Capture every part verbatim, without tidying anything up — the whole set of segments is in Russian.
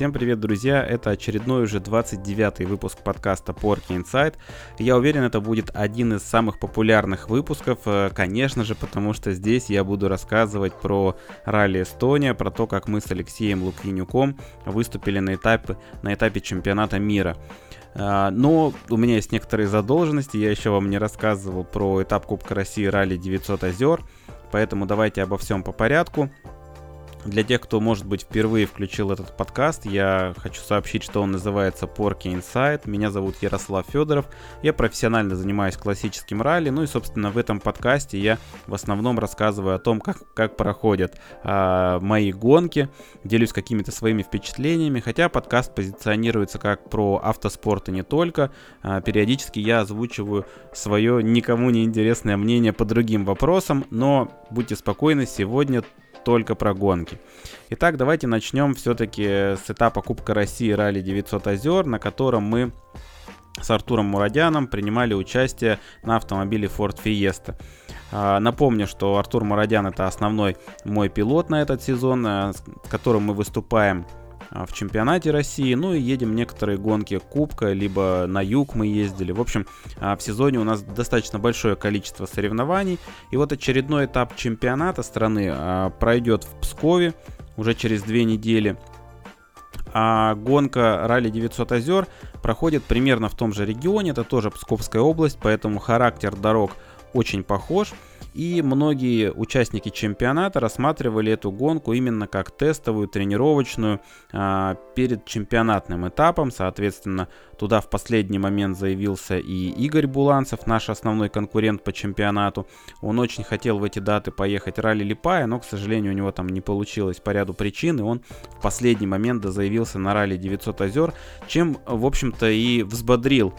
Всем привет, друзья! Это очередной уже двадцать девятый выпуск подкаста Porky Inside. Я уверен, это будет один из самых популярных выпусков, конечно же, потому что здесь я буду рассказывать про ралли Эстония, про то, как мы с Алексеем Лукьянюком выступили на этапе, на этапе чемпионата мира. Но у меня есть некоторые задолженности, я еще вам не рассказывал про этап Кубка России ралли девятьсот озер, поэтому давайте обо всем по порядку. Для тех, кто, может быть, впервые включил этот подкаст, я хочу сообщить, что он называется Porky Inside. Меня зовут Ярослав Федоров. Я профессионально занимаюсь классическим ралли. Ну и, собственно, в этом подкасте я в основном рассказываю о том, как, как проходят а, мои гонки. Делюсь какими-то своими впечатлениями. Хотя подкаст позиционируется как про автоспорт и не только. А, периодически я озвучиваю свое никому не интересное мнение по другим вопросам. Но будьте спокойны, сегодня только про гонки. Итак, давайте начнем все-таки с этапа Кубка России ралли девятьсот озер, на котором мы с Артуром Мурадяном принимали участие на автомобиле Ford Fiesta. Напомню, что Артур Мурадян — это основной мой пилот на этот сезон, с которым мы выступаем в чемпионате России, ну и едем некоторые гонки Кубка, либо на юг мы ездили. В общем, в сезоне у нас достаточно большое количество соревнований. И вот очередной этап чемпионата страны пройдет в Пскове уже через две недели. А гонка ралли девятьсот озер проходит примерно в том же регионе, это тоже Псковская область, поэтому характер дорог очень похож. И многие участники чемпионата рассматривали эту гонку именно как тестовую, тренировочную а, перед чемпионатным этапом. Соответственно, туда в последний момент заявился и Игорь Буланцев, наш основной конкурент по чемпионату. Он очень хотел в эти даты поехать ралли Лиепая, но, к сожалению, у него там не получилось по ряду причин, и он в последний момент заявился на ралли девятьсот озер, чем, в общем-то, и взбодрил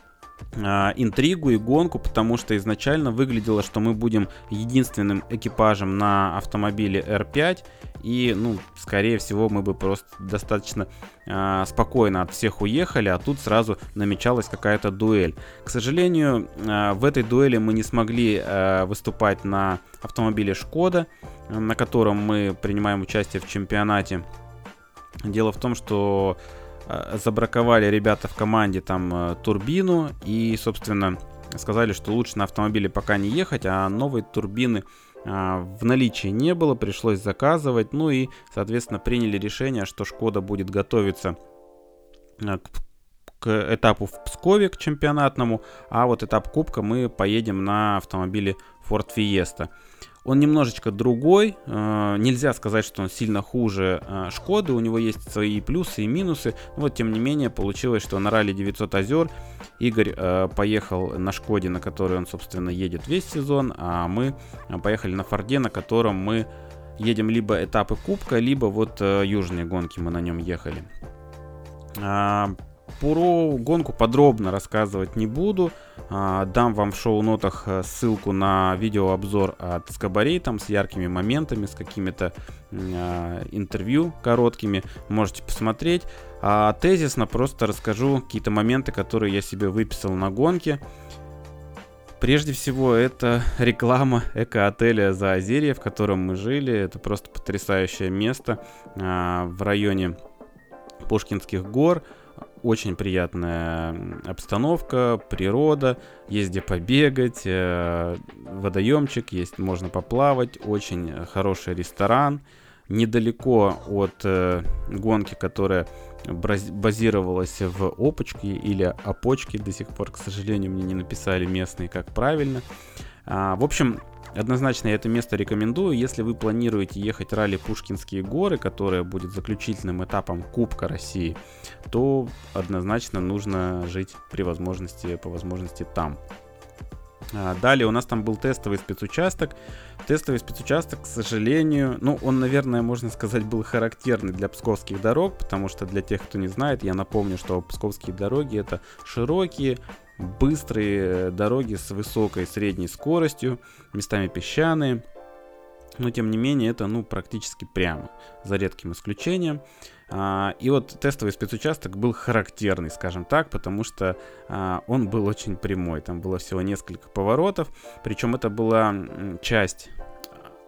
интригу и гонку, потому что изначально выглядело, что мы будем единственным экипажем на автомобиле эр пять, и, ну, скорее всего, мы бы просто достаточно э, спокойно от всех уехали, а тут сразу намечалась какая-то дуэль. К сожалению, э, в этой дуэли мы не смогли э, выступать на автомобиле Шкода, э, на котором мы принимаем участие в чемпионате. Дело в том, что забраковали ребята в команде там турбину и, собственно, сказали, что лучше на автомобиле пока не ехать, а новой турбины а, в наличии не было, пришлось заказывать. Ну и, соответственно, приняли решение, что Шкода будет готовиться а, к, к этапу в Пскове, к чемпионатному, а вот этап Кубка мы поедем на автомобиле Ford Fiesta. Он немножечко другой, э, нельзя сказать, что он сильно хуже э, Шкоды, у него есть свои плюсы и минусы, вот тем не менее получилось, что на ралли девятьсот озер Игорь э, поехал на Шкоде, на которой он, собственно, едет весь сезон, а мы поехали на Форде, на котором мы едем либо этапы Кубка, либо вот э, южные гонки мы на нем ехали. А, Про гонку подробно рассказывать не буду. Дам вам в шоу-нотах ссылку на видеообзор от Скобарей, там с яркими моментами, с какими-то э, интервью короткими. Можете посмотреть. А тезисно просто расскажу какие-то моменты, которые я себе выписал на гонке. Прежде всего, это реклама эко-отеля Заозерье, в котором мы жили. Это просто потрясающее место э, в районе Пушкинских гор. Очень приятная обстановка, природа, есть где побегать, э, водоемчик, есть, можно поплавать, очень хороший ресторан. Недалеко от э, гонки, которая базировалась в Опочке или Опочке, до сих пор, к сожалению, мне не написали местные, как правильно. А, в общем, однозначно я это место рекомендую. Если вы планируете ехать ралли Пушкинские горы, которое будет заключительным этапом Кубка России, то однозначно нужно жить при возможности, по возможности там. Далее у нас там был тестовый спецучасток. Тестовый спецучасток, к сожалению, ну, он, наверное, можно сказать, был характерный для псковских дорог, потому что для тех, кто не знает, я напомню, что псковские дороги — это широкие, быстрые дороги с высокой средней скоростью, местами песчаные. Но, тем не менее, это, ну, практически прямо, за редким исключением. А, и вот тестовый спецучасток был характерный, скажем так, потому что а, он был очень прямой. Там было всего несколько поворотов. Причем это была часть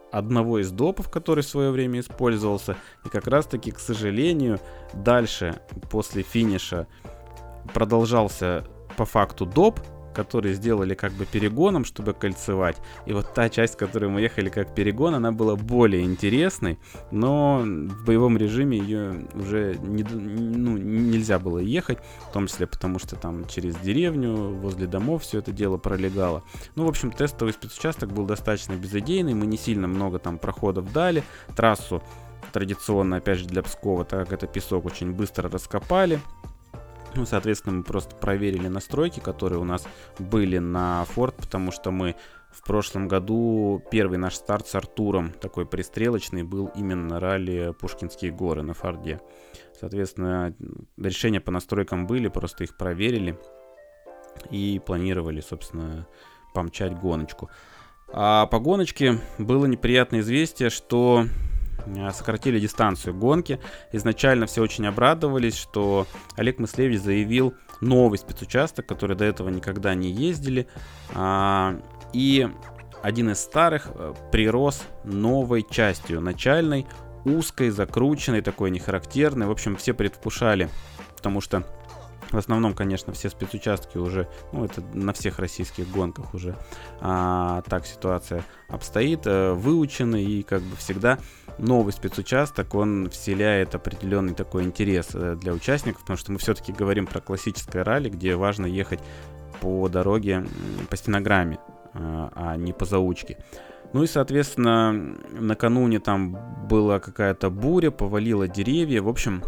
одного из допов, который в свое время использовался. И как раз-таки, к сожалению, дальше, после финиша, продолжался по факту доп, который сделали как бы перегоном, чтобы кольцевать. И вот та часть, в которой мы ехали как перегон, она была более интересной, но в боевом режиме ее уже не, ну, нельзя было ехать, в том числе потому, что там через деревню, возле домов все это дело пролегало. Ну, в общем, тестовый спецучасток был достаточно безыдейный, мы не сильно много там проходов дали, трассу традиционно, опять же, для Пскова, так как это песок, очень быстро раскопали. Ну, соответственно, мы просто проверили настройки, которые у нас были на Ford, потому что мы в прошлом году, первый наш старт с Артуром, такой пристрелочный, был именно на ралли Пушкинские горы на Форде. Соответственно, решения по настройкам были, просто их проверили и планировали, собственно, помчать гоночку. А по гоночке было неприятное известие, что сократили дистанцию гонки. Изначально все очень обрадовались, что Олег Мыслевич заявил новый спецучасток, который до этого никогда не ездили. И один из старых прирос новой частью, начальной, узкой, закрученной, такой нехарактерной. В общем, все предвкушали, потому что в основном, конечно, все спецучастки уже, ну, это на всех российских гонках уже а, так ситуация обстоит, а, выучены, и как бы всегда новый спецучасток, он вселяет определенный такой интерес для участников, потому что мы все-таки говорим про классическое ралли, где важно ехать по дороге, по стенограмме, а, а не по заучке. Ну и, соответственно, накануне там была какая-то буря, повалило деревья, в общем...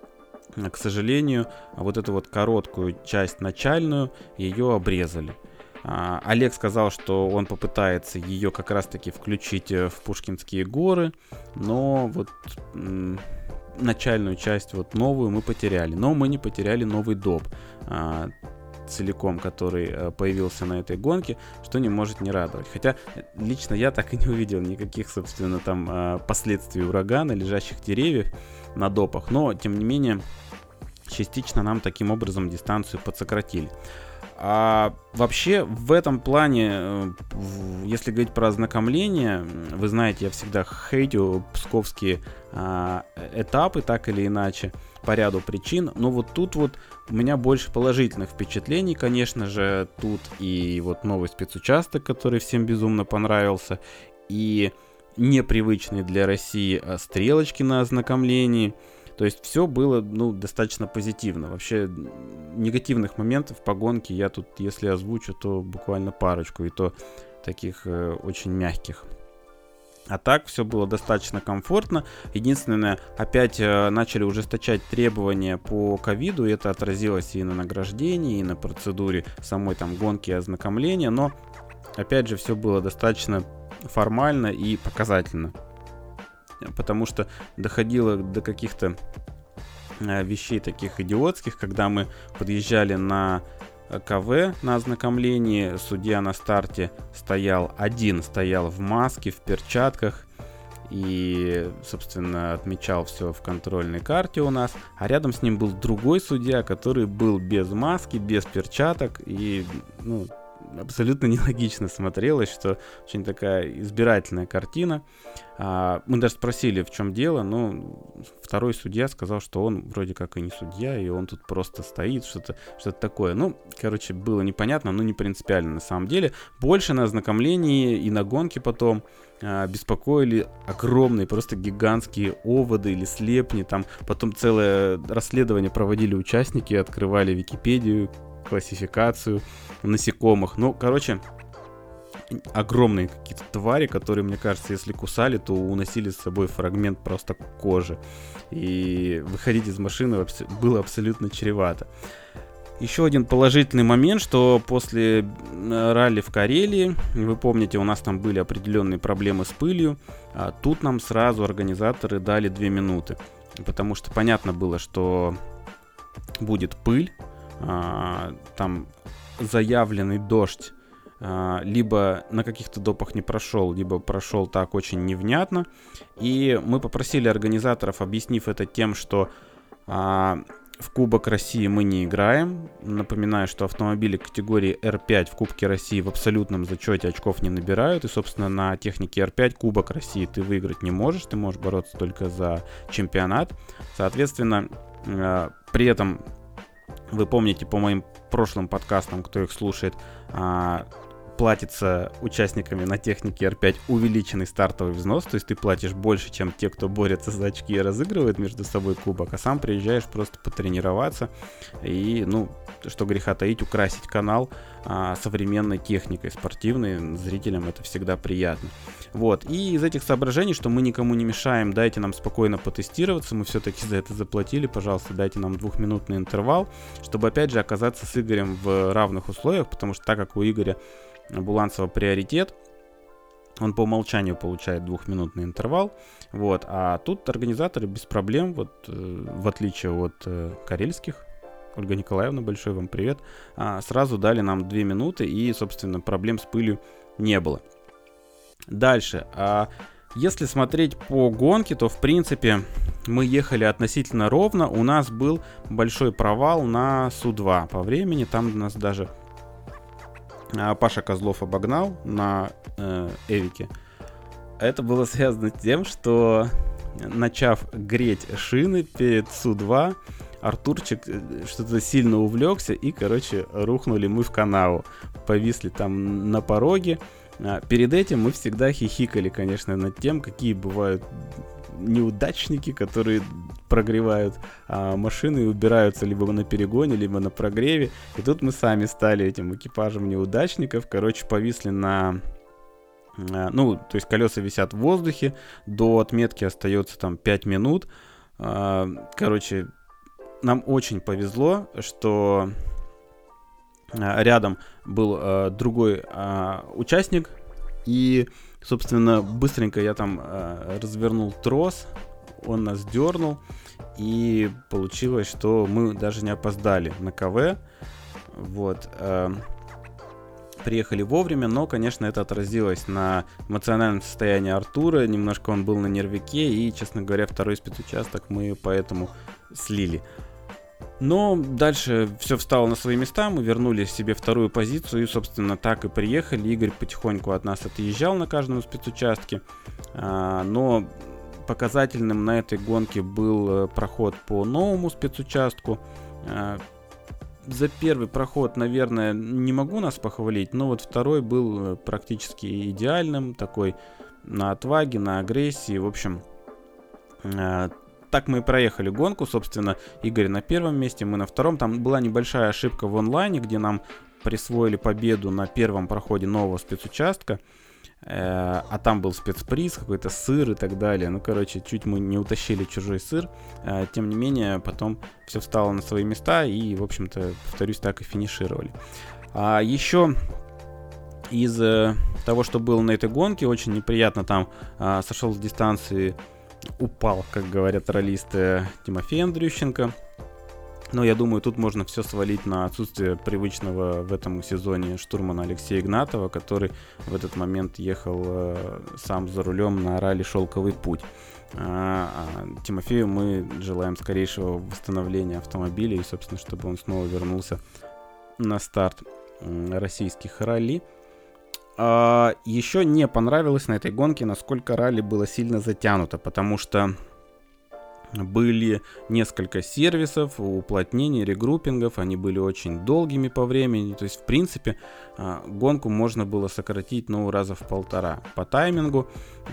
К сожалению, вот эту вот короткую часть начальную ее обрезали. А, Олег сказал, что он попытается ее как раз-таки включить в Пушкинские горы, но вот м- начальную часть, вот новую, мы потеряли. Но мы не потеряли новый доп а, целиком, который а, появился на этой гонке, что не может не радовать. Хотя лично я так и не увидел никаких, собственно, там а, последствий урагана, лежащих деревьев на допах, но тем не менее частично нам таким образом дистанцию подсократили. А вообще в этом плане, если говорить про ознакомление, вы знаете, я всегда хейтю псковские а, этапы, так или иначе, по ряду причин, но вот тут вот у меня больше положительных впечатлений, конечно же, тут и вот новый спецучасток, который всем безумно понравился, и непривычные для России стрелочки на ознакомлении. То есть все было, ну, достаточно позитивно. Вообще негативных моментов по гонке я тут, если озвучу, то буквально парочку, и то таких э, очень мягких. А так все было достаточно комфортно. Единственное, опять э, начали ужесточать требования по ковиду, и это отразилось и на награждении, и на процедуре самой там гонки и ознакомления, но опять же все было достаточно формально и показательно, потому что доходило до каких-то э, вещей таких идиотских, когда мы подъезжали на КВ на ознакомлении, судья на старте стоял один, стоял в маске, в перчатках и, собственно, отмечал все в контрольной карте у нас, а рядом с ним был другой судья, который был без маски, без перчаток, и, ну, абсолютно нелогично смотрелось, что очень такая избирательная картина. А, мы даже спросили, в чем дело, но второй судья сказал, что он вроде как и не судья, и он тут просто стоит, что-то, что-то такое. Ну, короче, было непонятно, но не принципиально на самом деле. Больше на ознакомлении и на гонке потом а, беспокоили огромные, просто гигантские оводы или слепни. Там потом целое расследование проводили участники, открывали Википедию, классификацию насекомых. Ну, короче, огромные какие-то твари, которые, мне кажется, если кусали, то уносили с собой фрагмент просто кожи. И выходить из машины было абсолютно чревато. Еще один положительный момент, что после ралли в Карелии, вы помните, у нас там были определенные проблемы с пылью, а тут нам сразу организаторы дали две минуты. Потому что понятно было, что будет пыль, а, там заявленный дождь а, либо на каких-то допах не прошел, либо прошел так очень невнятно. И мы попросили организаторов, объяснив это тем, что а, В Кубок России мы не играем. Напоминаю, что автомобили категории эр пять в Кубке России в абсолютном зачете очков не набирают. И, собственно, на технике эр пять Кубок России ты выиграть не можешь. Ты можешь бороться только за чемпионат. Соответственно, э, при этом, вы помните по моим прошлым подкастам, кто их слушает, э, платится участниками на технике эр пять увеличенный стартовый взнос, то есть ты платишь больше, чем те, кто борется за очки и разыгрывает между собой кубок, а сам приезжаешь просто потренироваться и, ну, что греха таить, украсить канал а, современной техникой спортивной. Зрителям это всегда приятно. Вот, и из этих соображений, что мы никому не мешаем, дайте нам спокойно потестироваться, мы все-таки за это заплатили, пожалуйста, дайте нам двухминутный интервал, чтобы опять же оказаться с Игорем в равных условиях, потому что так как у Игоря Буланцева приоритет, он по умолчанию получает двухминутный интервал, вот, а тут организаторы без проблем, вот, э, в отличие от э, карельских, Ольга Николаевна, большой вам привет, а, сразу дали нам две минуты, и, собственно, проблем с пылью не было. Дальше, а если смотреть по гонке, то, в принципе, мы ехали относительно ровно, у нас был большой провал на Су два по времени, там у нас даже Паша Козлов обогнал на э, Эвике. Это было связано с тем, что, начав греть шины перед Су два, Артурчик что-то сильно увлекся, и, короче, рухнули мы в канаву. Повисли там на пороге. А перед этим мы всегда хихикали, конечно, над тем, какие бывают неудачники, которые прогревают а, машины и убираются либо на перегоне, либо на прогреве. И тут мы сами стали этим экипажем неудачников. Короче, повисли на... А, ну, то есть колеса висят в воздухе. До отметки остается там пять минут. А, короче, нам очень повезло, что а, рядом был а, другой а, участник. И, собственно, быстренько я там а, развернул трос. Он нас дернул, и получилось, что мы даже не опоздали на КВ. Вот. Э, приехали вовремя, но, конечно, это отразилось на эмоциональном состоянии Артура. Немножко он был на нервике, и, честно говоря, второй спецучасток мы поэтому слили. Но дальше все встало на свои места, мы вернули себе вторую позицию, и, собственно, так и приехали. Игорь потихоньку от нас отъезжал на каждом спецучастке, э, но... Показательным на этой гонке был проход по новому спецучастку. За первый проход, наверное, не могу нас похвалить, но вот второй был практически идеальным, такой на отваге, на агрессии. В общем, так мы и проехали гонку. Собственно, Игорь на первом месте, мы на втором. Там была небольшая ошибка в онлайне, где нам присвоили победу на первом проходе нового спецучастка. А там был спецприз, какой-то сыр и так далее. Ну, короче, чуть мы не утащили чужой сыр. Тем не менее, потом все встало на свои места и, в общем-то, повторюсь, так и финишировали. А еще из того, что было на этой гонке, очень неприятно там а, сошел с дистанции, упал, как говорят раллисты, Тимофей Андрющенко. Но я думаю, тут можно все свалить на отсутствие привычного в этом сезоне штурмана Алексея Игнатова, который в этот момент ехал э, сам за рулем на ралли «Шелковый путь». А, а Тимофею мы желаем скорейшего восстановления автомобиля и, собственно, чтобы он снова вернулся на старт э, российских ралли. А, еще не понравилось на этой гонке, насколько ралли было сильно затянуто, потому что были несколько сервисов, уплотнений, регруппингов, они были очень долгими по времени, то есть, в принципе, гонку можно было сократить, ну, раза в полтора по таймингу,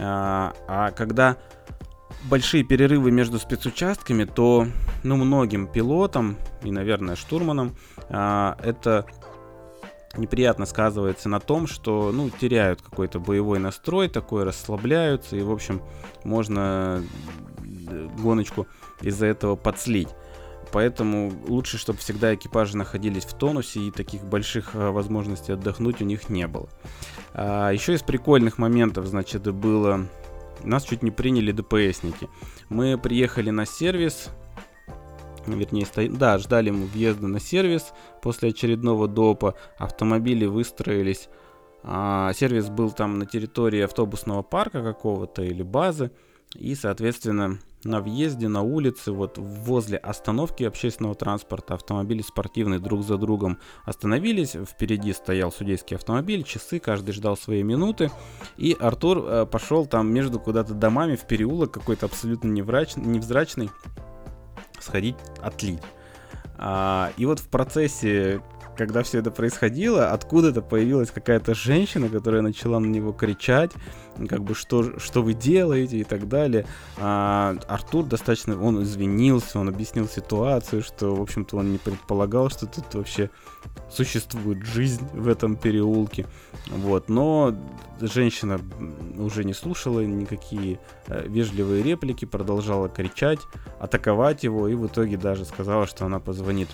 а когда большие перерывы между спецучастками, то, ну, многим пилотам и, наверное, штурманам это неприятно сказывается на том, что, ну, теряют какой-то боевой настрой, такой расслабляются, и, в общем, можно гоночку из-за этого подслить. Поэтому лучше, чтобы всегда экипажи находились в тонусе, и таких больших а, возможностей отдохнуть у них не было. А, еще из прикольных моментов, значит, было... Нас чуть не приняли ДПСники. Мы приехали на сервис, вернее, сто... да, ждали мы въезда на сервис после очередного допа. Автомобили выстроились. А, сервис был там на территории автобусного парка какого-то или базы. И, соответственно, на въезде, на улице, вот возле остановки общественного транспорта автомобили спортивные друг за другом остановились. Впереди стоял судейский автомобиль, часы, каждый ждал свои минуты. И Артур э, пошел там между куда-то домами в переулок какой-то абсолютно неврач, невзрачный сходить отлить. А, и вот в процессе, когда все это происходило, откуда-то появилась какая-то женщина, которая начала на него кричать, как бы, что, что вы делаете и так далее. А Артур достаточно, он извинился, он объяснил ситуацию, что, в общем-то, он не предполагал, что тут вообще существует жизнь в этом переулке. Вот. Но женщина уже не слушала никакие вежливые реплики, продолжала кричать, атаковать его, и в итоге даже сказала, что она позвонит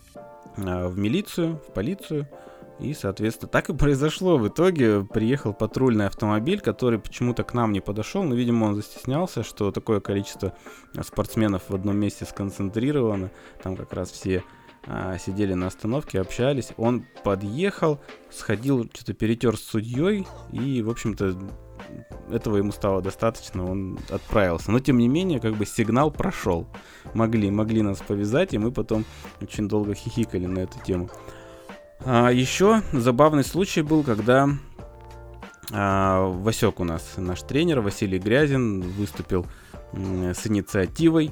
в милицию, в полицию. И, соответственно, так и произошло. В итоге приехал патрульный автомобиль, который почему-то к нам не подошел. Но, видимо, он застеснялся, что такое количество спортсменов в одном месте сконцентрировано. Там как раз все а, сидели на остановке, общались. Он подъехал, сходил, что-то перетер с судьей. И, в общем-то, этого ему стало достаточно, он отправился. Но, тем не менее, как бы сигнал прошел. Могли, могли нас повязать, и мы потом очень долго хихикали на эту тему. А еще забавный случай был, когда а, Васек у нас, наш тренер, Василий Грязин, выступил м, с инициативой.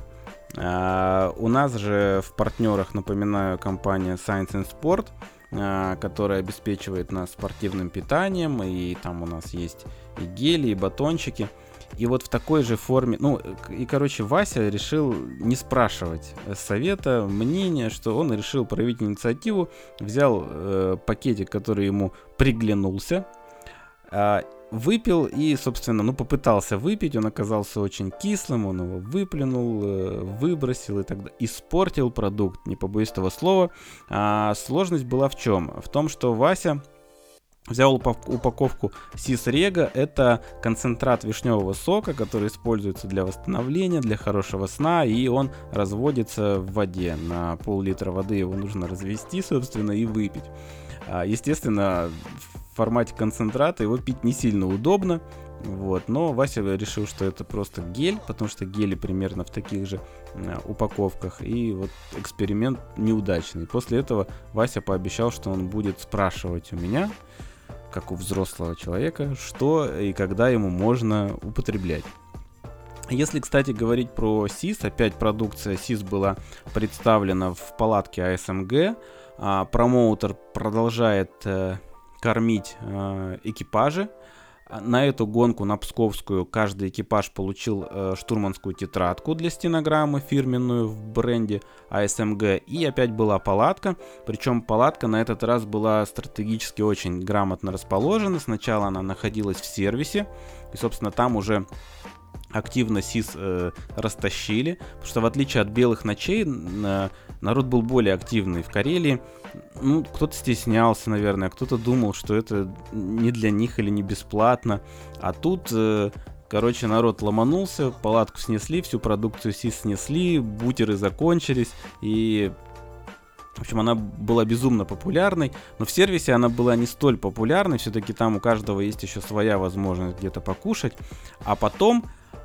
А, у нас же в партнерах, напоминаю, компания Science and Sport, а, которая обеспечивает нас спортивным питанием, и там у нас есть и гели, и батончики. И вот в такой же форме, ну, и, короче, Вася решил не спрашивать совета, мнения, что он решил проявить инициативу, взял э, пакетик, который ему приглянулся, э, выпил и, собственно, ну, попытался выпить, он оказался очень кислым, он его выплюнул, э, выбросил и так далее, испортил продукт, не побоюсь этого слова. А сложность была в чем? В том, что Вася взял упаковку Сис-Рега, это концентрат вишневого сока, который используется для восстановления, для хорошего сна, и он разводится в воде. На пол-литра воды его нужно развести, собственно, и выпить. Естественно, в формате концентрата его пить не сильно удобно, вот, но Вася решил, что это просто гель, потому что гели примерно в таких же упаковках, и вот эксперимент неудачный. После этого Вася пообещал, что он будет спрашивать у меня, как у взрослого человека, что и когда ему можно употреблять. Если, кстати, говорить про СИС, опять продукция СИС была представлена в палатке а эс эм гэ, а промоутер продолжает э, кормить э, экипажи. На эту гонку, на Псковскую, каждый экипаж получил э, штурманскую тетрадку для стенограммы фирменную в бренде а эс эм гэ. И опять была палатка. Причем палатка на этот раз была стратегически очень грамотно расположена. Сначала она находилась в сервисе. И, собственно, там уже активно СИС э, растащили. Потому что, в отличие от белых ночей, э, народ был более активный в Карелии. Ну, кто-то стеснялся, наверное, кто-то думал, что это не для них или не бесплатно. А тут, э, короче, народ ломанулся, палатку снесли, всю продукцию СИС снесли, бутеры закончились. И, в общем, она была безумно популярной. Но в сервисе она была не столь популярной. Все-таки там у каждого есть еще своя возможность где-то покушать. А потом...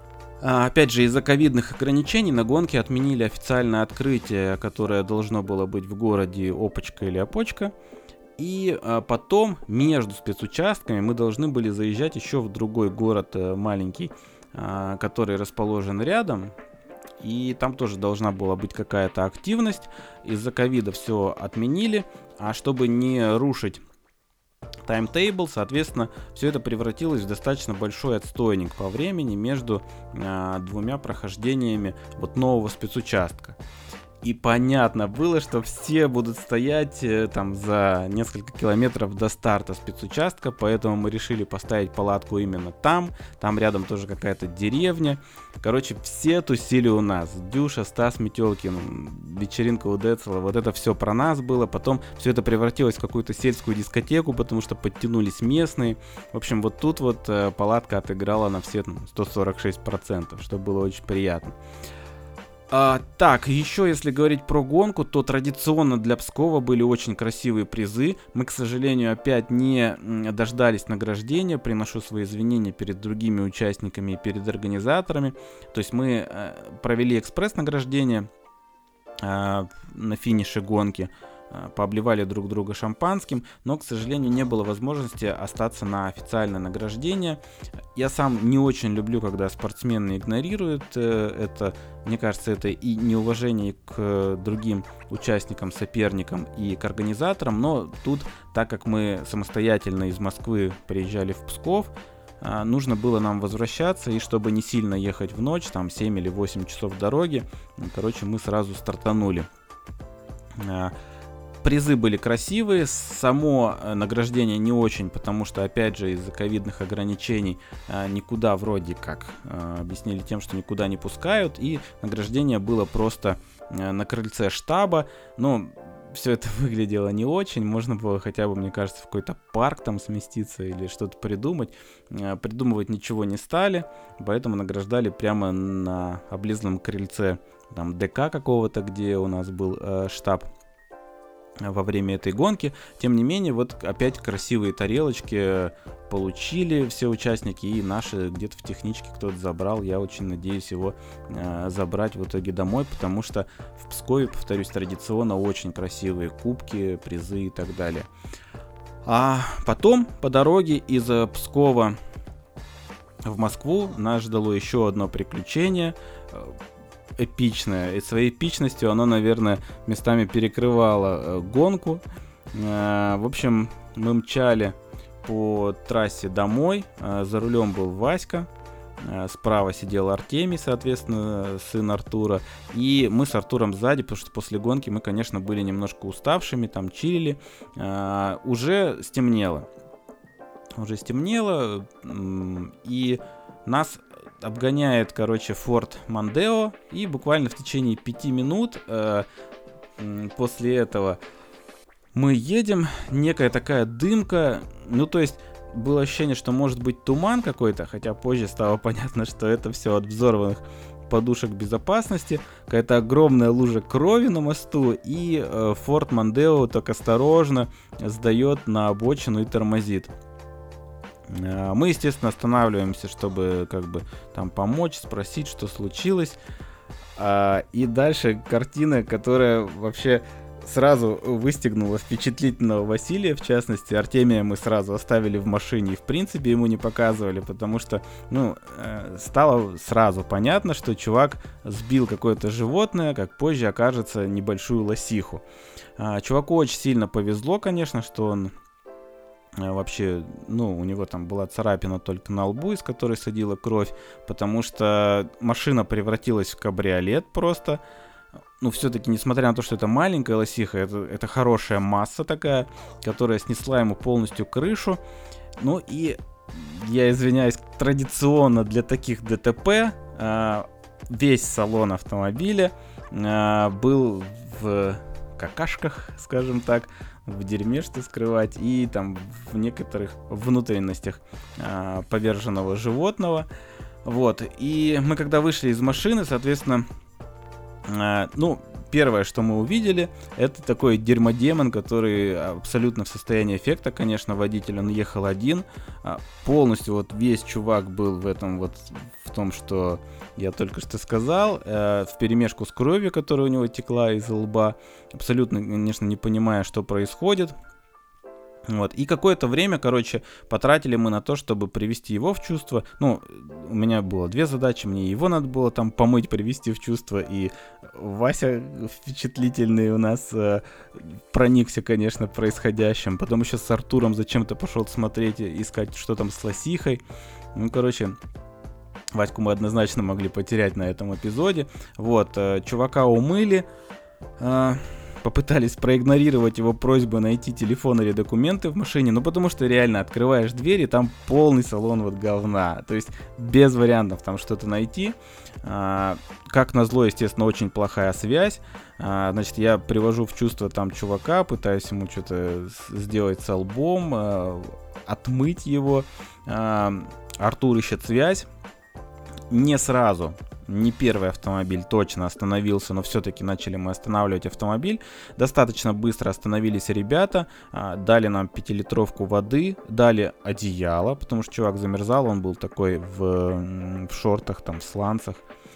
Опять же, из-за ковидных ограничений на гонке отменили официальное открытие, которое должно было быть в городе Опочка или Опочка. И а, потом между спецучастками мы должны были заезжать еще в другой город а, маленький, а, который расположен рядом. И там тоже должна была быть какая-то активность. Из-за ковида все отменили. А чтобы не рушить таймтейбл, соответственно, все это превратилось в достаточно большой отстойник по времени между э, двумя прохождениями вот нового спецучастка. И понятно было, что все будут стоять э, там за несколько километров до старта спецучастка, поэтому мы решили поставить палатку именно там. Там рядом тоже какая-то деревня. Короче, все тусили у нас. Дюша, Стас Метелкин, вечеринка у Децела. Вот это все про нас было. Потом все это превратилось в какую-то сельскую дискотеку, потому что подтянулись местные. В общем, вот тут вот э, палатка отыграла на все ну, сто сорок шесть процентов, что было очень приятно. А, так, еще если говорить про гонку, то традиционно для Пскова были очень красивые призы. Мы, к сожалению, опять не дождались награждения. Приношу свои извинения перед другими участниками и перед организаторами. То есть мы э, провели экспресс-награждение э, на финише гонки. Пообливали друг друга шампанским, но, к сожалению, не было возможности остаться на официальное награждение. Я сам не очень люблю, когда спортсмены игнорируют это. Мне кажется, это и неуважение к другим участникам, соперникам и к организаторам, но тут, так как мы самостоятельно из Москвы приезжали в Псков, нужно было нам возвращаться, и чтобы не сильно ехать в ночь, там семь или восемь часов дороги, короче, мы сразу стартанули. Призы были красивые, само награждение не очень, потому что, опять же, из-за ковидных ограничений никуда вроде как объяснили тем, что никуда не пускают, и награждение было просто на крыльце штаба, но все это выглядело не очень, можно было хотя бы, мне кажется, в какой-то парк там сместиться или что-то придумать. Придумывать ничего не стали, поэтому награждали прямо на облизанном крыльце там ДК какого-то, где у нас был э, штаб во время этой гонки. Тем не менее, вот опять красивые тарелочки получили все участники, и наши где-то в техничке кто-то забрал. Я очень надеюсь его э, забрать в итоге домой, потому что в Пскове, повторюсь, традиционно очень красивые кубки, призы и так далее. А потом по дороге из Пскова в Москву нас ждало еще одно приключение, эпичное. И своей эпичностью оно, наверное, местами перекрывало э, гонку. Э, в общем, мы мчали по трассе домой. Э, за рулем был Васька. Э, справа сидел Артемий, соответственно, сын Артура. И мы с Артуром сзади, потому что после гонки мы, конечно, были немножко уставшими, там чилили. Э, уже стемнело. Уже стемнело. Э, и нас обгоняет, короче, Ford Mondeo, и буквально в течение пяти минут э, после этого мы едем, некая такая дымка, ну то есть было ощущение, что может быть туман какой-то, хотя позже стало понятно, что это все от взорванных подушек безопасности, какая-то огромная лужа крови на мосту, и э, Ford Mondeo так осторожно сдает на обочину и тормозит. Мы, естественно, останавливаемся, чтобы как бы там помочь, спросить, что случилось. И дальше картина, которая вообще сразу выстегнула впечатлительного Василия, в частности. Артемия мы сразу оставили в машине и, в принципе, ему не показывали, потому что, ну, стало сразу понятно, что чувак сбил какое-то животное, как позже окажется, небольшую лосиху. Чуваку очень сильно повезло, конечно, что он вообще, ну, у него там была царапина только на лбу, из которой садила кровь, потому что машина превратилась в кабриолет просто. Ну, все-таки, несмотря на то, что это маленькая лосиха, это, это хорошая масса такая, которая снесла ему полностью крышу. Ну и, я извиняюсь, традиционно для таких ДТП э, весь салон автомобиля э, был в какашках, скажем так, в дерьме, что скрывать, и там в некоторых внутренностях а, поверженного животного. Вот. И мы когда вышли из машины, соответственно, а, ну, первое, что мы увидели, это такой дерьмодемон, который абсолютно в состоянии эффекта, конечно, водитель, он ехал один, а, полностью вот весь чувак был в этом вот, в том, что я только что сказал, э, вперемешку с кровью, которая у него текла из лба, абсолютно, конечно, не понимая, что происходит. Вот. И какое-то время, короче, потратили мы на то, чтобы привести его в чувство. Ну, у меня было две задачи, мне его надо было там помыть, привести в чувство, и Вася впечатлительный у нас э, проникся, конечно, происходящим. Потом еще с Артуром зачем-то пошел смотреть, искать, что там с лосихой. Ну, короче, Ваську мы однозначно могли потерять на этом эпизоде. Вот, э, чувака умыли, э, попытались проигнорировать его просьбу найти телефон или документы в машине, ну потому что реально открываешь дверь, и там полный салон вот говна. То есть без вариантов там что-то найти. Э, как назло, естественно, очень плохая связь. Э, значит, я привожу в чувство там чувака, пытаюсь ему что-то сделать со лбом, э, отмыть его. Э, Артур ищет связь. Не сразу не первый автомобиль точно остановился, но все-таки начали мы останавливать автомобиль. Достаточно быстро остановились ребята, дали нам пятилитровку воды, дали одеяло, потому что чувак замерзал, он был такой в, в шортах, там, в сланцах.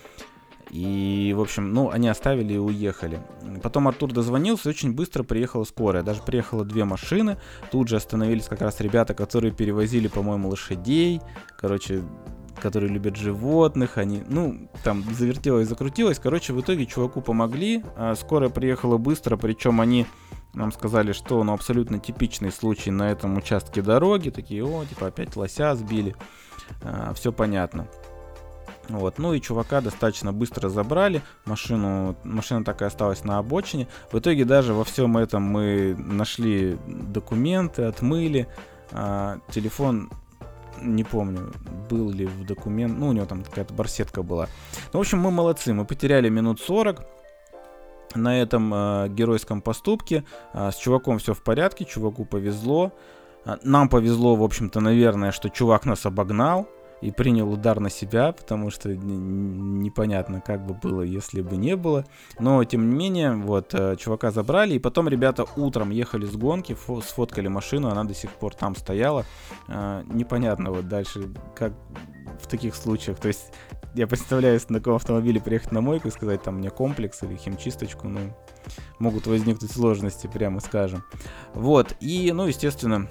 И, в общем, ну, они оставили и уехали. Потом Артур дозвонился, и очень быстро приехала скорая. Даже приехало две машины. Тут же остановились как раз ребята, которые перевозили, по-моему, лошадей. Короче, которые любят животных. Они, ну, там завертелось, закрутилось. Короче, в итоге чуваку помогли. Скорая приехала быстро, причем они нам сказали, что, ну, абсолютно типичный случай на этом участке дороги. Такие, о, типа, опять лося сбили. А, все понятно. Вот. Ну и чувака достаточно быстро забрали, машину, машина так и осталась на обочине. В итоге даже во всем этом мы нашли документы, отмыли, а, телефон, не помню, был ли в документ, ну у него там какая-то барсетка была. Ну, в общем, мы молодцы, мы потеряли минут сорок на этом а, геройском поступке, а, с чуваком все в порядке, чуваку повезло, а, нам повезло, в общем-то, наверное, что чувак нас обогнал и принял удар на себя, потому что непонятно, как бы было, если бы не было. Но, тем не менее, вот, чувака забрали, и потом ребята утром ехали с гонки, фо- сфоткали машину, она до сих пор там стояла. А, непонятно вот дальше, как в таких случаях. То есть, я представляю, если на таком автомобиле приехать на мойку и сказать, там, мне комплекс или химчисточку, ну, могут возникнуть сложности, прямо скажем. Вот, и, ну, естественно,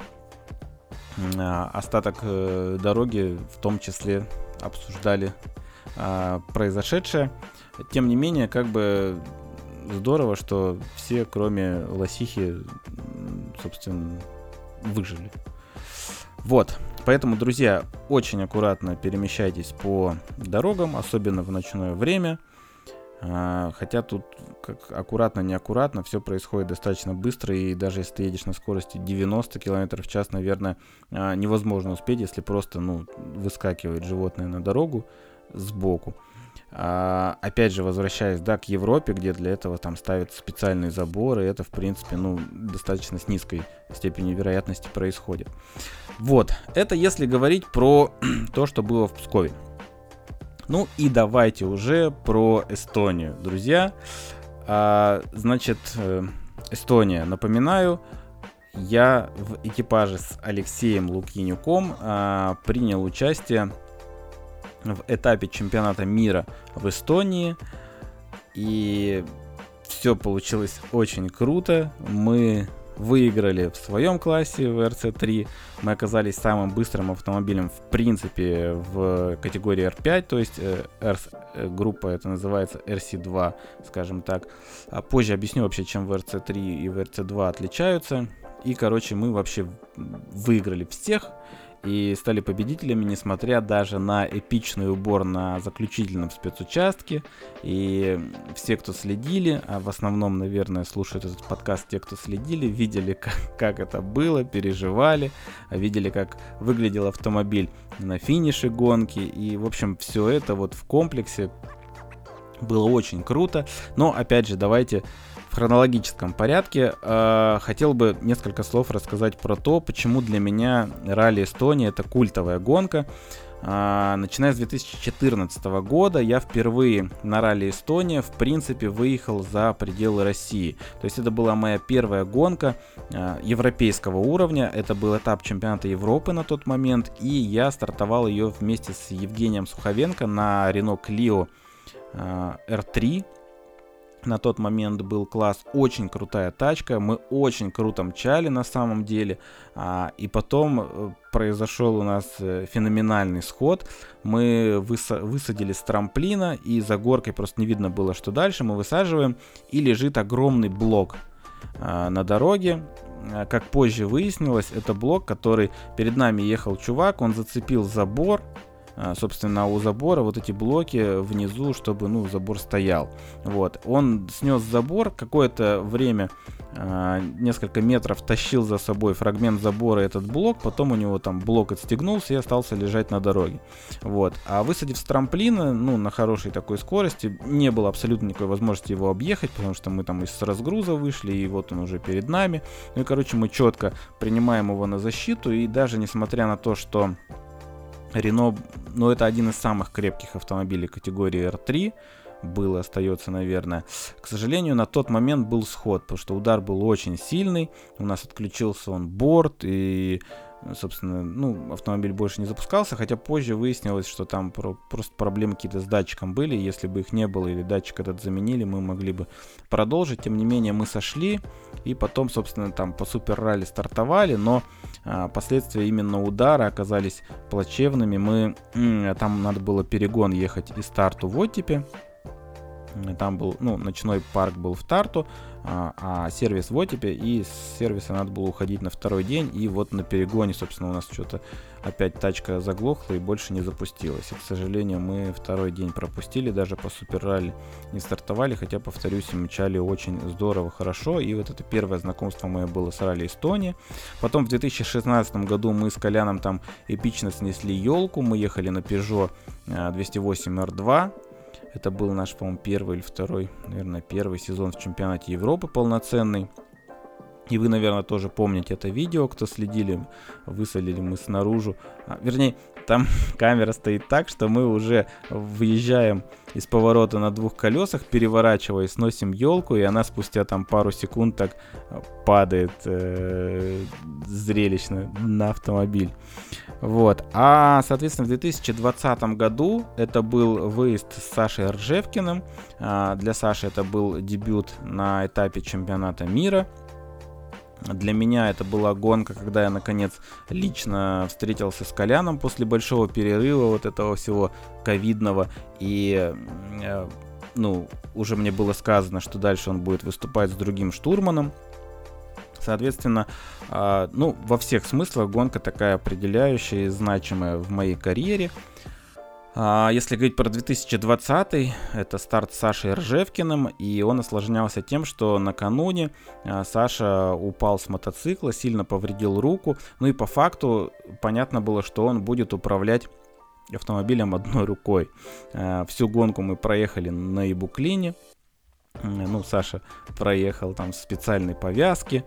остаток э, дороги в том числе обсуждали э, произошедшее. Тем не менее, как бы здорово, что все, кроме лосихи, собственно, выжили. Вот. Поэтому, друзья, очень аккуратно перемещайтесь по дорогам, особенно в ночное время. Хотя тут как аккуратно-неаккуратно все происходит достаточно быстро, и даже если ты едешь на скорости девяносто километров в час, наверное, невозможно успеть, если просто, ну, выскакивает животное на дорогу сбоку. А, опять же, возвращаясь, да, к Европе, где для этого там ставят специальные заборы, это, в принципе, ну, достаточно с низкой степенью вероятности происходит. Вот, это если говорить про то, что было в Пскове. Ну и давайте уже про Эстонию, друзья. А, значит, Эстония, напоминаю, я в экипаже с Алексеем Лукьянюком а, принял участие в этапе чемпионата мира в Эстонии. И все получилось очень круто. Мы выиграли в своем классе в эр си три. Мы оказались самым быстрым автомобилем в принципе в категории эр пять, то есть э, R, э, группа это называется эр си два, скажем так. А позже объясню вообще, чем в эр си три и в эр си два отличаются. И, короче, мы вообще выиграли всех и стали победителями, несмотря даже на эпичный убор на заключительном спецучастке. И все, кто следили, а в основном, наверное, слушают этот подкаст те, кто следили, видели, как, как это было, переживали, видели, как выглядел автомобиль на финише гонки. И, в общем, все это вот в комплексе было очень круто. Но, опять же, давайте в хронологическом порядке. Э, хотел бы несколько слов рассказать про то, почему для меня ралли Эстония это культовая гонка. Э, начиная с две тысячи четырнадцатого года я впервые на ралли Эстония в принципе выехал за пределы России. То есть это была моя первая гонка э, европейского уровня. Это был этап чемпионата Европы на тот момент. И я стартовал ее вместе с Евгением Суховенко на Renault Clio э, эр три. На тот момент был класс, очень крутая тачка, мы очень круто мчали на самом деле, а, и потом произошел у нас феноменальный сход, мы выс- высадили с трамплина, и за горкой просто не видно было, что дальше, мы высаживаем, и лежит огромный блок а, на дороге. Как позже выяснилось, это блок, который перед нами ехал чувак, он зацепил забор. Собственно, у забора вот эти блоки внизу, чтобы, ну, забор стоял. Вот. Он снес забор, какое-то время, э, несколько метров тащил за собой фрагмент забора этот блок, потом у него там блок отстегнулся и остался лежать на дороге. Вот. А высадив с трамплина, ну, на хорошей такой скорости, не было абсолютно никакой возможности его объехать, потому что мы там из разгруза вышли, и вот он уже перед нами. Ну и, короче, мы четко принимаем его на защиту, и даже несмотря на то, что Рено но это один из самых крепких автомобилей категории эр три. Был и остается, наверное. К сожалению, на тот момент был сход, потому что удар был очень сильный. У нас отключился он борт, и, собственно, ну, автомобиль больше не запускался. Хотя позже выяснилось, что там про- просто проблемы какие-то с датчиком были. Если бы их не было или датчик этот заменили, мы могли бы продолжить. Тем не менее, мы сошли. И потом, собственно, там по супер-ралли стартовали. Но а, последствия именно удара оказались плачевными. Мы, м- там надо было перегон ехать из Тарту в Оттепе. Там был, ну, ночной парк был в Тарту, а, а сервис в Оттепе, и с сервиса надо было уходить на второй день, и вот на перегоне, собственно, у нас что-то опять тачка заглохла и больше не запустилась. И, к сожалению, мы второй день пропустили, даже по супер-ралли не стартовали, хотя, повторюсь, мчали очень здорово, хорошо, и вот это первое знакомство мое было с ралли Эстонии. Потом в две тысячи шестнадцатом году мы с Коляном там эпично снесли елку, мы ехали на Peugeot двести восемь эр два. Это был наш, по-моему, первый или второй, наверное, первый сезон в чемпионате Европы полноценный. И вы, наверное, тоже помните это видео, кто следили, высадили мы снаружи. А, вернее, там камера стоит так, что мы уже выезжаем из поворота на двух колесах, переворачивая, сносим елку, и она спустя там пару секунд так падает э, зрелищно на автомобиль. Вот. А, соответственно, в две тысячи двадцатом году это был выезд с Сашей Ржевкиным. А, для Саши это был дебют на этапе чемпионата мира. Для меня это была гонка, когда я наконец лично встретился с Коляном после большого перерыва вот этого всего ковидного. И э, ну, уже мне было сказано, что дальше он будет выступать с другим штурманом. Соответственно, э, ну, во всех смыслах гонка такая определяющая и значимая в моей карьере. Если говорить про две тысячи двадцатый, это старт с Сашей Ржевкиным, и он осложнялся тем, что накануне Саша упал с мотоцикла, сильно повредил руку, ну и по факту понятно было, что он будет управлять автомобилем одной рукой. Всю гонку мы проехали на Ибуклине. Ну, Саша проехал там в специальной повязке,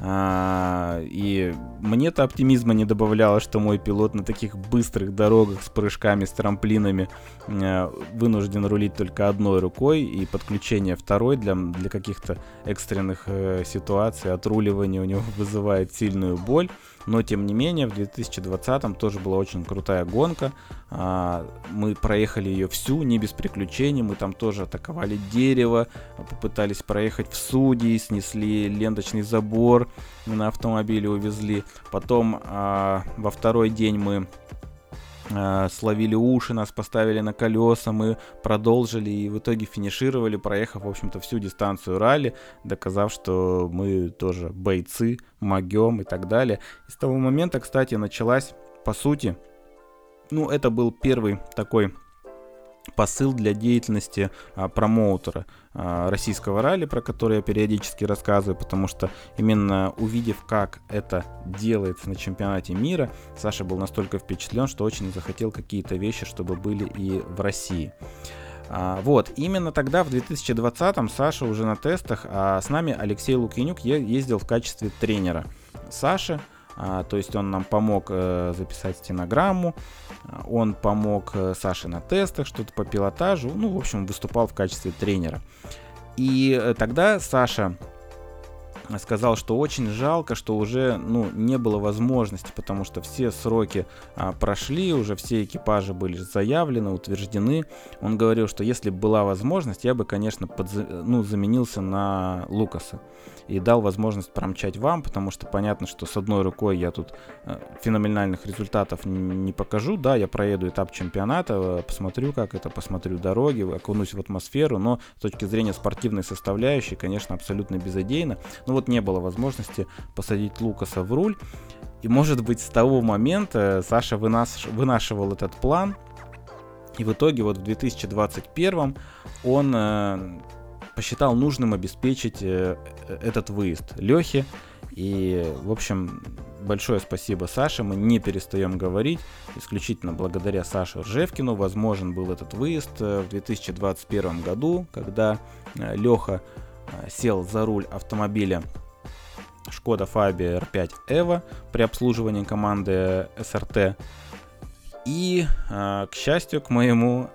а, и мне-то оптимизма не добавляло, что мой пилот на таких быстрых дорогах с прыжками, с трамплинами а, вынужден рулить только одной рукой, и подключение второй для, для каких-то экстренных э, ситуаций, отруливания у него вызывает сильную боль. Но, тем не менее, в две тысячи двадцатом тоже была очень крутая гонка. А, мы проехали ее всю, не без приключений. Мы там тоже атаковали дерево, попытались проехать в судей, снесли ленточный забор, на автомобиле увезли. Потом а, во второй день мы а, словили уши, нас поставили на колеса, мы продолжили и в итоге финишировали, проехав, в общем-то, всю дистанцию ралли, доказав, что мы тоже бойцы, могем и так далее. И с того момента, кстати, началась, по сути, ну, это был первый такой посыл для деятельности а, промоутера а, российского ралли, про который я периодически рассказываю, потому что именно увидев, как это делается на чемпионате мира, Саша был настолько впечатлен, что очень захотел какие-то вещи, чтобы были и в России. А, вот, именно тогда, в две тысячи двадцатом, Саша уже на тестах, а с нами Алексей Лукьянюк ездил в качестве тренера Саши. А, то есть он нам помог э, записать стенограмму, он помог э, Саше на тестах, что-то по пилотажу, ну, в общем, выступал в качестве тренера. И э, тогда Саша сказал, что очень жалко, что уже, ну, не было возможности, потому что все сроки а, прошли, уже все экипажи были заявлены, утверждены. Он говорил, что если бы была возможность, я бы, конечно, подза- ну, заменился на Лукаса и дал возможность промчать вам, потому что понятно, что с одной рукой я тут э, феноменальных результатов не покажу, да, я проеду этап чемпионата, посмотрю, как это, посмотрю дороги, окунусь в атмосферу, но с точки зрения спортивной составляющей, конечно, абсолютно безыдейно. Но вот не было возможности посадить Лукаса в руль, и, может быть, с того момента Саша вынаш... вынашивал этот план, и в итоге вот в две тысячи двадцать первом он э, посчитал нужным обеспечить э, этот выезд Лехе. И, в общем, большое спасибо Саше, мы не перестаем говорить, исключительно благодаря Саше Ржевкину возможен был этот выезд в две тысячи двадцать первом году, когда Леха сел за руль автомобиля Шкода Фабия эр пять Evo при обслуживании команды эс эр тэ. И, к счастью, к моему,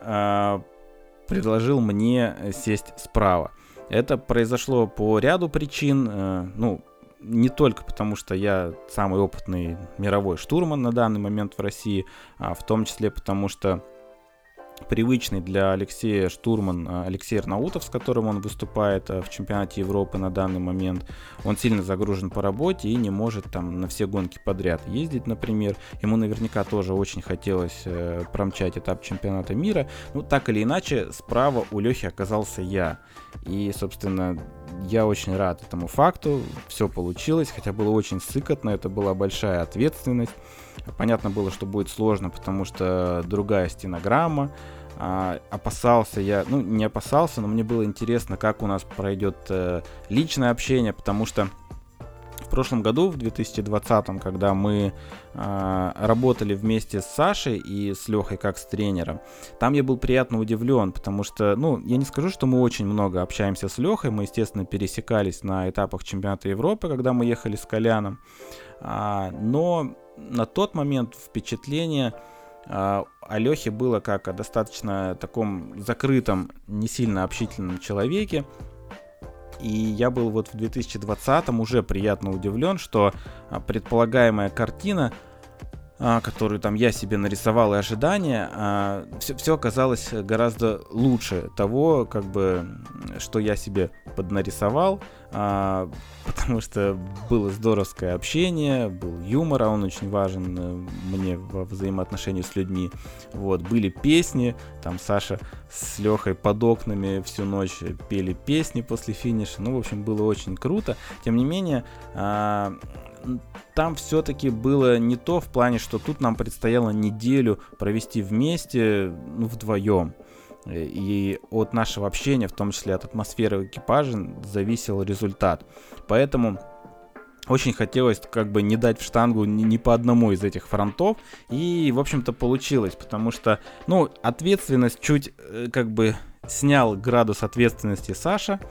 предложил мне сесть справа. Это произошло по ряду причин, ну, не только потому, что я самый опытный мировой штурман на данный момент в России, а в том числе потому, что привычный для Алексея штурман Алексей Арнаутов, с которым он выступает в чемпионате Европы на данный момент, он сильно загружен по работе и не может там на все гонки подряд ездить, например. Ему наверняка тоже очень хотелось промчать этап чемпионата мира. Ну, так или иначе, справа у Лехи оказался я. И, собственно, я очень рад этому факту. Все получилось, хотя было очень сыкотно, это была большая ответственность. Понятно было, что будет сложно, потому что другая стенограмма. А, опасался я, ну не опасался, но мне было интересно, как у нас пройдет э, личное общение, потому что в прошлом году, в две тысячи двадцатом, когда мы э, работали вместе с Сашей и с Лехой как с тренером, там я был приятно удивлен, потому что, ну, я не скажу, что мы очень много общаемся с Лехой, мы, естественно, пересекались на этапах чемпионата Европы, когда мы ехали с Коляном, а, но на тот момент впечатление а, о Лехе было как о достаточно таком закрытом, не сильно общительном человеке. И я был вот в две тысячи двадцатом уже приятно удивлен, что а, предполагаемая картина, а, которую там я себе нарисовал, и ожидания, а, все, все оказалось гораздо лучше того, как бы, что я себе поднарисовал, а, потому что было здоровское общение, был юмор, а он очень важен мне во взаимоотношении с людьми. Вот, были песни, там Саша с Лехой под окнами всю ночь пели песни после финиша, ну, в общем, было очень круто. Тем не менее, а, там все-таки было не то в плане, что тут нам предстояло неделю провести вместе, ну, вдвоем. И от нашего общения, в том числе от атмосферы экипажа, зависел результат. Поэтому очень хотелось как бы не дать в штангу ни, ни по одному из этих фронтов. И, в общем-то, получилось, потому что, ну, ответственность чуть как бы снял градус ответственности Саша.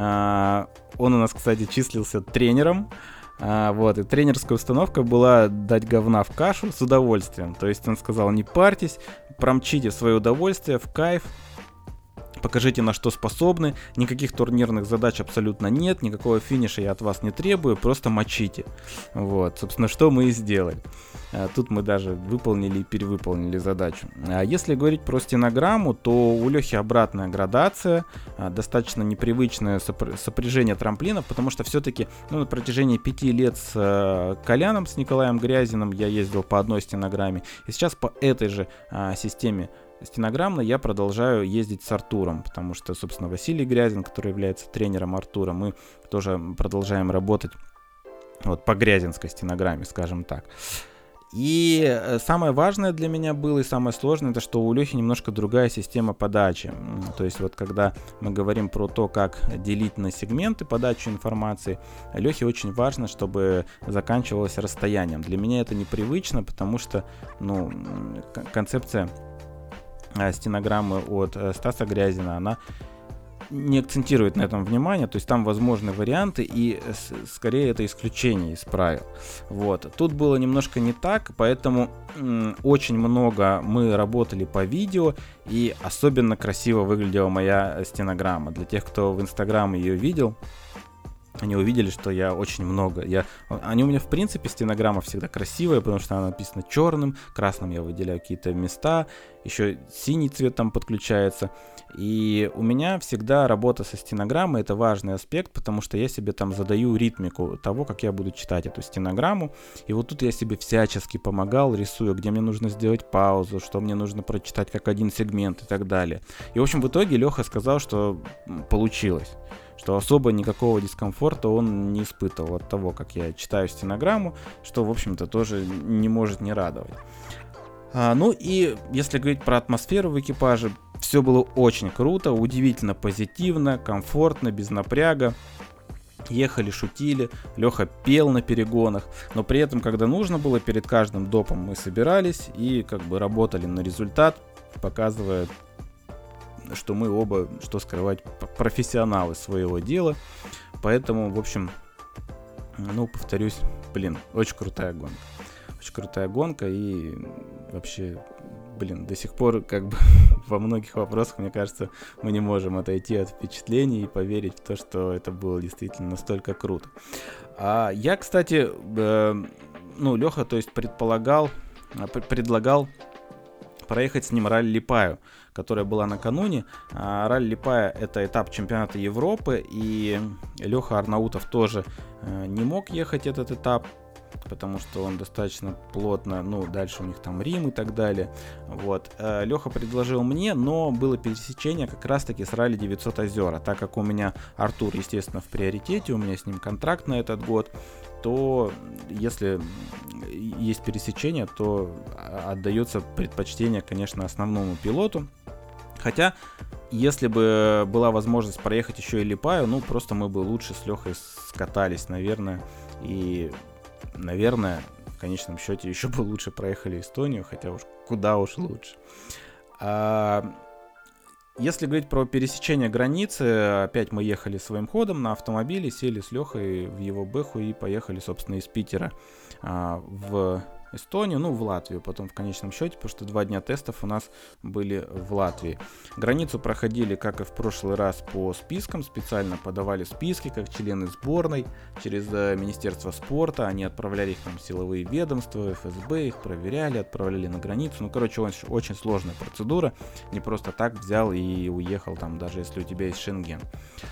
Он у нас, кстати, числился тренером. А, вот, и тренерская установка была дать говна в кашу с удовольствием. То есть он сказал: не парьтесь, промчите в свое удовольствие, в кайф, покажите, на что способны, никаких турнирных задач абсолютно нет, никакого финиша я от вас не требую, просто мочите. Вот, собственно, что мы и сделали. А, тут мы даже выполнили и перевыполнили задачу. А если говорить про стенограмму, то у Лехи обратная градация, а, достаточно непривычное сопр- сопряжение трамплинов, потому что все-таки, ну, на протяжении пяти лет с а, Коляном, с Николаем Грязиным я ездил по одной стенограмме, и сейчас по этой же а, системе стенограммно я продолжаю ездить с Артуром, потому что, собственно, Василий Грязин, который является тренером Артура, мы тоже продолжаем работать вот по грязинской стенограмме, скажем так. И самое важное для меня было и самое сложное, это что у Лехи немножко другая система подачи. То есть вот когда мы говорим про то, как делить на сегменты подачу информации, Лехе очень важно, чтобы заканчивалось расстоянием. Для меня это непривычно, потому что, ну, концепция стенограммы от Стаса Грязина, она не акцентирует на этом внимание, то есть там возможны варианты, и с- скорее это исключение из правил. Вот. Тут было немножко не так, поэтому м- очень много мы работали по видео, и особенно красиво выглядела моя стенограмма. Для тех, кто в Инстаграм ее видел, они увидели, что я очень много. Я, они у меня, в принципе, стенограмма всегда красивая, потому что она написана черным, красным я выделяю какие-то места, еще синий цвет там подключается. И у меня всегда работа со стенограммой — это важный аспект, потому что я себе там задаю ритмику того, как я буду читать эту стенограмму. И вот тут я себе всячески помогал, рисуя, где мне нужно сделать паузу, что мне нужно прочитать как один сегмент и так далее. И, в общем, в итоге Леха сказал, что получилось, что особо никакого дискомфорта он не испытывал от того, как я читаю стенограмму, что, в общем-то, тоже не может не радовать. А, ну и если говорить про атмосферу в экипаже, все было очень круто, удивительно позитивно, комфортно, без напряга. Ехали, шутили, Леха пел на перегонах, но при этом, когда нужно было, перед каждым допом мы собирались и как бы работали на результат, показывая, что мы оба, что скрывать, профессионалы своего дела. Поэтому, в общем, ну, повторюсь, блин, очень крутая гонка. Очень крутая гонка, и вообще блин, до сих пор как бы во многих вопросах, мне кажется, мы не можем отойти от впечатлений и поверить в то, что это было действительно настолько круто. А я, кстати, э, ну, Леха, то есть предполагал, предлагал проехать с ним ралли-Липаю, которая была накануне. А ралли-Липая — это этап чемпионата Европы, и Леха Арнаутов тоже э, не мог ехать этот этап, потому что он достаточно плотно, ну, дальше у них там Рим и так далее. Вот. Э, Леха предложил мне, но было пересечение как раз-таки с ралли девятьсот озера. Так как у меня Артур, естественно, в приоритете, у меня с ним контракт на этот год, то если есть пересечение, то отдается предпочтение, конечно, основному пилоту. Хотя, если бы была возможность проехать еще и Липаю, ну, просто мы бы лучше с Лехой скатались, наверное. И, наверное, в конечном счете еще бы лучше проехали Эстонию, хотя уж куда уж лучше. А... Если говорить про пересечение границы, опять мы ехали своим ходом на автомобиле, сели с Лехой в его бэху и поехали, собственно, из Питера а, в Эстонию, ну, в Латвию потом в конечном счете, потому что два дня тестов у нас были в Латвии. Границу проходили, как и в прошлый раз, по спискам, специально подавали списки, как члены сборной, через Министерство спорта, они отправляли их там в силовые ведомства, эф эс бэ, их проверяли, отправляли на границу. Ну, короче, очень, очень сложная процедура, не просто так взял и уехал там, даже если у тебя есть Шенген.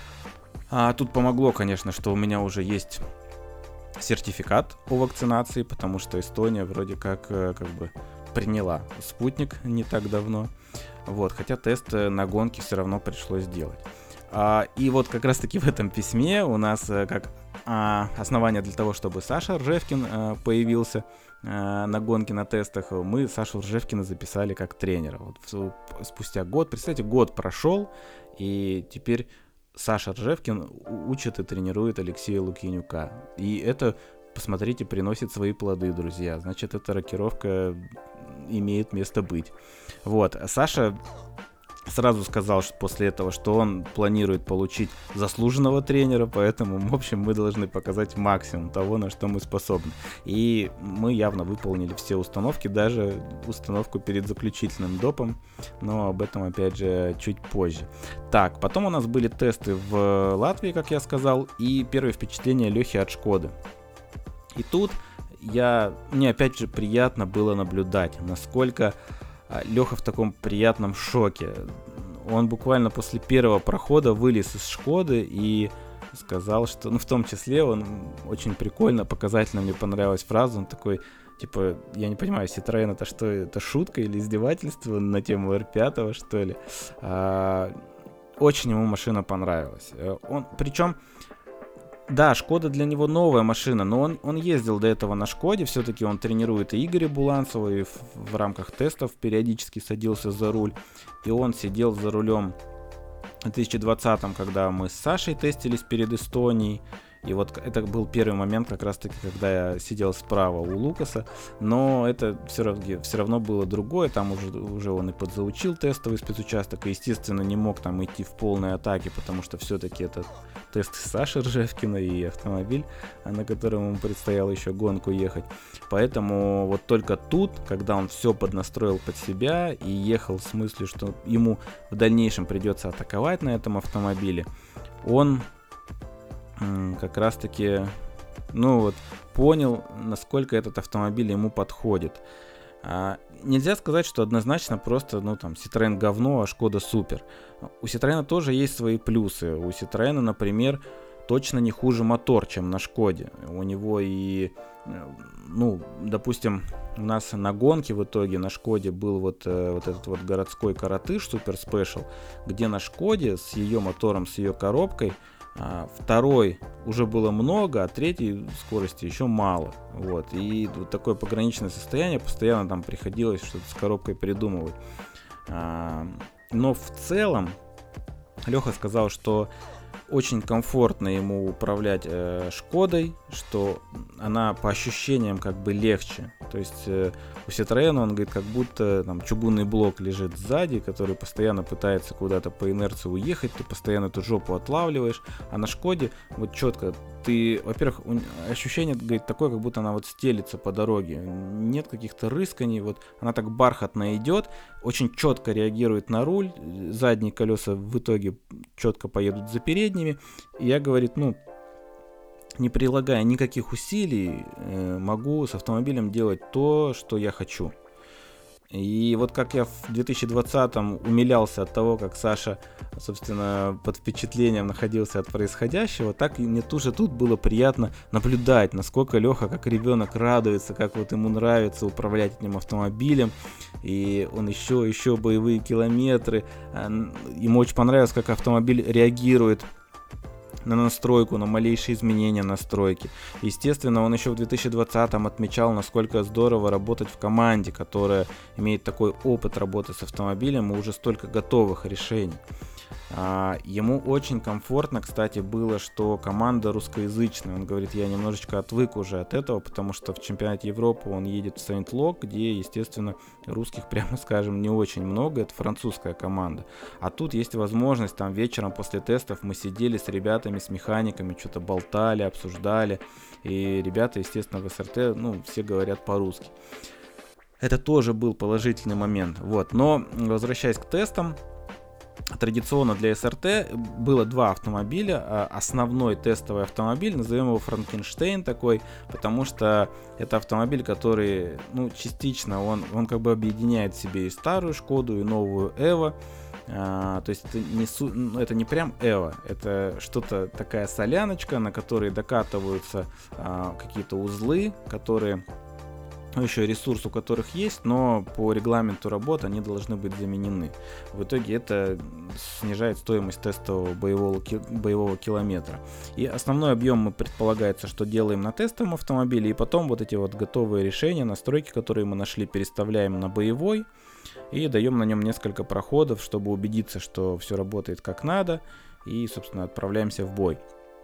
А тут помогло, конечно, что у меня уже есть сертификат о вакцинации, потому что Эстония вроде как, как бы приняла спутник не так давно. Вот, хотя тест на гонке все равно пришлось делать. А, и вот как раз таки в этом письме у нас как а, основание для того, чтобы Саша Ржевкин а, появился а, на гонке, на тестах, мы Сашу Ржевкина записали как тренера. Вот в, спустя год, представьте, год прошел, и теперь Саша Ржевкин учит и тренирует Алексея Лукьянюка. И это, посмотрите, приносит свои плоды, друзья. Значит, эта рокировка имеет место быть. Вот. Саша сразу сказал, что после этого, что он планирует получить заслуженного тренера, поэтому, в общем, мы должны показать максимум того, на что мы способны. И мы явно выполнили все установки, даже установку перед заключительным допом, но об этом, опять же, чуть позже. Так, потом у нас были тесты в Латвии, как я сказал, и первое впечатление Лехи от Шкоды. И тут я, мне опять же приятно было наблюдать, насколько Леха в таком приятном шоке. Он буквально после первого прохода вылез из Шкоды и сказал, что, ну, в том числе, он очень прикольно, показательно, мне понравилась фраза, он такой, типа, я не понимаю, Citroёn это что, это шутка или издевательство на тему эр пять, что ли? А, очень ему машина понравилась. Он, причем, да, Шкода для него новая машина, но он, он ездил до этого на Шкоде, все-таки он тренирует и Игоря Буланцева, и в, в рамках тестов периодически садился за руль, и он сидел за рулем в две тысячи двадцатом, когда мы с Сашей тестились перед Эстонией, и вот это был первый момент, как раз таки, когда я сидел справа у Лукаса, но это все равно, все равно было другое, там уже, уже он и подзаучил тестовый спецучасток, и, естественно, не мог там идти в полной атаке, потому что все-таки это тесты Саши Ржевкина и автомобиль, на котором ему предстояло еще гонку ехать. Поэтому вот только тут, когда он все поднастроил под себя и ехал с мыслью, что ему в дальнейшем придется атаковать на этом автомобиле, он как раз-таки, ну вот, понял, насколько этот автомобиль ему подходит. А, нельзя сказать, что однозначно просто, ну там, Citroёn говно, а Шкода супер. У Citroёn тоже есть свои плюсы. У Citroёn, например, точно не хуже мотор, чем на Шкоде. У него и, ну, допустим, у нас на гонке в итоге на Шкоде был вот, э, вот этот вот городской коротыш Super Special, где на Шкоде с ее мотором, с ее коробкой, а второй уже было много, а третьей скорости еще мало. Вот. И вот такое пограничное состояние, постоянно там приходилось что-то с коробкой придумывать. А, но в целом Леха сказал, что очень комфортно ему управлять э, Шкодой, что она по ощущениям как бы легче, То есть э, у Citroёn, он говорит, как будто там чугунный блок лежит сзади, который постоянно пытается куда-то по инерции уехать, ты постоянно эту жопу отлавливаешь, а на Шкоде вот четко ты, во-первых, ощущение, говорит, такое, как будто она вот стелится по дороге, нет каких-то рысканий, вот она так бархатно идет, очень четко реагирует на руль, задние колеса в итоге четко поедут за передними, и я, говорит, ну, не прилагая никаких усилий, могу с автомобилем делать то, что я хочу. И вот как я в две тысячи двадцатом умилялся от того, как Саша, собственно, под впечатлением находился от происходящего, так и мне тоже тут было приятно наблюдать, насколько Леха, как ребенок, радуется, как вот ему нравится управлять этим автомобилем. И он еще, еще боевые километры. Ему очень понравилось, как автомобиль реагирует на настройку, на малейшие изменения настройки. Естественно, он еще в две тысячи двадцатом отмечал, насколько здорово работать в команде, которая имеет такой опыт работы с автомобилем и уже столько готовых решений. А, ему очень комфортно, кстати, было, что команда русскоязычная. Он говорит, я немножечко отвык уже от этого, потому что в чемпионате Европы он едет в Сент-Лок, где, естественно, русских, прямо скажем, не очень много. Это французская команда. А тут есть возможность, там вечером после тестов мы сидели с ребятами, с механиками, что-то болтали, обсуждали. И ребята, естественно, в СРТ, ну, все говорят по-русски. Это тоже был положительный момент. Вот. Но, возвращаясь к тестам, традиционно для СРТ было два автомобиля. Основной тестовый автомобиль, назовем его Франкенштейн такой, потому что это автомобиль, который, ну, частично, он, он как бы объединяет в себе и старую Шкоду, и новую Эво. А, то есть это не, су, ну, это не прям Эво, это что-то такая соляночка, на которой докатываются а, какие-то узлы, которые... Ну, еще ресурс у которых есть, но по регламенту работы они должны быть заменены. В итоге это снижает стоимость тестового боевого, боевого километра. И основной объем предполагается, что делаем на тестовом автомобиле, и потом вот эти вот готовые решения, настройки, которые мы нашли, переставляем на боевой и даем на нем несколько проходов, чтобы убедиться, что все работает как надо, и, собственно, отправляемся в бой.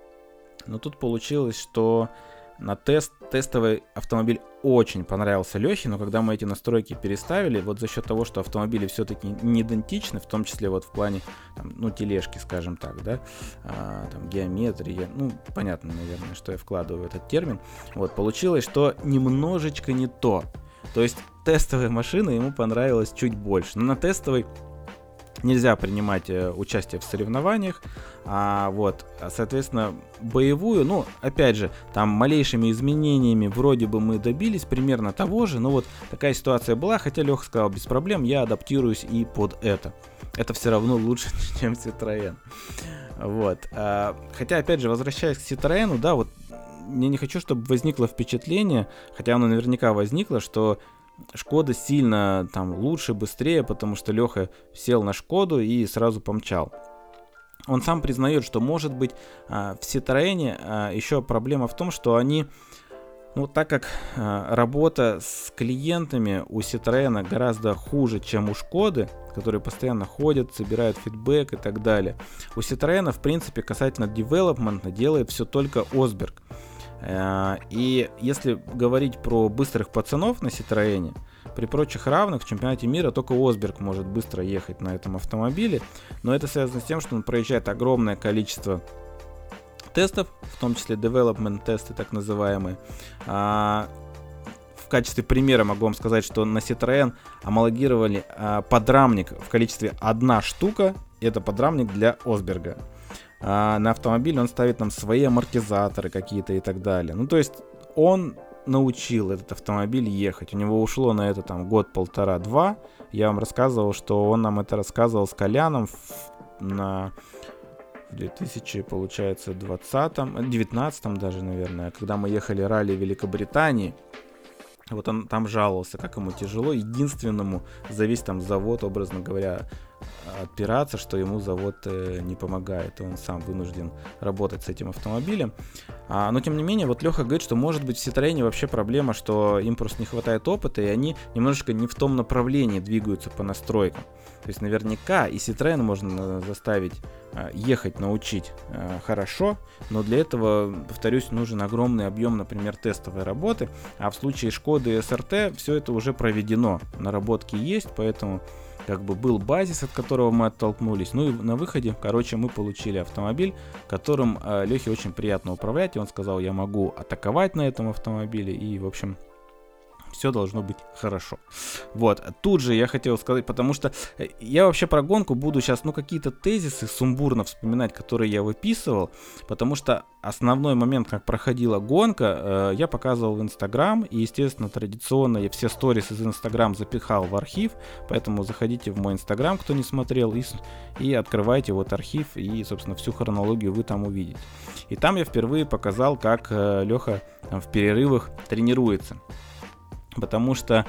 Но тут получилось, что на тест тестовый автомобиль очень понравился Лехе, но когда мы эти настройки переставили, вот за счет того, что автомобили все-таки не идентичны, в том числе вот в плане, там, ну, тележки, скажем так, да, а, там, геометрии, ну, понятно, наверное, что я вкладываю в этот термин, вот, получилось, что немножечко не то. То есть тестовая машина ему понравилась чуть больше, но на тестовой нельзя принимать э, участие в соревнованиях, а вот, соответственно, боевую, ну, опять же, там малейшими изменениями вроде бы мы добились примерно того же, но вот такая ситуация была, хотя Леха сказал, без проблем, я адаптируюсь и под это. Это все равно лучше, чем Citroёn. Вот, а, хотя, опять же, возвращаясь к Citroёn, да, вот, я не хочу, чтобы возникло впечатление, хотя оно наверняка возникло, что Шкода сильно там лучше, быстрее, потому что Леха сел на Шкоду и сразу помчал. Он сам признает, что, может быть, в Citroёn еще проблема в том, что они, ну, так как работа с клиентами у Citroёn гораздо хуже, чем у Шкоды, которые постоянно ходят, собирают фидбэк и так далее. У Citroёn, в принципе, касательно девелопмента делает все только Осберг. И если говорить про быстрых пацанов на Citroёn, при прочих равных в чемпионате мира только Осберг может быстро ехать на этом автомобиле, но это связано с тем, что он проезжает огромное количество тестов, в том числе development тесты так называемые. В качестве примера могу вам сказать, что на Citroёn homologировали подрамник в количестве одна штука, это подрамник для Осберга. А на автомобиль он ставит там свои амортизаторы какие-то и так далее. Ну, то есть он научил этот автомобиль ехать. У него ушло на это там год, полтора, два. Я вам рассказывал, что он нам это рассказывал с Коляном в, на в две тысячи, получается, двадцатом, девятнадцатом даже, наверное, когда мы ехали ралли Великобритании. Вот он там жаловался, как ему тяжело. Единственному за весь там завод, образно говоря, отпираться, что ему завод э, не помогает, и он сам вынужден работать с этим автомобилем. А, но тем не менее, вот Леха говорит, что может быть в Citroёn вообще проблема, что им просто не хватает опыта, и они немножечко не в том направлении двигаются по настройкам. То есть наверняка и Citroёn можно заставить э, ехать, научить э, хорошо, но для этого, повторюсь, нужен огромный объем, например, тестовой работы, а в случае Шкоды и эс эр тэ все это уже проведено, наработки есть, поэтому как бы был базис, от которого мы оттолкнулись. Ну и на выходе, короче, мы получили автомобиль, которым э, Лехе очень приятно управлять, и он сказал, я могу атаковать на этом автомобиле, и, в общем, все должно быть хорошо. Вот, тут же я хотел сказать, потому что я вообще про гонку буду сейчас, ну, какие-то тезисы сумбурно вспоминать, которые я выписывал, потому что основной момент, как проходила гонка, э, я показывал в Инстаграм, и, естественно, традиционно я все сторис из Инстаграм запихал в архив, поэтому заходите в мой Инстаграм, кто не смотрел, и, и открывайте вот архив, и, собственно, всю хронологию вы там увидите. И там я впервые показал, как э, Леха там, в перерывах тренируется. Потому что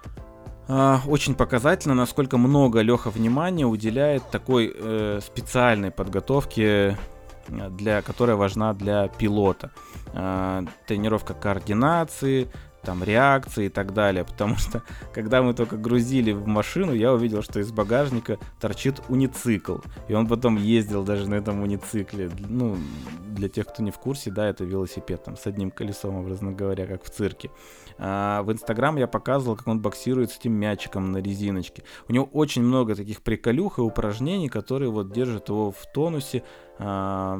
э, очень показательно, насколько много Леха внимания уделяет такой э, специальной подготовке, для, которая важна для пилота. Э, тренировка координации, там реакции и так далее. Потому что, когда мы только грузили в машину, я увидел, что из багажника торчит уницикл. И он потом ездил даже на этом уницикле. Ну, для тех, кто не в курсе, да, это велосипед там с одним колесом, образно говоря, как в цирке. А, в Инстаграм я показывал, как он боксирует с этим мячиком на резиночке. У него очень много таких приколюх и упражнений, которые вот держат его в тонусе а,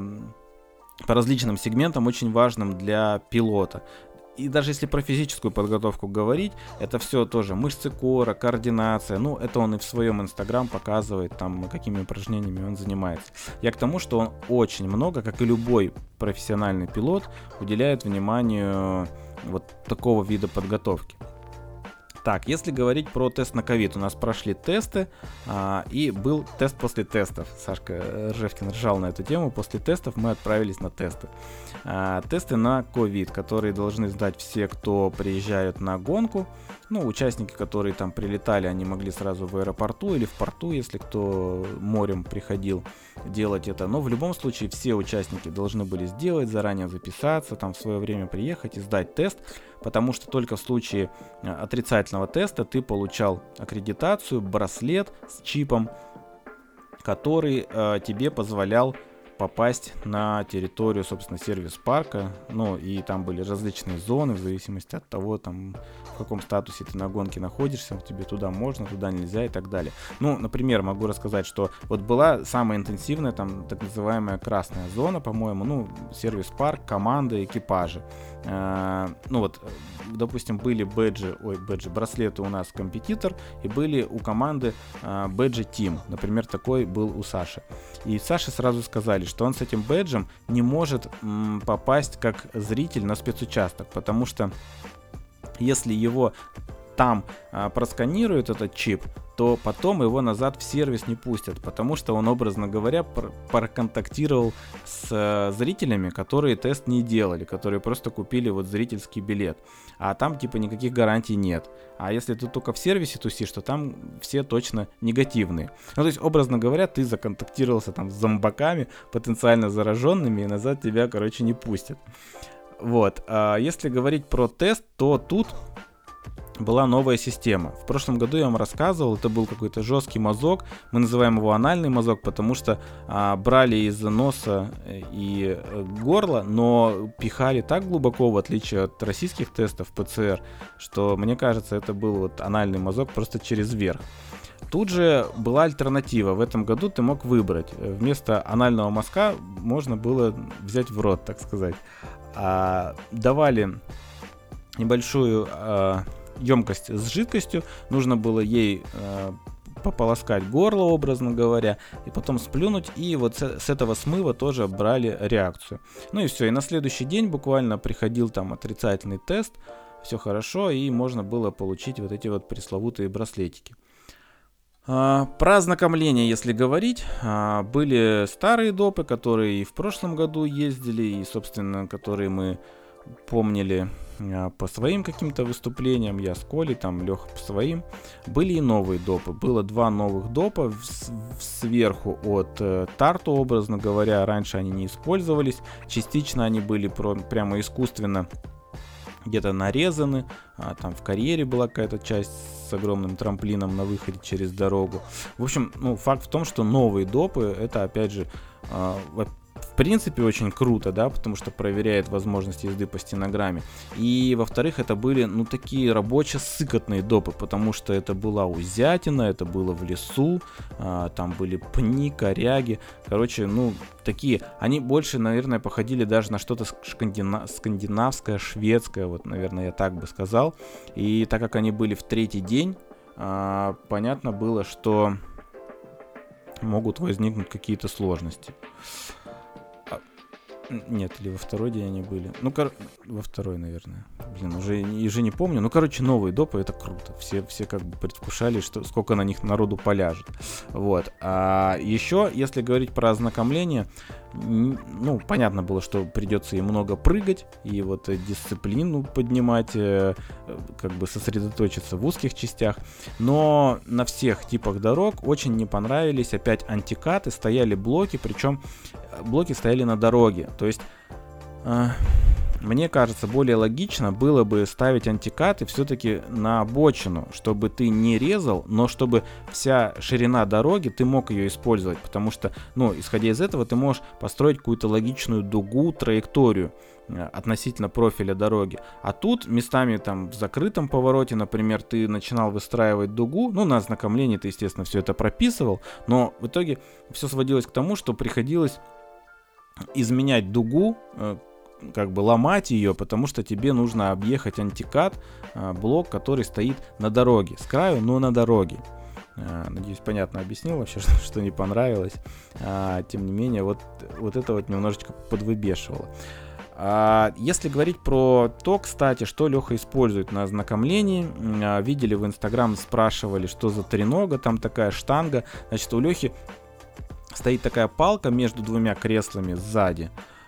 по различным сегментам, очень важным для пилота. И даже если про физическую подготовку говорить, это все тоже мышцы кора, координация. Ну, это он и в своем Инстаграм показывает, там, какими упражнениями он занимается. Я к тому, что он очень много, как и любой профессиональный пилот, уделяет вниманию вот такого вида подготовки. Так, если говорить про тест на ковид, у нас прошли тесты, а, и был тест после тестов. Сашка Ржевкин ржал на эту тему. После тестов мы отправились на тесты. А, тесты на ковид, которые должны сдать все, кто приезжают на гонку. Ну, участники, которые там прилетали, они могли сразу в аэропорту или в порту, если кто морем приходил, делать это. Но в любом случае все участники должны были сделать, заранее записаться, там в свое время приехать и сдать тест, потому что только в случае отрицательного теста ты получал аккредитацию, браслет с чипом, который э, тебе позволял попасть на территорию, собственно, сервис-парка. Ну, и там были различные зоны, в зависимости от того, там, в каком статусе ты на гонке находишься, тебе туда можно, туда нельзя и так далее. Ну, например, могу рассказать, что вот была самая интенсивная, там, так называемая красная зона, по-моему, ну, сервис-парк, команды, экипажи. Э, ну, вот, допустим, были бэджи, ой, бэджи, браслеты у нас компетитор, и были у команды э, бэджи Team. Например, такой был у Саши. И Саше сразу сказали, что он с этим бэджем не может м, попасть как зритель на спецучасток, потому что если его там а, просканируют этот чип, то потом его назад в сервис не пустят, потому что он, образно говоря, пр- проконтактировал с а, зрителями, которые тест не делали, которые просто купили вот зрительский билет. А там типа никаких гарантий нет. А если ты только в сервисе тусишь, то там все точно негативные. Ну, то есть, образно говоря, ты законтактировался там с зомбаками, потенциально зараженными, и назад тебя, короче, не пустят. Вот. А если говорить про тест, то тут была новая система. В прошлом году я вам рассказывал, это был какой-то жесткий мазок. Мы называем его анальный мазок, потому что а, брали из носа и горла, но пихали так глубоко, в отличие от российских тестов пэ цэ эр, что, мне кажется, это был вот анальный мазок просто через верх. Тут же была альтернатива. В этом году ты мог выбрать. Вместо анального мазка можно было взять в рот, так сказать. А, давали небольшую а, емкость с жидкостью, нужно было ей а, пополоскать горло, образно говоря, и потом сплюнуть, и вот с, с этого смыва тоже брали реакцию. Ну и все, и на следующий день буквально приходил там отрицательный тест, все хорошо, и можно было получить вот эти вот пресловутые браслетики. А, про ознакомление, если говорить, а, были старые допы, которые и в прошлом году ездили, и, собственно, которые мы помнили по своим каким-то выступлениям, я с Колей, там Леха по своим. Были и новые допы. Было два новых допа сверху от э, Тарту, образно говоря. Раньше они не использовались. Частично они были про, прямо искусственно где-то нарезаны. А, там в карьере была какая-то часть с огромным трамплином на выходе через дорогу. В общем, ну, факт в том, что новые допы, это опять же э, в принципе очень круто, да, потому что проверяет возможность езды по стенограмме. И во-вторых, это были, ну, такие рабоче-сыкотные допы, потому что это была узятина, это было в лесу, а, там были пни, коряги, короче, ну, такие, они больше, наверное, походили даже на что-то скандина- скандинавское, шведское, вот, наверное, я так бы сказал. И так как они были в третий день, а, понятно было, что могут возникнуть какие-то сложности. Нет, или во второй день они были. Ну, кор... во второй, наверное. Блин, уже, уже не помню. Ну, короче, новые допы, это круто. Все, все как бы предвкушали, что, сколько на них народу поляжет. Вот. А еще, если говорить про ознакомление, ну, понятно было, что придется и много прыгать, и вот дисциплину поднимать, как бы сосредоточиться в узких частях. Но на всех типах дорог очень не понравились опять антикаты, стояли блоки, причем блоки стояли на дороге. То есть, э, мне кажется, более логично было бы ставить антикаты все-таки на обочину, чтобы ты не резал, но чтобы вся ширина дороги, ты мог ее использовать, потому что, ну, исходя из этого, ты можешь построить какую-то логичную дугу, траекторию э, относительно профиля дороги. А тут местами там в закрытом повороте, например, ты начинал выстраивать дугу, ну, на ознакомлении ты, естественно, все это прописывал, но в итоге все сводилось к тому, что приходилось изменять дугу, как бы ломать ее, потому что тебе нужно объехать антикат, блок, который стоит на дороге, с краю, но на дороге. Надеюсь, понятно объяснил вообще, что, что не понравилось. Тем не менее, вот, вот это вот немножечко подвыбешивало. Если говорить про то, кстати, что Леха использует на ознакомлении, видели в Инстаграм, спрашивали, что за тренога, там такая штанга. Значит, у Лехи стоит такая палка между двумя креслами сзади,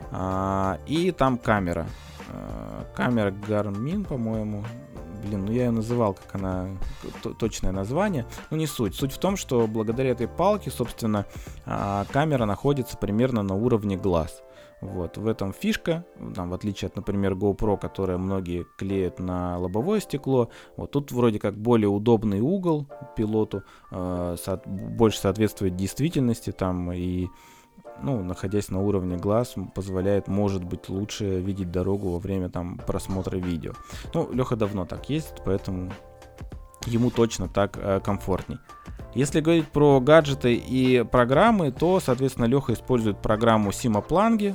а, и там камера. А, камера Garmin, по-моему. Блин, ну я ее называл, как она, т- точное название. Ну не суть. Суть в том, что благодаря этой палке, собственно, а, камера находится примерно на уровне глаз. Вот, в этом фишка, там, в отличие от, например, GoPro, которое многие клеят на лобовое стекло, вот тут вроде как более удобный угол пилоту, э, со- больше соответствует действительности, там, и, ну, находясь на уровне глаз, позволяет, может быть, лучше видеть дорогу во время, там, просмотра видео. Ну, Леха давно так ездит, поэтому ему точно так э, комфортней. Если говорить про гаджеты и программы, то, соответственно, Леха использует программу Симапlangi.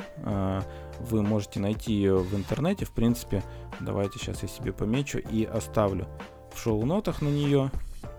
Вы можете найти ее в интернете. В принципе, давайте сейчас я себе помечу и оставлю в шоу-нотах на нее.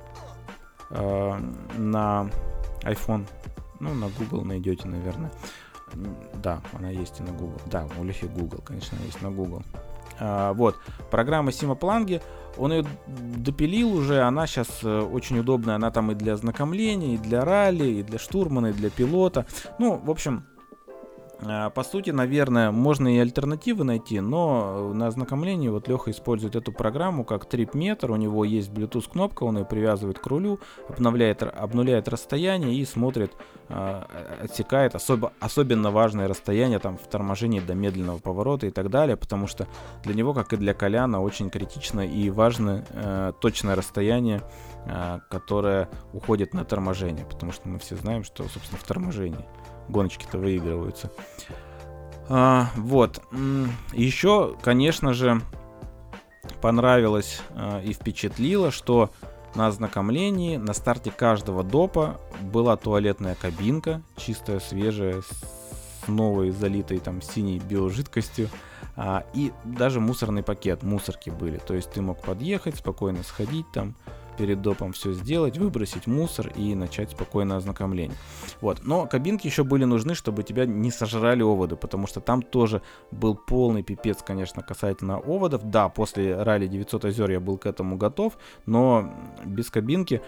На iPhone, ну, на Google найдете, наверное. Да, она есть и на Google. Да, у Лехи Google, конечно, есть на Google. Вот, программа Симапlangi. Он ее допилил уже, она сейчас очень удобная, она там и для ознакомления, и для ралли, и для штурмана, и для пилота. Ну, в общем, по сути, наверное, можно и альтернативы найти, но на ознакомлении вот Леха использует эту программу как трипметр, у него есть Bluetooth кнопка, он ее привязывает к рулю, обновляет, обнуляет расстояние и смотрит, отсекает особо, особенно важное расстояние там в торможении до медленного поворота и так далее, потому что для него, как и для Коляна, очень критично и важно э, точное расстояние, э, которое уходит на торможение, потому что мы все знаем, что, собственно, в торможении гоночки-то выигрываются. А, вот. Еще, конечно же, понравилось а, и впечатлило, что на ознакомлении на старте каждого допа была туалетная кабинка, чистая, свежая, с новой залитой там синей биожидкостью. А, и даже мусорный пакет, мусорки были. То есть ты мог подъехать, спокойно сходить там, перед допом все сделать, выбросить мусор и начать спокойное ознакомление. Вот. Но кабинки еще были нужны, чтобы тебя не сожрали оводы, потому что там тоже был полный пипец, конечно, касательно оводов. Да, после ралли девятьсот озер я был к этому готов, но без кабинки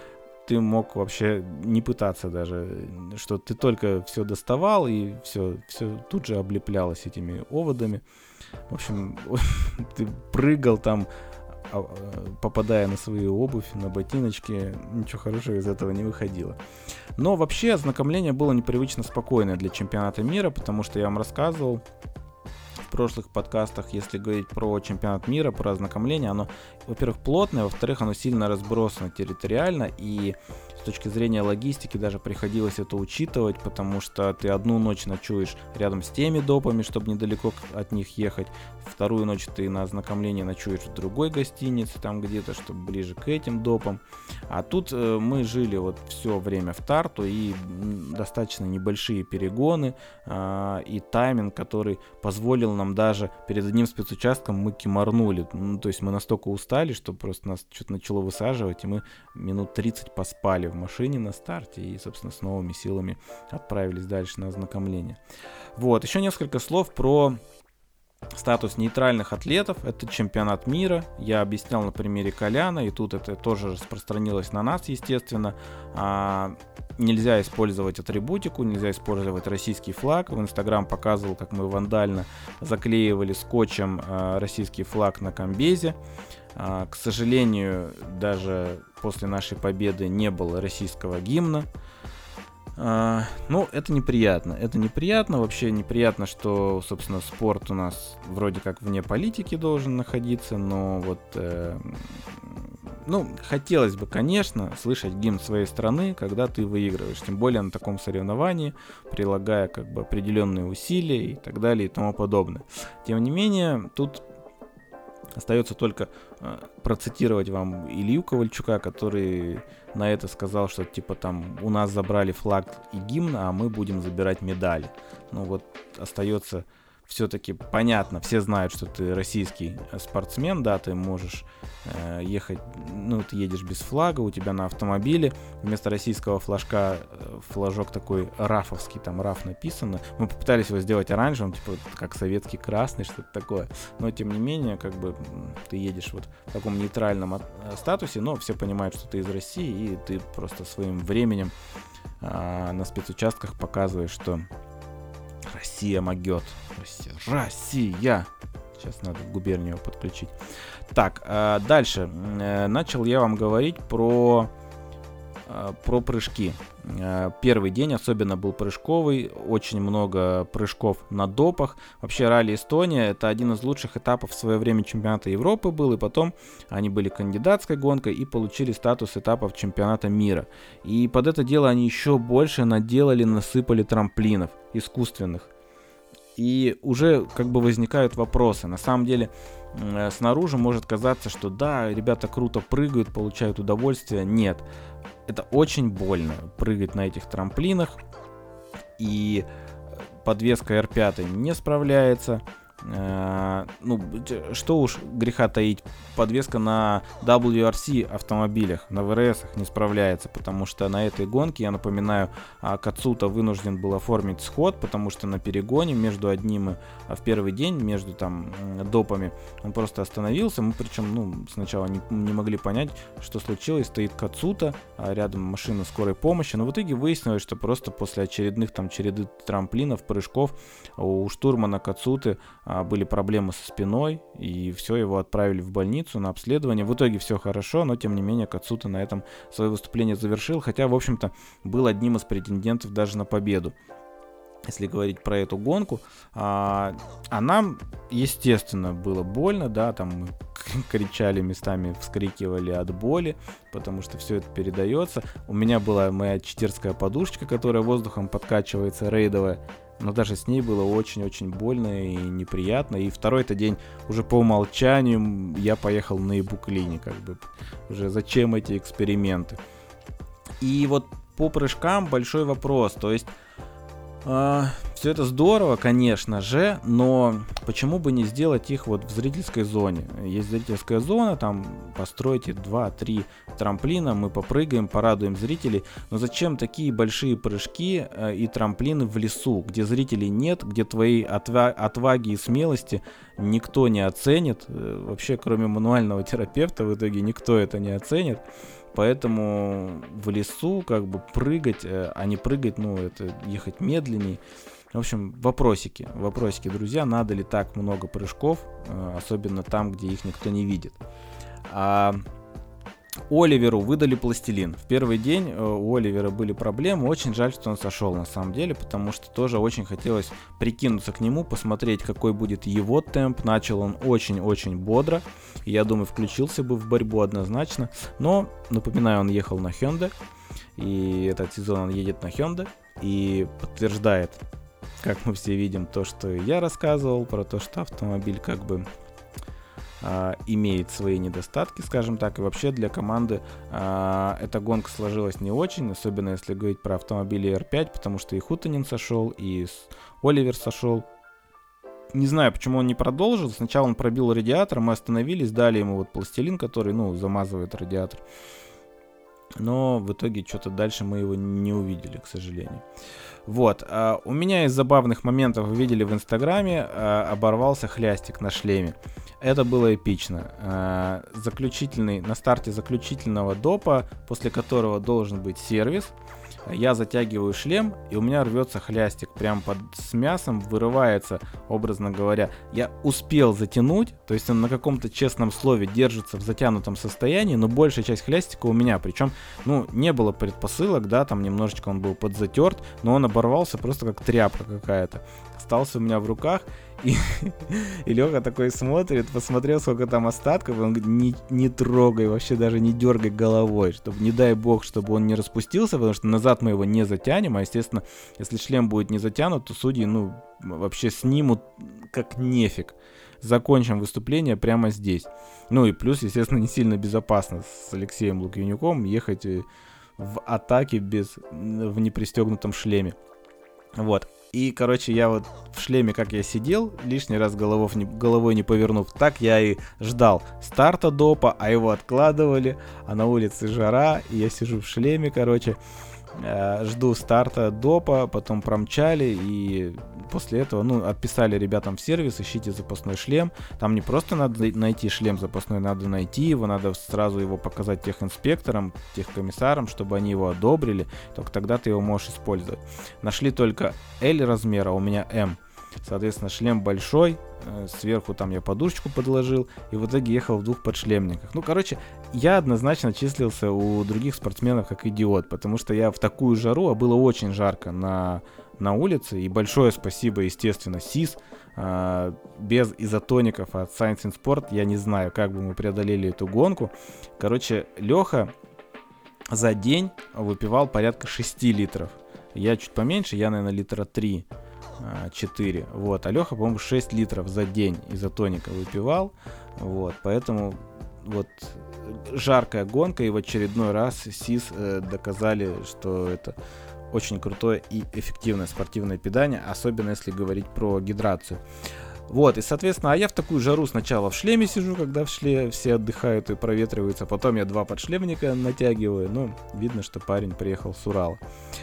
ты мог вообще не пытаться даже, что ты только все доставал, и все, все тут же облеплялось этими оводами. В общем, ты прыгал там, попадая на свою обувь, на ботиночки, ничего хорошего из этого не выходило. Но вообще ознакомление было непривычно спокойное для чемпионата мира, потому что я вам рассказывал в прошлых подкастах, если говорить про чемпионат мира, про ознакомление, оно, во-первых, плотное, во-вторых, оно сильно разбросано территориально, и с точки зрения логистики даже приходилось это учитывать, потому что ты одну ночь ночуешь рядом с теми допами, чтобы недалеко от них ехать, вторую ночь ты на ознакомлении ночуешь в другой гостинице, там где-то, чтобы ближе к этим допам. А тут э, мы жили вот все время в Тарту, и достаточно небольшие перегоны, э, и тайминг, который позволил нам даже перед одним спецучастком мы кимарнули. Ну, то есть мы настолько устали, что просто нас что-то начало высаживать, и мы минут тридцать поспали в машине на старте и, собственно, с новыми силами отправились дальше на ознакомление. Вот, еще несколько слов про статус нейтральных атлетов. Это чемпионат мира. Я объяснял на примере Коляна, и тут это тоже распространилось на нас, естественно. А, нельзя использовать атрибутику, нельзя использовать российский флаг. В Инстаграм показывал, как мы вандально заклеивали скотчем а, российский флаг на комбезе. А, к сожалению, даже после нашей победы не было российского гимна. Uh, ну, это неприятно. Это неприятно. Вообще неприятно, что, собственно, спорт у нас вроде как вне политики должен находиться, но вот, э, ну, хотелось бы, конечно, слышать гимн своей страны, когда ты выигрываешь, тем более на таком соревновании, прилагая как бы определенные усилия и так далее и тому подобное. Тем не менее, тут остается только э, процитировать вам Илью Ковальчука, который на это сказал, что типа там у нас забрали флаг и гимн, а мы будем забирать медали. Ну вот остается все-таки понятно, все знают, что ты российский спортсмен, да, ты можешь э, ехать, ну ты едешь без флага, у тебя на автомобиле вместо российского флажка э, флажок такой рафовский, там раф написано. Мы попытались его сделать оранжевым, типа как советский красный, что-то такое, но тем не менее, как бы ты едешь вот в таком нейтральном от, э, статусе, но все понимают, что ты из России, и ты просто своим временем э, на спецучастках показываешь, что Россия могет. Россия. Россия. Сейчас надо губернию подключить. Так, э, дальше. Э, начал я вам говорить про, э, про прыжки. Э, первый день особенно был прыжковый. Очень много прыжков на допах. Вообще ралли Эстония — это один из лучших этапов в свое время чемпионата Европы был. И потом они были кандидатской гонкой и получили статус этапов чемпионата мира. И под это дело они еще больше наделали, насыпали трамплинов искусственных. И уже как бы возникают вопросы. На самом деле э, снаружи может казаться, что да, ребята круто прыгают, получают удовольствие. Нет, это очень больно прыгать на этих трамплинах. И подвеска эр пять не справляется. Э, ну, что уж греха таить, подвеска на дабл ю ар си автомобилях, на вэ эр эсах не справляется, потому что на этой гонке, я напоминаю, Кацута вынужден был оформить сход, потому что на перегоне между одним и в первый день, между там допами, он просто остановился. Мы причем, ну, сначала не, не могли понять, что случилось. Стоит Кацута, а рядом машина скорой помощи, но в итоге выяснилось, что просто после очередных там череды трамплинов, прыжков у штурмана Кацуты были проблемы со спиной, и все, его отправили в больницу на обследование. В итоге все хорошо, но тем не менее Кацута на этом свое выступление завершил, хотя, в общем-то, был одним из претендентов даже на победу. Если говорить про эту гонку, а, а нам, естественно, было больно, да, там мы кричали местами, вскрикивали от боли, потому что все это передается. У меня была моя читерская подушечка, которая воздухом подкачивается, рейдовая, но даже с ней было очень-очень больно и неприятно. И второй-то день уже по умолчанию я поехал на ибуклине, как бы уже зачем эти эксперименты. И вот по прыжкам большой вопрос, то есть Uh, все это здорово, конечно же, но почему бы не сделать их вот в зрительской зоне? Есть зрительская зона, там постройте два-три трамплина, мы попрыгаем, порадуем зрителей. Но зачем такие большие прыжки uh, и трамплины в лесу, где зрителей нет, где твои отва- отваги и смелости никто не оценит? Uh, вообще, кроме мануального терапевта, в итоге никто это не оценит. поэтому в лесу как бы прыгать, а не прыгать, ну, это ехать медленней. В общем, вопросики, вопросики, друзья, надо ли так много прыжков, особенно там, где их никто не видит. А Оливеру выдали пластилин. В первый день у Оливера были проблемы, очень жаль, что он сошел на самом деле, потому что тоже очень хотелось прикинуться к нему, посмотреть, какой будет его темп. Начал он очень-очень бодро, я думаю, включился бы в борьбу однозначно, но, напоминаю, он ехал на Hyundai, и этот сезон он едет на Hyundai, и подтверждает, как мы все видим, то, что я рассказывал, про то, что автомобиль как бы а, имеет свои недостатки, скажем так, и вообще для команды а, эта гонка сложилась не очень, особенно если говорить про автомобили эр пять, потому что и Хутанин сошел, и Оливер сошел. Не знаю, почему он не продолжил. Сначала он пробил радиатор, мы остановились, дали ему вот пластилин, который, ну, замазывает радиатор. Но в итоге что-то дальше мы его не увидели, к сожалению. Вот, а у меня из забавных моментов, вы видели в Инстаграме, а, оборвался хлястик на шлеме. Это было эпично. А, заключительный, на старте заключительного допа, после которого должен быть сервис, я затягиваю шлем, и у меня рвется хлястик прям под, с мясом, вырывается, образно говоря. Я успел затянуть, то есть он на каком-то честном слове держится в затянутом состоянии, но большая часть хлястика у меня. Причем, ну, не было предпосылок, да, там немножечко он был подзатерт, но он оборвался просто как тряпка какая-то. Остался у меня в руках, и, и Леха такой смотрит, посмотрел, сколько там остатков, и он говорит, не, не трогай, вообще даже не дергай головой, чтобы, не дай бог, чтобы он не распустился, потому что назад мы его не затянем, а, естественно, если шлем будет не затянут, то судьи, ну, вообще снимут как нефиг. Закончим выступление прямо здесь. Ну и плюс, естественно, не сильно безопасно с Алексеем Лукьянюком ехать в атаке без, в непристегнутом шлеме. Вот. И, короче, я вот в шлеме, как я сидел, лишний раз головов не, головой не повернув, так я и ждал старта допа, а его откладывали, а на улице жара, и я сижу в шлеме, короче, э, жду старта допа, потом промчали, и после этого, ну, отписали ребятам в сервис, ищите запасной шлем. Там не просто надо найти шлем запасной, надо найти его, надо сразу его показать техинспекторам, техкомиссарам, чтобы они его одобрили, только тогда ты его можешь использовать. Нашли только L размера, у меня M. Соответственно, шлем большой, сверху там я подушечку подложил, и в итоге ехал в двух подшлемниках. Ну, короче, я однозначно числился у других спортсменов как идиот, потому что я в такую жару, а было очень жарко на, на улице, и большое спасибо, естественно, СИС. А, без изотоников от Science in Sport я не знаю, как бы мы преодолели эту гонку. Короче, Леха за день выпивал порядка шесть литров. Я чуть поменьше, я, наверное, литра три четыре, вот, а Леха, по-моему, шесть литров за день изотоника выпивал, вот, поэтому вот жаркая гонка, и в очередной раз СИС э, доказали, что это очень крутое и эффективное спортивное питание, особенно если говорить про гидрацию. Вот, и, соответственно, а я в такую жару сначала в шлеме сижу, когда в шлеме все отдыхают и проветриваются, потом я два подшлемника натягиваю, ну, видно, что парень приехал с Урала.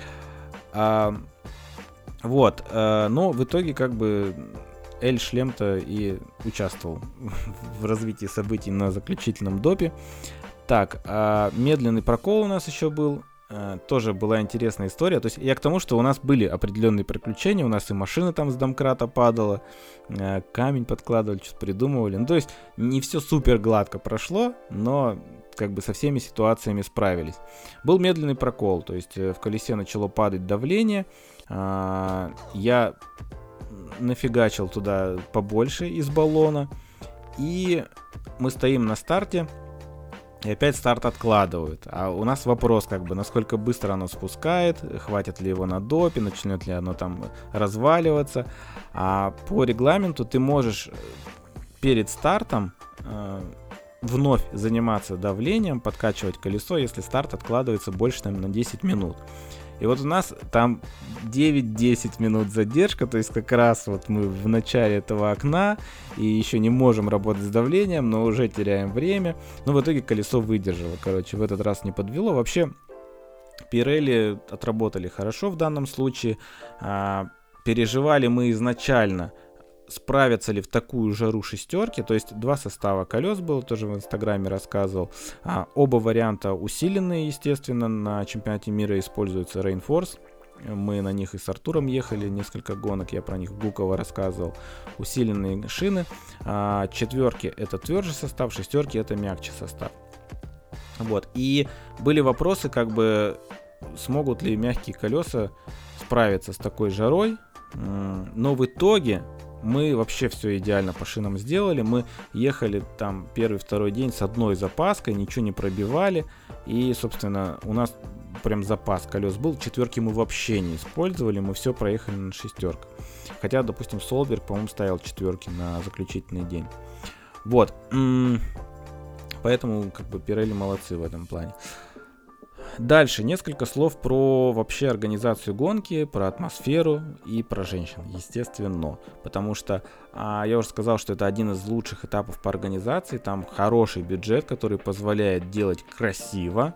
А, вот, э, но в итоге как бы L-шлем-то и участвовал в развитии событий на заключительном допе. Так, а медленный прокол у нас еще был. Тоже была интересная история. То есть я к тому, что у нас были определенные приключения. У нас и машина там с домкрата падала, камень подкладывали, что-то придумывали. Ну, то есть не все супер гладко прошло, но как бы со всеми ситуациями справились. Был медленный прокол, то есть в колесе начало падать давление. Я нафигачил туда побольше из баллона. И мы стоим на старте. И опять старт откладывают. А у нас вопрос, как бы, насколько быстро оно спускает, хватит ли его на допе, начнет ли оно там разваливаться. А по регламенту ты можешь перед стартом э, вновь заниматься давлением, подкачивать колесо, если старт откладывается больше там, на десять минут. И вот у нас там девять-десять минут задержка, то есть как раз вот мы в начале этого окна и еще не можем работать с давлением, но уже теряем время. Но в итоге колесо выдержало, короче, в этот раз не подвело. Вообще Pirelli отработали хорошо в данном случае. А, переживали мы изначально справятся ли в такую жару шестерки. То есть два состава колес было, тоже в Инстаграме рассказывал. А, оба варианта усиленные, естественно, на чемпионате мира используется Rainforce. Мы на них и с Артуром ехали несколько гонок, я про них в Гуково рассказывал. Усиленные шины. А, четверки это тверже состав, шестерки это мягче состав. Вот. И были вопросы, как бы, смогут ли мягкие колеса справиться с такой жарой. Но в итоге мы вообще все идеально по шинам сделали. Мы ехали там первый-второй день с одной запаской, ничего не пробивали. И, собственно, у нас прям запас колес был. Четверки мы вообще не использовали, мы все проехали на шестерках. Хотя, допустим, Солберг, по-моему, ставил четверки на заключительный день. Вот. Поэтому, как бы, Pirelli молодцы в этом плане. Дальше несколько слов про вообще организацию гонки, про атмосферу и про женщин, естественно. Потому что а, я уже сказал, что это один из лучших этапов по организации. Там хороший бюджет, который позволяет делать красиво.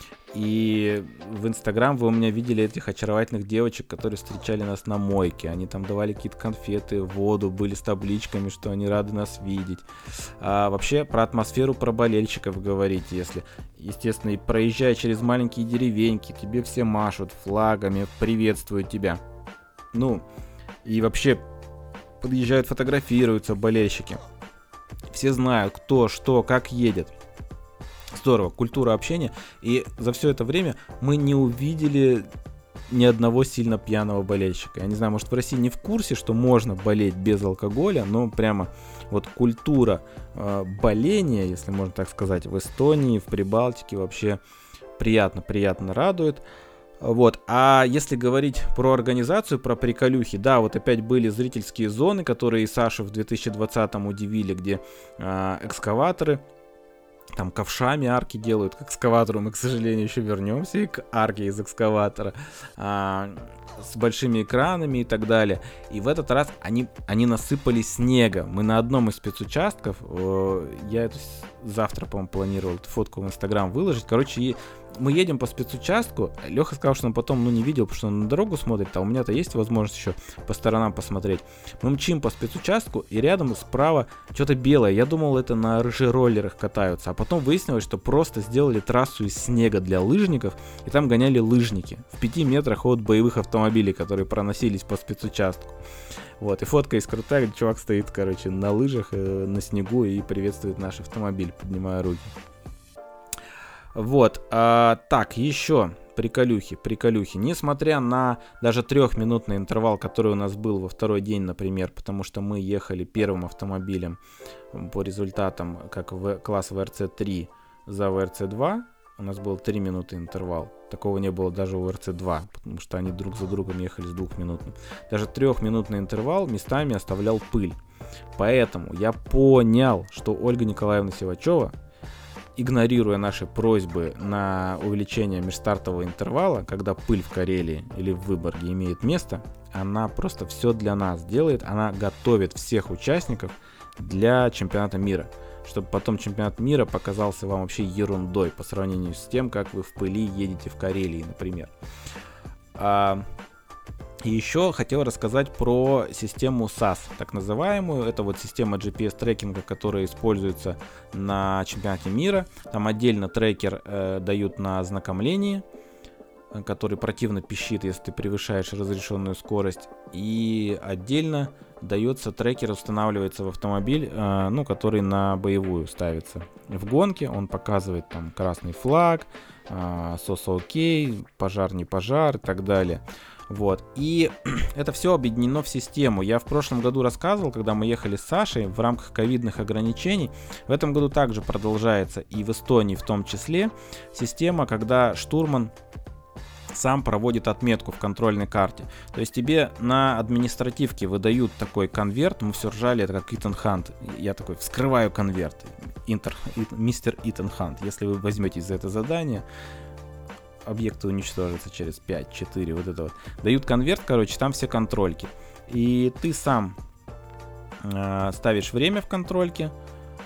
И в Инстаграм вы у меня видели этих очаровательных девочек, которые встречали нас на мойке. Они там давали какие-то конфеты, воду, были с табличками, что они рады нас видеть. А вообще про атмосферу, про болельщиков говорить, если, естественно, и проезжая через маленькие деревеньки, тебе все машут флагами, приветствуют тебя. Ну, и вообще подъезжают, фотографируются болельщики. Все знают, кто, что, как едет. Здорово, культура общения. И за все это время мы не увидели ни одного сильно пьяного болельщика. Я не знаю, может, в России не в курсе, что можно болеть без алкоголя, но прямо вот культура э, боления, если можно так сказать, в Эстонии, в Прибалтике вообще приятно-приятно радует. Вот. А если говорить про организацию, про приколюхи, да, вот опять были зрительские зоны, которые Сашу в две тысячи двадцатом удивили, где э, экскаваторы там ковшами арки делают, к экскаватору мы, к сожалению, еще вернемся, и к арке из экскаватора, а, с большими экранами и так далее. И в этот раз они, они насыпали снега. Мы на одном из спецучастков, э, я это завтра, по-моему, планировал эту фотку в Инстаграм выложить. Короче, и мы едем по спецучастку. Леха сказал, что он потом ну, не видел, потому что он на дорогу смотрит, а у меня-то есть возможность еще по сторонам посмотреть. Мы мчим по спецучастку, и рядом справа что-то белое. Я думал, это на роллерах катаются. А потом выяснилось, что просто сделали трассу из снега для лыжников, и там гоняли лыжники в пяти метрах от боевых автомобилей, которые проносились по спецучастку. Вот, и фотка из крутая, где чувак стоит, короче, на лыжах, э, на снегу и приветствует наш автомобиль, поднимая руки. Вот, а, так, еще приколюхи, приколюхи. Несмотря на даже трехминутный интервал, который у нас был во второй день, например, потому что мы ехали первым автомобилем по результатам, как в класс вэ эр цэ три за вэ эр цэ два, у нас был три минуты интервал. Такого не было даже у вэ эр цэ два, потому что они друг за другом ехали с двухминутным. Даже трехминутный интервал местами оставлял пыль. Поэтому я понял, что Ольга Николаевна Сивачева, игнорируя наши просьбы на увеличение межстартового интервала, когда пыль в Карелии или в Выборге имеет место, она просто все для нас делает. Она готовит всех участников для чемпионата мира, чтобы потом чемпионат мира показался вам вообще ерундой по сравнению с тем, как вы в пыли едете в Карелии, например. А, и еще хотел рассказать про систему сас, так называемую. Это вот система джи пи эс-трекинга, которая используется на чемпионате мира. Там отдельно трекер э, дают на ознакомлении, который противно пищит, если ты превышаешь разрешенную скорость. И отдельно дается трекер, устанавливается в автомобиль, э, ну, который на боевую ставится. В гонке он показывает там красный флаг, э, сос окей, пожар не пожар и так далее. Вот. И это все объединено в систему. Я в прошлом году рассказывал, когда мы ехали с Сашей в рамках ковидных ограничений. В этом году также продолжается, и в Эстонии в том числе, система, когда штурман сам проводит отметку в контрольной карте. То есть тебе на административке выдают такой конверт. Мы все ржали, это как Итан Хант. Я такой, вскрываю конверт. Интер, мистер Итан Хант. Если вы возьметесь за это задание, объекты уничтожатся через пять четыре, вот это вот. Дают конверт, короче, там все контрольки. И ты сам э, ставишь время в контрольке,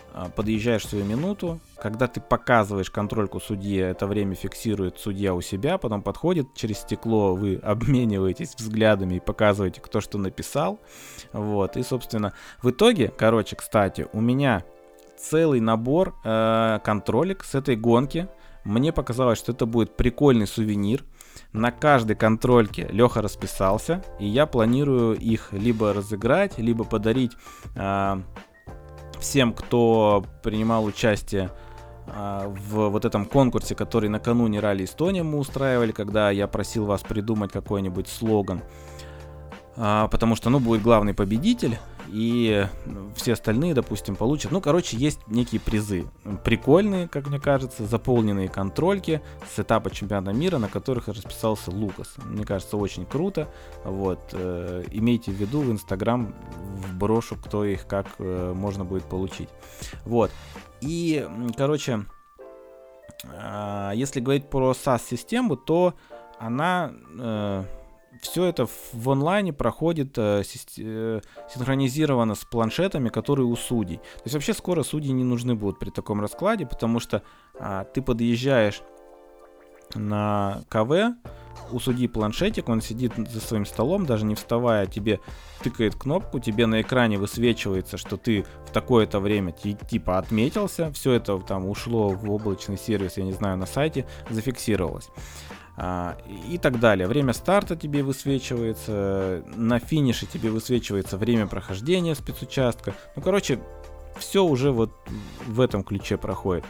подъезжаешь в свою минуту, когда ты показываешь контрольку судье, это время фиксирует судья у себя, потом подходит через стекло, вы обмениваетесь взглядами и показываете, кто что написал, вот, и, собственно, в итоге, короче, кстати, у меня целый набор э, контролек с этой гонки, мне показалось, что это будет прикольный сувенир. На каждой контрольке Леха расписался, и я планирую их либо разыграть, либо подарить э, всем, кто принимал участие э, в вот этом конкурсе, который накануне Ралли Эстония мы устраивали, когда я просил вас придумать какой-нибудь слоган. Э, потому что, ну, будет главный победитель, и все остальные, допустим, получат. Ну, короче, есть некие призы. Прикольные, как мне кажется, заполненные контрольки с этапа чемпионата мира, на которых расписался Лукас. Мне кажется, очень круто. Вот. Э, имейте в виду, в Инстаграм вброшу, кто их как э, можно будет получить. Вот. И, короче, э, если говорить про сас-систему, то она... Э, все это в онлайне проходит э, э, синхронизировано с планшетами, которые у судей. То есть вообще скоро судьи не нужны будут при таком раскладе, потому что э, ты подъезжаешь на КВ, у судьи планшетик, он сидит за своим столом, даже не вставая, тебе тыкает кнопку, тебе на экране высвечивается, что ты в такое-то время типа отметился, все это там ушло в облачный сервис, я не знаю, на сайте, зафиксировалось. И так далее. Время старта тебе высвечивается, на финише тебе высвечивается время прохождения спецучастка. Ну, короче, все уже вот в этом ключе проходит.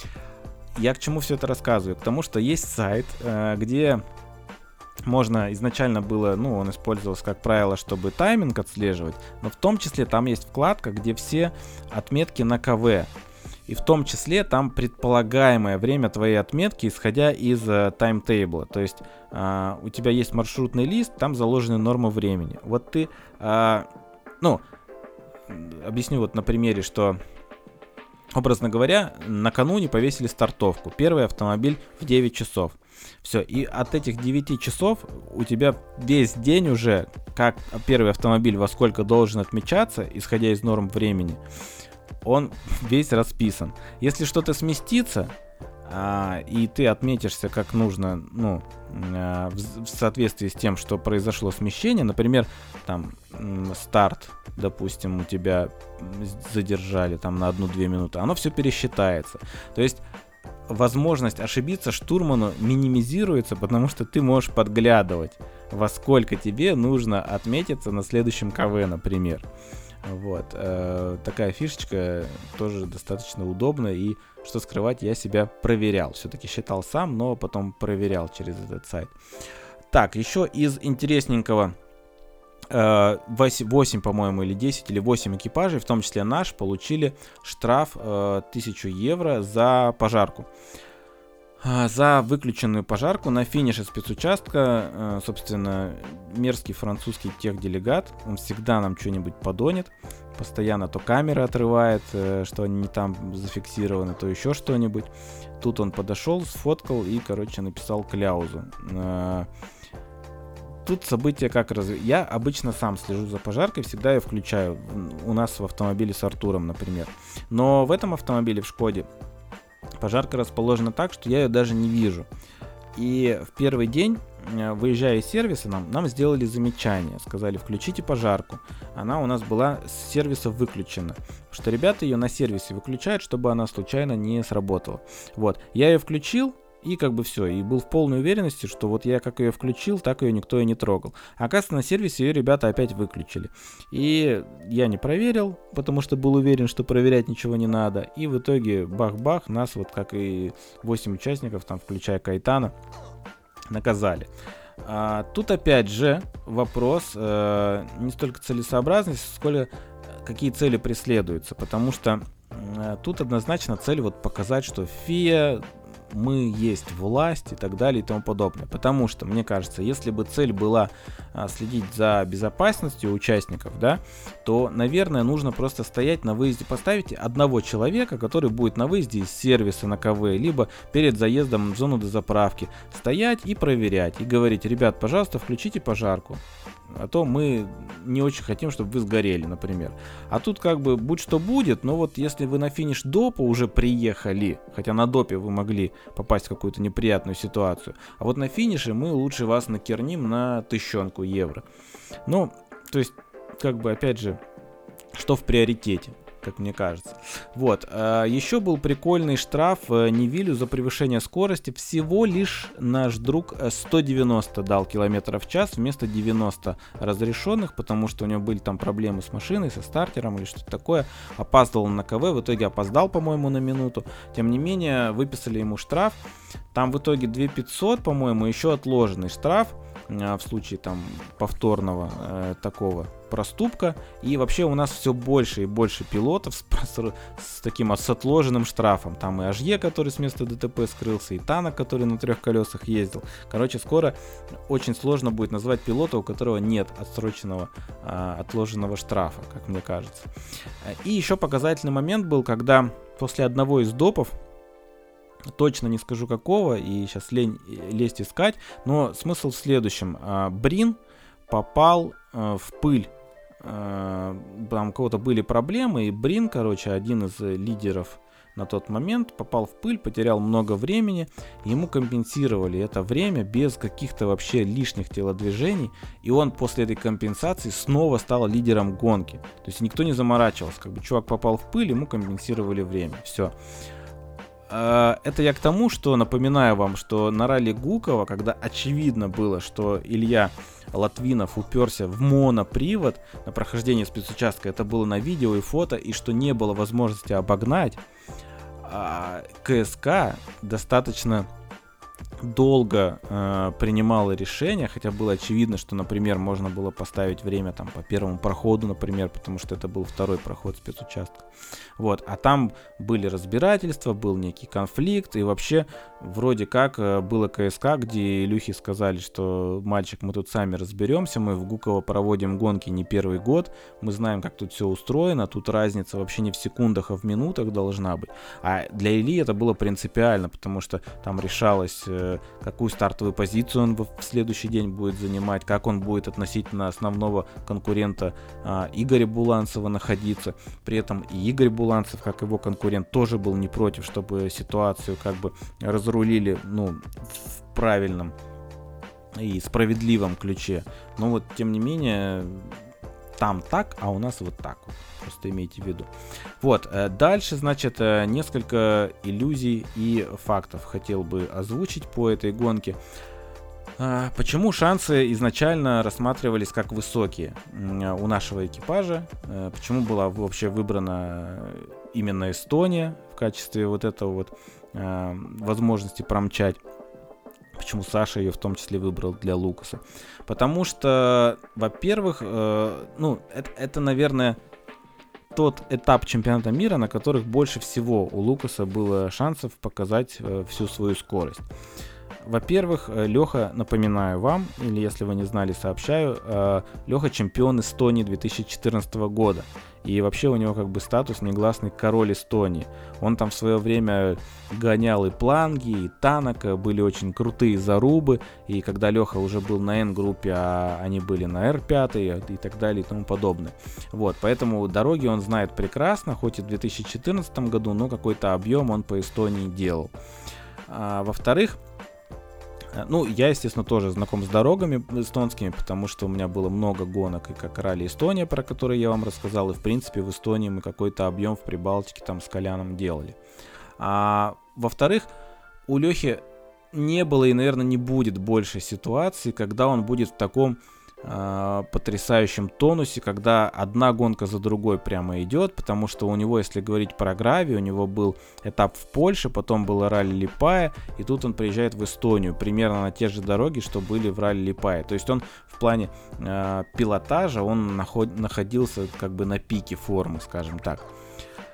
Я к чему все это рассказываю? К тому, что есть сайт, где можно, изначально было, ну, он использовался, как правило, чтобы тайминг отслеживать, но в том числе там есть вкладка, где все отметки на КВ. И в том числе там предполагаемое время твоей отметки, исходя из э, таймтейбла. То есть э, у тебя есть маршрутный лист, там заложены нормы времени. Вот ты, э, ну, объясню вот на примере, что, образно говоря, накануне повесили стартовку. Первый автомобиль в девять часов. Все, и от этих девяти часов у тебя весь день уже, как первый автомобиль во сколько должен отмечаться, исходя из норм времени, он весь расписан. Если что-то сместится, а, и ты отметишься как нужно, ну, а, в, в соответствии с тем, что произошло смещение, например, там м, старт, допустим, у тебя задержали там на одну-две минуты, оно все пересчитается. То есть возможность ошибиться штурману минимизируется, потому что ты можешь подглядывать, во сколько тебе нужно отметиться на следующем КВ, например. Вот, э, такая фишечка тоже достаточно удобная, и, что скрывать, я себя проверял. Все-таки считал сам, но потом проверял через этот сайт. Так, еще из интересненького, э, восемь, по-моему, или десять, или восемь экипажей, в том числе наш, получили штраф э, тысячу евро за пожарку. За выключенную пожарку на финише спецучастка, собственно, мерзкий французский техделегат, он всегда нам что-нибудь подонет, постоянно то камеры отрывает, что они не там зафиксированы, то еще что-нибудь. Тут он подошел, сфоткал и, короче, написал кляузу. Тут события как раз... Я обычно сам слежу за пожаркой, всегда ее включаю. У нас в автомобиле с Артуром, например. Но в этом автомобиле, в Шкоде, пожарка расположена так, что я ее даже не вижу. И в первый день, выезжая из сервиса, нам, нам сделали замечание. Сказали, включите пожарку. Она у нас была с сервиса выключена. Потому что ребята ее на сервисе выключают, чтобы она случайно не сработала. Вот. Я ее включил, и как бы все. И был в полной уверенности, что вот я как ее включил, так ее никто и не трогал. А оказывается, на сервисе ее ребята опять выключили. И я не проверил, потому что был уверен, что проверять ничего не надо. И в итоге бах-бах, нас вот как и восемь участников, там включая Кайтана, наказали. А, тут опять же вопрос э, не столько целесообразности, сколько какие цели преследуются. Потому что э, тут однозначно цель вот показать, что ФИА мы есть власть и так далее и тому подобное. Потому что, мне кажется, если бы цель была а, следить за безопасностью участников, да, то, наверное, нужно просто стоять на выезде, поставить одного человека, который будет на выезде из сервиса на КВ, либо перед заездом в зону дозаправки, стоять и проверять, и говорить: ребят, пожалуйста, включите пожарку, а то мы не очень хотим, чтобы вы сгорели, например. А тут как бы будь что будет, но вот если вы на финиш допа уже приехали, хотя на допе вы могли попасть в какую-то неприятную ситуацию, а вот на финише мы лучше вас накерним на тысячонку евро. Ну, то есть, как бы, опять же, что в приоритете, как мне кажется. Вот. А еще был прикольный штраф Невилю за превышение скорости. Всего лишь наш друг сто девяносто дал километров в час вместо девяноста разрешенных, потому что у него были там проблемы с машиной, со стартером или что-то такое. Опаздывал на КВ, в итоге опоздал, по-моему, на минуту. Тем не менее, выписали ему штраф. Там в итоге две тысячи пятьсот, по-моему, еще отложенный штраф в случае там повторного э, такого проступка. И вообще у нас все больше и больше пилотов с, с, с таким с отложенным штрафом. Там и Ажье, который с места ДТП скрылся, и Танок, который на трех колесах ездил. Короче, скоро очень сложно будет назвать пилота, у которого нет отсроченного э, отложенного штрафа, как мне кажется. И еще показательный момент был, когда после одного из допов, точно не скажу какого, и сейчас лень лезть искать, но смысл в следующем. Брин попал в пыль. Там у кого-то были проблемы, и Брин, короче, один из лидеров на тот момент, попал в пыль, потерял много времени, ему компенсировали это время без каких-то вообще лишних телодвижений, и он после этой компенсации снова стал лидером гонки. То есть никто не заморачивался, как бы чувак попал в пыль, ему компенсировали время, все. Это я к тому, что напоминаю вам, что на ралли Гукова, когда очевидно было, что Илья Латвинов уперся в монопривод на прохождении спецучастка, это было на видео и фото, и что не было возможности обогнать, КСК достаточно долго э, принимала решение, хотя было очевидно, что, например, можно было поставить время там по первому проходу, например, потому что это был второй проход спецучастка. Вот, а там были разбирательства, был некий конфликт, и вообще вроде как э, было КСК, где Илюхе сказали, что мальчик, мы тут сами разберемся, мы в Гуково проводим гонки не первый год, мы знаем, как тут все устроено, тут разница вообще не в секундах, а в минутах должна быть. А для Ильи это было принципиально, потому что там решалось, какую стартовую позицию он в следующий день будет занимать, как он будет относительно основного конкурента а, Игоря Буланцева находиться. При этом и Игорь Буланцев, как его конкурент, тоже был не против, чтобы ситуацию как бы разрулили, ну, в правильном и справедливом ключе. Но вот, тем не менее, там так, а у нас вот так вот. Просто имейте в виду. Вот, дальше, значит, несколько иллюзий и фактов хотел бы озвучить по этой гонке. Почему шансы изначально рассматривались как высокие у нашего экипажа? Почему была вообще выбрана именно Эстония в качестве вот этого вот возможности промчать? Почему Саша ее в том числе выбрал для Лукаса? Потому что, во-первых, э, ну, это, это, наверное, тот этап чемпионата мира, на которых больше всего у Лукаса было шансов показать э, всю свою скорость. Во-первых, Леха, напоминаю вам, или если вы не знали, сообщаю, э, Леха чемпион Эстонии две тысячи четырнадцатого года. И вообще у него как бы статус негласный король Эстонии. Он там в свое время гонял и Планги, и Танака, были очень крутые зарубы. И когда Леха уже был на N-группе, а они были на эр пять и так далее и тому подобное. Вот, поэтому дороги он знает прекрасно, хоть и в две тысячи четырнадцатом году, но какой-то объем он по Эстонии делал. А, во-вторых, ну, я, естественно, тоже знаком с дорогами эстонскими, потому что у меня было много гонок, и как ралли Эстония, про которые я вам рассказал, и, в принципе, в Эстонии мы какой-то объем в Прибалтике там с Коляном делали. А, во-вторых, у Лехи не было и, наверное, не будет больше ситуации, когда он будет в таком э, потрясающем тонусе, когда одна гонка за другой прямо идет, потому что у него, если говорить про гравий, у него был этап в Польше, потом было ралли Липая, и тут он приезжает в Эстонию, примерно на те же дороги, что были в ралли Липая. То есть он в плане э, пилотажа, он наход, находился как бы на пике формы, скажем так.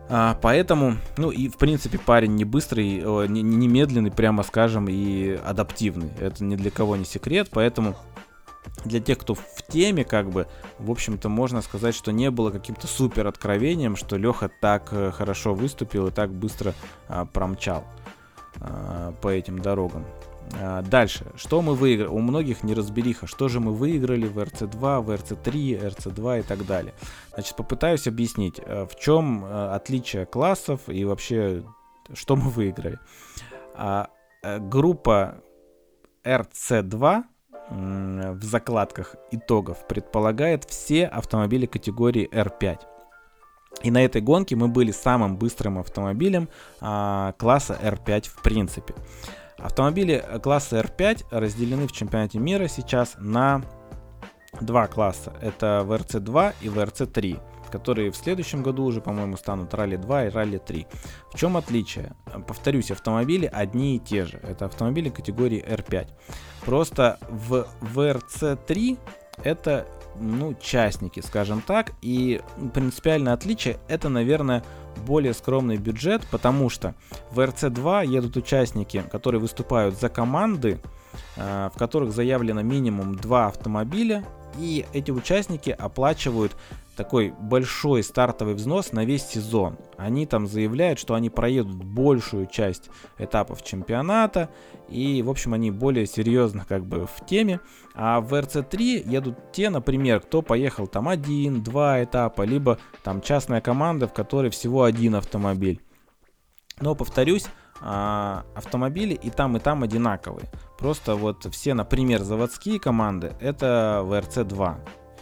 А, поэтому, ну и в принципе парень не быстрый, о, не, не медленный, прямо скажем, и адаптивный. Это ни для кого не секрет, поэтому для тех, кто в теме, как бы, в общем-то, можно сказать, что не было каким-то супер откровением, что Леха так э, хорошо выступил и так быстро э, промчал э, по этим дорогам. Э, дальше, что мы выиграли? У многих неразбериха, что же мы выиграли в эр си два, в эр си три, эр си два и так далее. Значит, попытаюсь объяснить, э, в чем э, отличие классов и вообще, что мы выиграли. Э, э, группа эр си два в закладках итогов предполагает все автомобили категории эр пять. И на этой гонке мы были самым быстрым автомобилем а, класса эр пять в принципе. Автомобили класса эр пять разделены в чемпионате мира сейчас на два класса. Это ви эр си два и ви эр си три, которые в следующем году уже, по-моему, станут ралли два и ралли три. В чем отличие? Повторюсь, автомобили одни и те же. Это автомобили категории эр пять. Просто в ви эр си три это, ну, частники, скажем так. И принципиальное отличие — это, наверное, более скромный бюджет, потому что в ви эр си два едут участники, которые выступают за команды, в которых заявлено минимум два автомобиля. И эти участники оплачивают такой большой стартовый взнос на весь сезон. Они там заявляют, что они проедут большую часть этапов чемпионата, и, в общем, они более серьезно как бы в теме. А в ви эр си три едут те, например, кто поехал там один, два этапа, либо там частная команда, в которой всего один автомобиль. Но, повторюсь, автомобили и там, и там одинаковые. Просто вот все, например, заводские команды — это ви эр си два.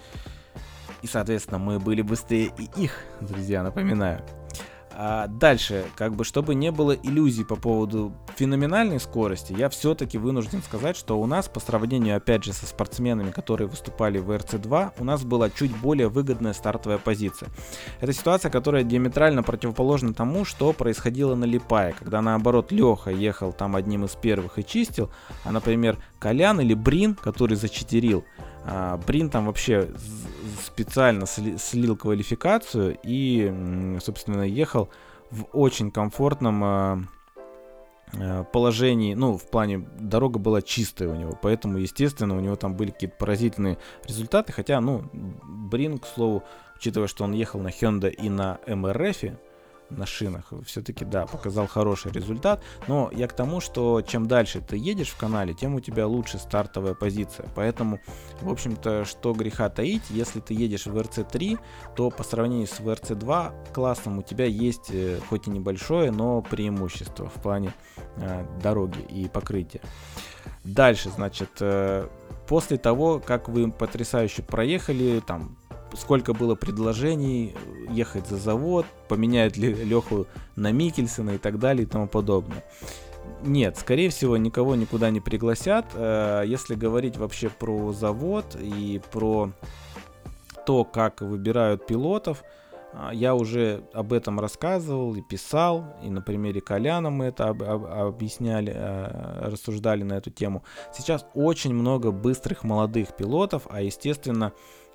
И, соответственно, мы были быстрее и их, друзья, напоминаю. А дальше, как бы, чтобы не было иллюзий по поводу феноменальной скорости, я все-таки вынужден сказать, что у нас, по сравнению, опять же, со спортсменами, которые выступали в ви эр си два, у нас была чуть более выгодная стартовая позиция. Это ситуация, которая диаметрально противоположна тому, что происходило на Липае, когда, наоборот, Леха ехал там одним из первых и чистил, а, например, Колян или Брин, который зачитерил, а, Брин там вообще специально слил квалификацию и, собственно, ехал в очень комфортном положении, ну, в плане дорога была чистая у него, поэтому, естественно, у него там были какие-то поразительные результаты, хотя, ну, Брин, к слову, учитывая, что он ехал на Hyundai и на эм эр эф, на шинах, все-таки, да, показал хороший результат, но я к тому, что чем дальше ты едешь в канале, тем у тебя лучше стартовая позиция, поэтому, в общем-то, что греха таить, если ты едешь в ви эр си три, то по сравнению с ви эр си два классом у тебя есть, хоть и небольшое, но преимущество в плане э, дороги и покрытия. Дальше, значит, э, после того, как вы потрясающе проехали, там, сколько было предложений ехать за завод, поменяют ли Леху на Микельсона и так далее и тому подобное. Нет, скорее всего, никого никуда не пригласят. Если говорить вообще про завод и про то, как выбирают пилотов, я уже об этом рассказывал и писал, и на примере Коляна мы это об, об, объясняли, рассуждали на эту тему. Сейчас очень много быстрых молодых пилотов, а, естественно,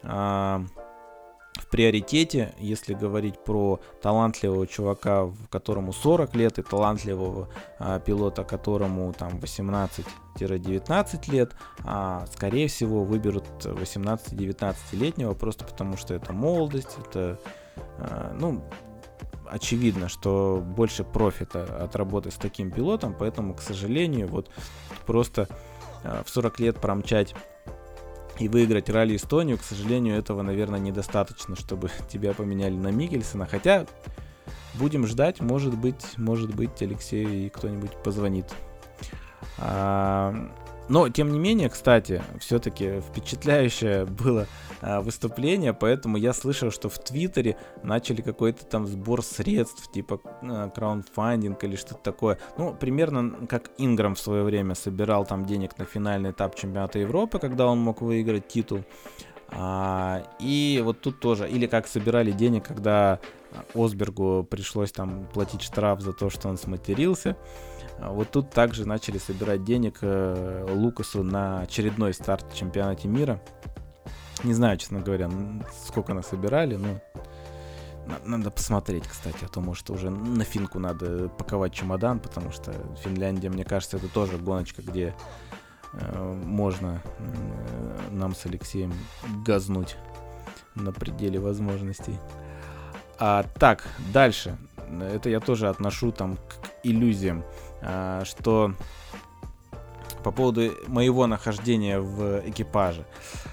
в приоритете, если говорить про талантливого чувака, которому сорок лет, и талантливого а, пилота, которому там восемнадцать-девятнадцать лет, а, скорее всего выберут восемнадцати-девятнадцатилетнего, просто потому что это молодость, это, а, ну, очевидно, что больше профита от работы с таким пилотом, поэтому, к сожалению, вот просто а, в сорок лет промчать и выиграть ралли Эстонию, к сожалению, этого, наверное, недостаточно, чтобы тебя поменяли на Микельсона. Хотя будем ждать, может быть, может быть, Алексею и кто-нибудь позвонит. А, но, тем не менее, кстати, все-таки впечатляющее было а, выступление, поэтому я слышал, что в Твиттере начали какой-то там сбор средств, типа а, краундфандинг или что-то такое. Ну, примерно как Инграм в свое время собирал там денег на финальный этап чемпионата Европы, когда он мог выиграть титул. А, и вот тут тоже, или как собирали денег, когда Осбергу пришлось там платить штраф за то, что он сматерился. Вот тут также начали собирать денег э, Лукасу на очередной старт в чемпионате мира. Не знаю, честно говоря, сколько насобирали, но Надо посмотреть, кстати, а то, может, уже на финку надо паковать чемодан, потому что Финляндия, мне кажется, это тоже гоночка, где э, можно э, нам с Алексеем газнуть на пределе возможностей. А, так, дальше. Это я тоже отношу там к иллюзиям, а, что по поводу моего нахождения в экипаже.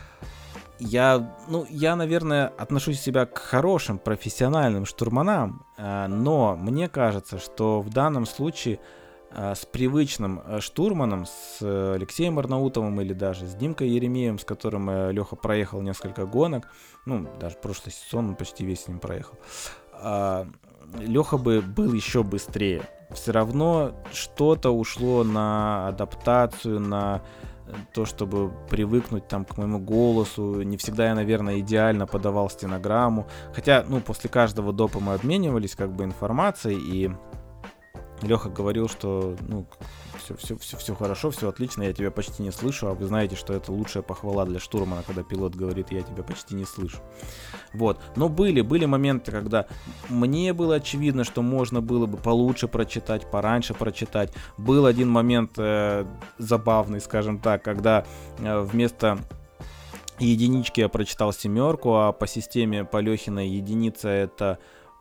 Я, ну, я, наверное, отношусь себя к хорошим профессиональным штурманам, а, но мне кажется, что в данном случае а, с привычным штурманом, с Алексеем Арнаутовым или даже с Димкой Еремеевым, с которым Леха проехал несколько гонок, ну, даже прошлый сезон он почти весь с ним проехал, а, Леха бы был еще быстрее. Все равно что-то ушло на адаптацию, на то, чтобы привыкнуть там к моему голосу. Не всегда я, наверное, идеально подавал стенограмму. Хотя, ну, после каждого допа мы обменивались как бы информацией, и Леха говорил, что, ну, все, все, все, все хорошо, все отлично, я тебя почти не слышу, а вы знаете, что это лучшая похвала для штурмана, когда пилот говорит, я тебя почти не слышу. Вот. Но были, были моменты, когда мне было очевидно, что можно было бы получше прочитать, пораньше прочитать. Был один момент э, забавный, скажем так, когда э, вместо единички я прочитал семерку, а по системе по Лехиной единица это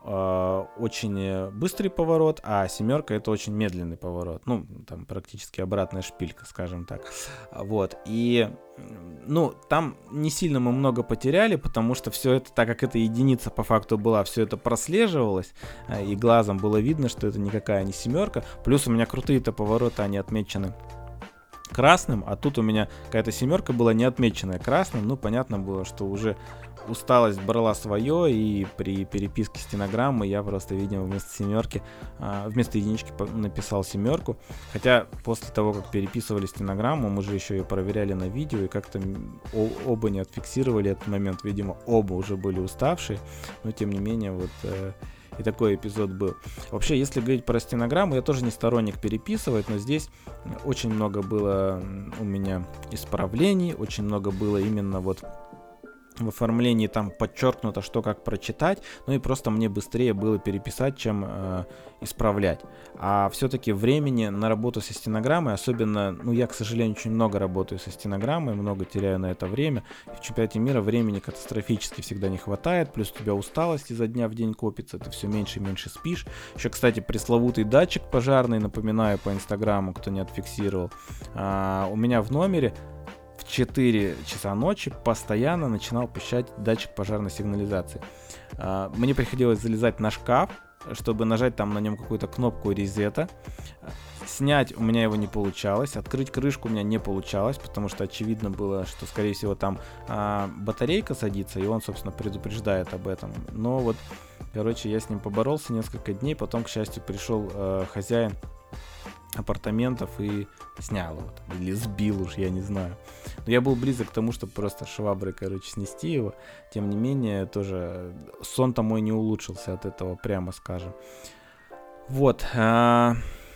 очень быстрый поворот, а семерка это очень медленный поворот. Ну, там практически обратная шпилька, скажем так. Вот. И, ну, там не сильно мы много потеряли, потому что все это, так как эта единица по факту была, все это прослеживалось, и глазом было видно, что это никакая не семерка. Плюс у меня крутые-то повороты, они отмечены красным, а тут у меня какая-то семерка была не отмеченная красным. Ну, понятно было, что уже усталость брала свое, и при переписке стенограммы я просто, видимо, вместо семерки, вместо единички написал семерку. Хотя после того, как переписывали стенограмму, мы же еще ее проверяли на видео, и как-то оба не отфиксировали этот момент. Видимо, оба уже были уставшие, но тем не менее, вот и такой эпизод был. Вообще, если говорить про стенограмму, я тоже не сторонник переписывать, но здесь очень много было у меня исправлений, очень много было именно вот в оформлении там подчеркнуто, что как прочитать, ну и просто мне быстрее было переписать, чем э, исправлять. А все-таки времени на работу со стенограммой, особенно, ну я, к сожалению, очень много работаю со стенограммой, много теряю на это время. В чемпионате мира времени катастрофически всегда не хватает, плюс у тебя усталость изо дня в день копится, ты все меньше и меньше спишь. Еще, кстати, пресловутый датчик пожарный, напоминаю по инстаграму, кто не отфиксировал, а, у меня в номере в четыре часа ночи постоянно начинал пищать датчик пожарной сигнализации. Мне приходилось залезать на шкаф, чтобы нажать там на нем какую-то кнопку резета. Снять у меня его не получалось, открыть крышку у меня не получалось, потому что очевидно было, что, скорее всего, там а, батарейка садится, и он, собственно, предупреждает об этом. Но вот, короче, я с ним поборолся несколько дней, потом, к счастью, пришел э, хозяин апартаментов и снял его, или сбил уж, я не знаю. Но я был близок к тому, чтобы просто шваброй, короче, снести его. Тем не менее, тоже сон-то мой не улучшился от этого, прямо скажем. Вот. А,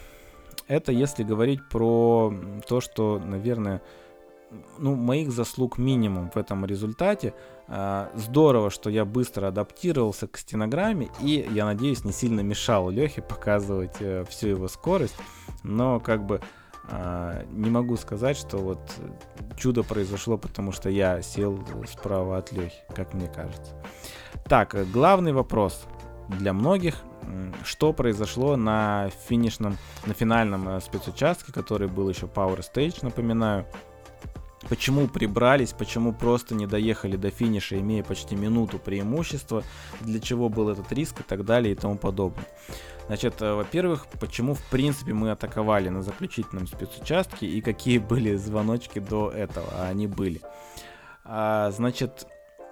это если говорить про то, что, наверное, ну, моих заслуг минимум в этом результате. А, здорово, что я быстро адаптировался к стенограмме, и, я надеюсь, не сильно мешал Лехе показывать э, всю его скорость. Но, как бы, э, не могу сказать, что вот чудо произошло, потому что я сел справа от Лехи, как мне кажется. Так, главный вопрос для многих. Что произошло на финишном, на финальном э, спецучастке, который был еще Power Stage, напоминаю. Почему прибрались, почему просто не доехали до финиша, имея почти минуту преимущества, для чего был этот риск и так далее и тому подобное. Значит, во-первых, почему в принципе мы атаковали на заключительном спецучастке и какие были звоночки до этого, а они были. А, значит,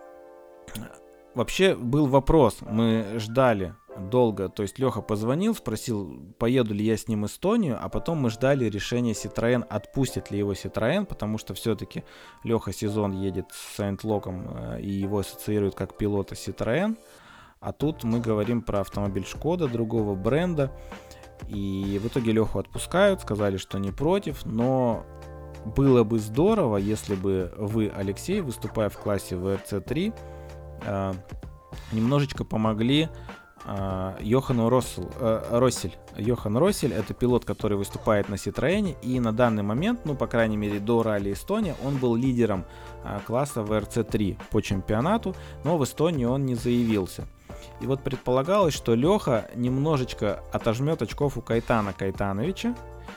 вообще был вопрос, мы ждали долго, то есть Леха позвонил, спросил, поеду ли я с ним в Эстонию, а потом мы ждали решения Citroën, отпустит ли его Citroën, потому что все-таки Леха сезон едет с Saint-Loc'ом, и его ассоциируют как пилота Citroën, а тут мы говорим про автомобиль Шкода, другого бренда, и в итоге Леху отпускают, сказали, что не против, но было бы здорово, если бы вы, Алексей, выступая в классе ви эр си три, немножечко помогли э, Йохану Россел, э, Россель. Йохан Россель — это пилот, который выступает на Citroёn, и на данный момент, ну, по крайней мере, до Ралли Эстония, он был лидером э, класса ви эр си три по чемпионату, но в Эстонии он не заявился. И вот предполагалось, что Леха немножечко отожмет очков у Кайтана Кайтановича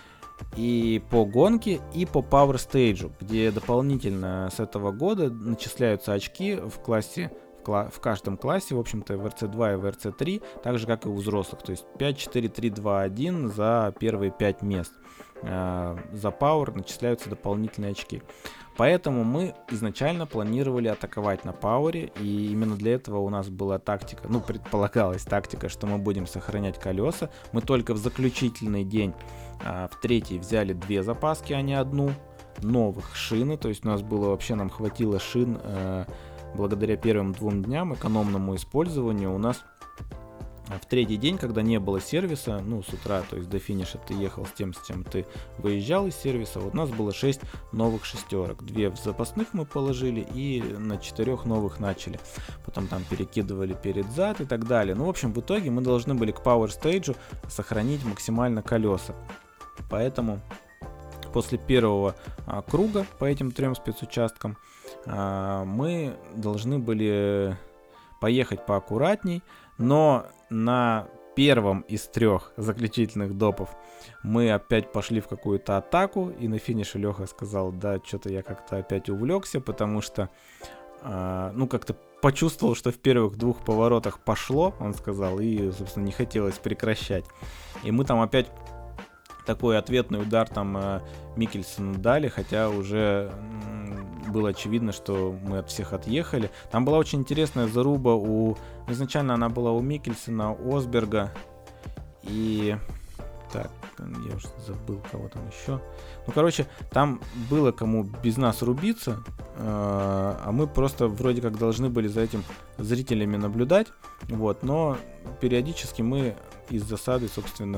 и по гонке, и по Power Stage, где дополнительно с этого года начисляются очки в классе, в, кла- в каждом классе, в общем-то, ви эр си два и ви эр си три, так же, как и у взрослых, то есть пять, четыре, три, два, один за первые пять мест. Э, за Power начисляются дополнительные очки. Поэтому мы изначально планировали атаковать на пауэре, и именно для этого у нас была тактика, ну, предполагалась тактика, что мы будем сохранять колеса. Мы только в заключительный день, а, в третий, взяли две запаски, а не одну, новых шины, то есть у нас было вообще, нам хватило шин, э, благодаря первым двум дням, экономному использованию, у нас в третий день, когда не было сервиса, ну, с утра, то есть до финиша ты ехал с тем, с чем ты выезжал из сервиса, вот у нас было шесть новых шестерок. Две в запасных мы положили и на четырех новых начали. Потом там перекидывали перед зад и так далее. Ну, в общем, в итоге мы должны были к Power Stage сохранить максимально колеса. Поэтому после первого а, круга по этим трем спецучасткам а, мы должны были поехать поаккуратней, но на первом из трех заключительных допов мы опять пошли в какую-то атаку, и на финише Леха сказал: да, что-то я как-то опять увлекся, потому что, э, ну, как-то почувствовал, что в первых двух поворотах пошло, он сказал, и, собственно, не хотелось прекращать. И мы там опять такой ответный удар там э, Микельсону дали, хотя уже э, было очевидно, что мы от всех отъехали. Там была очень интересная заруба у... Изначально она была у Микельсона, Осберга и... Так, я уже забыл, кого там еще. Ну, короче, там было кому без нас рубиться, э, а мы просто вроде как должны были за этим зрителями наблюдать. Вот, но периодически мы из засады, собственно,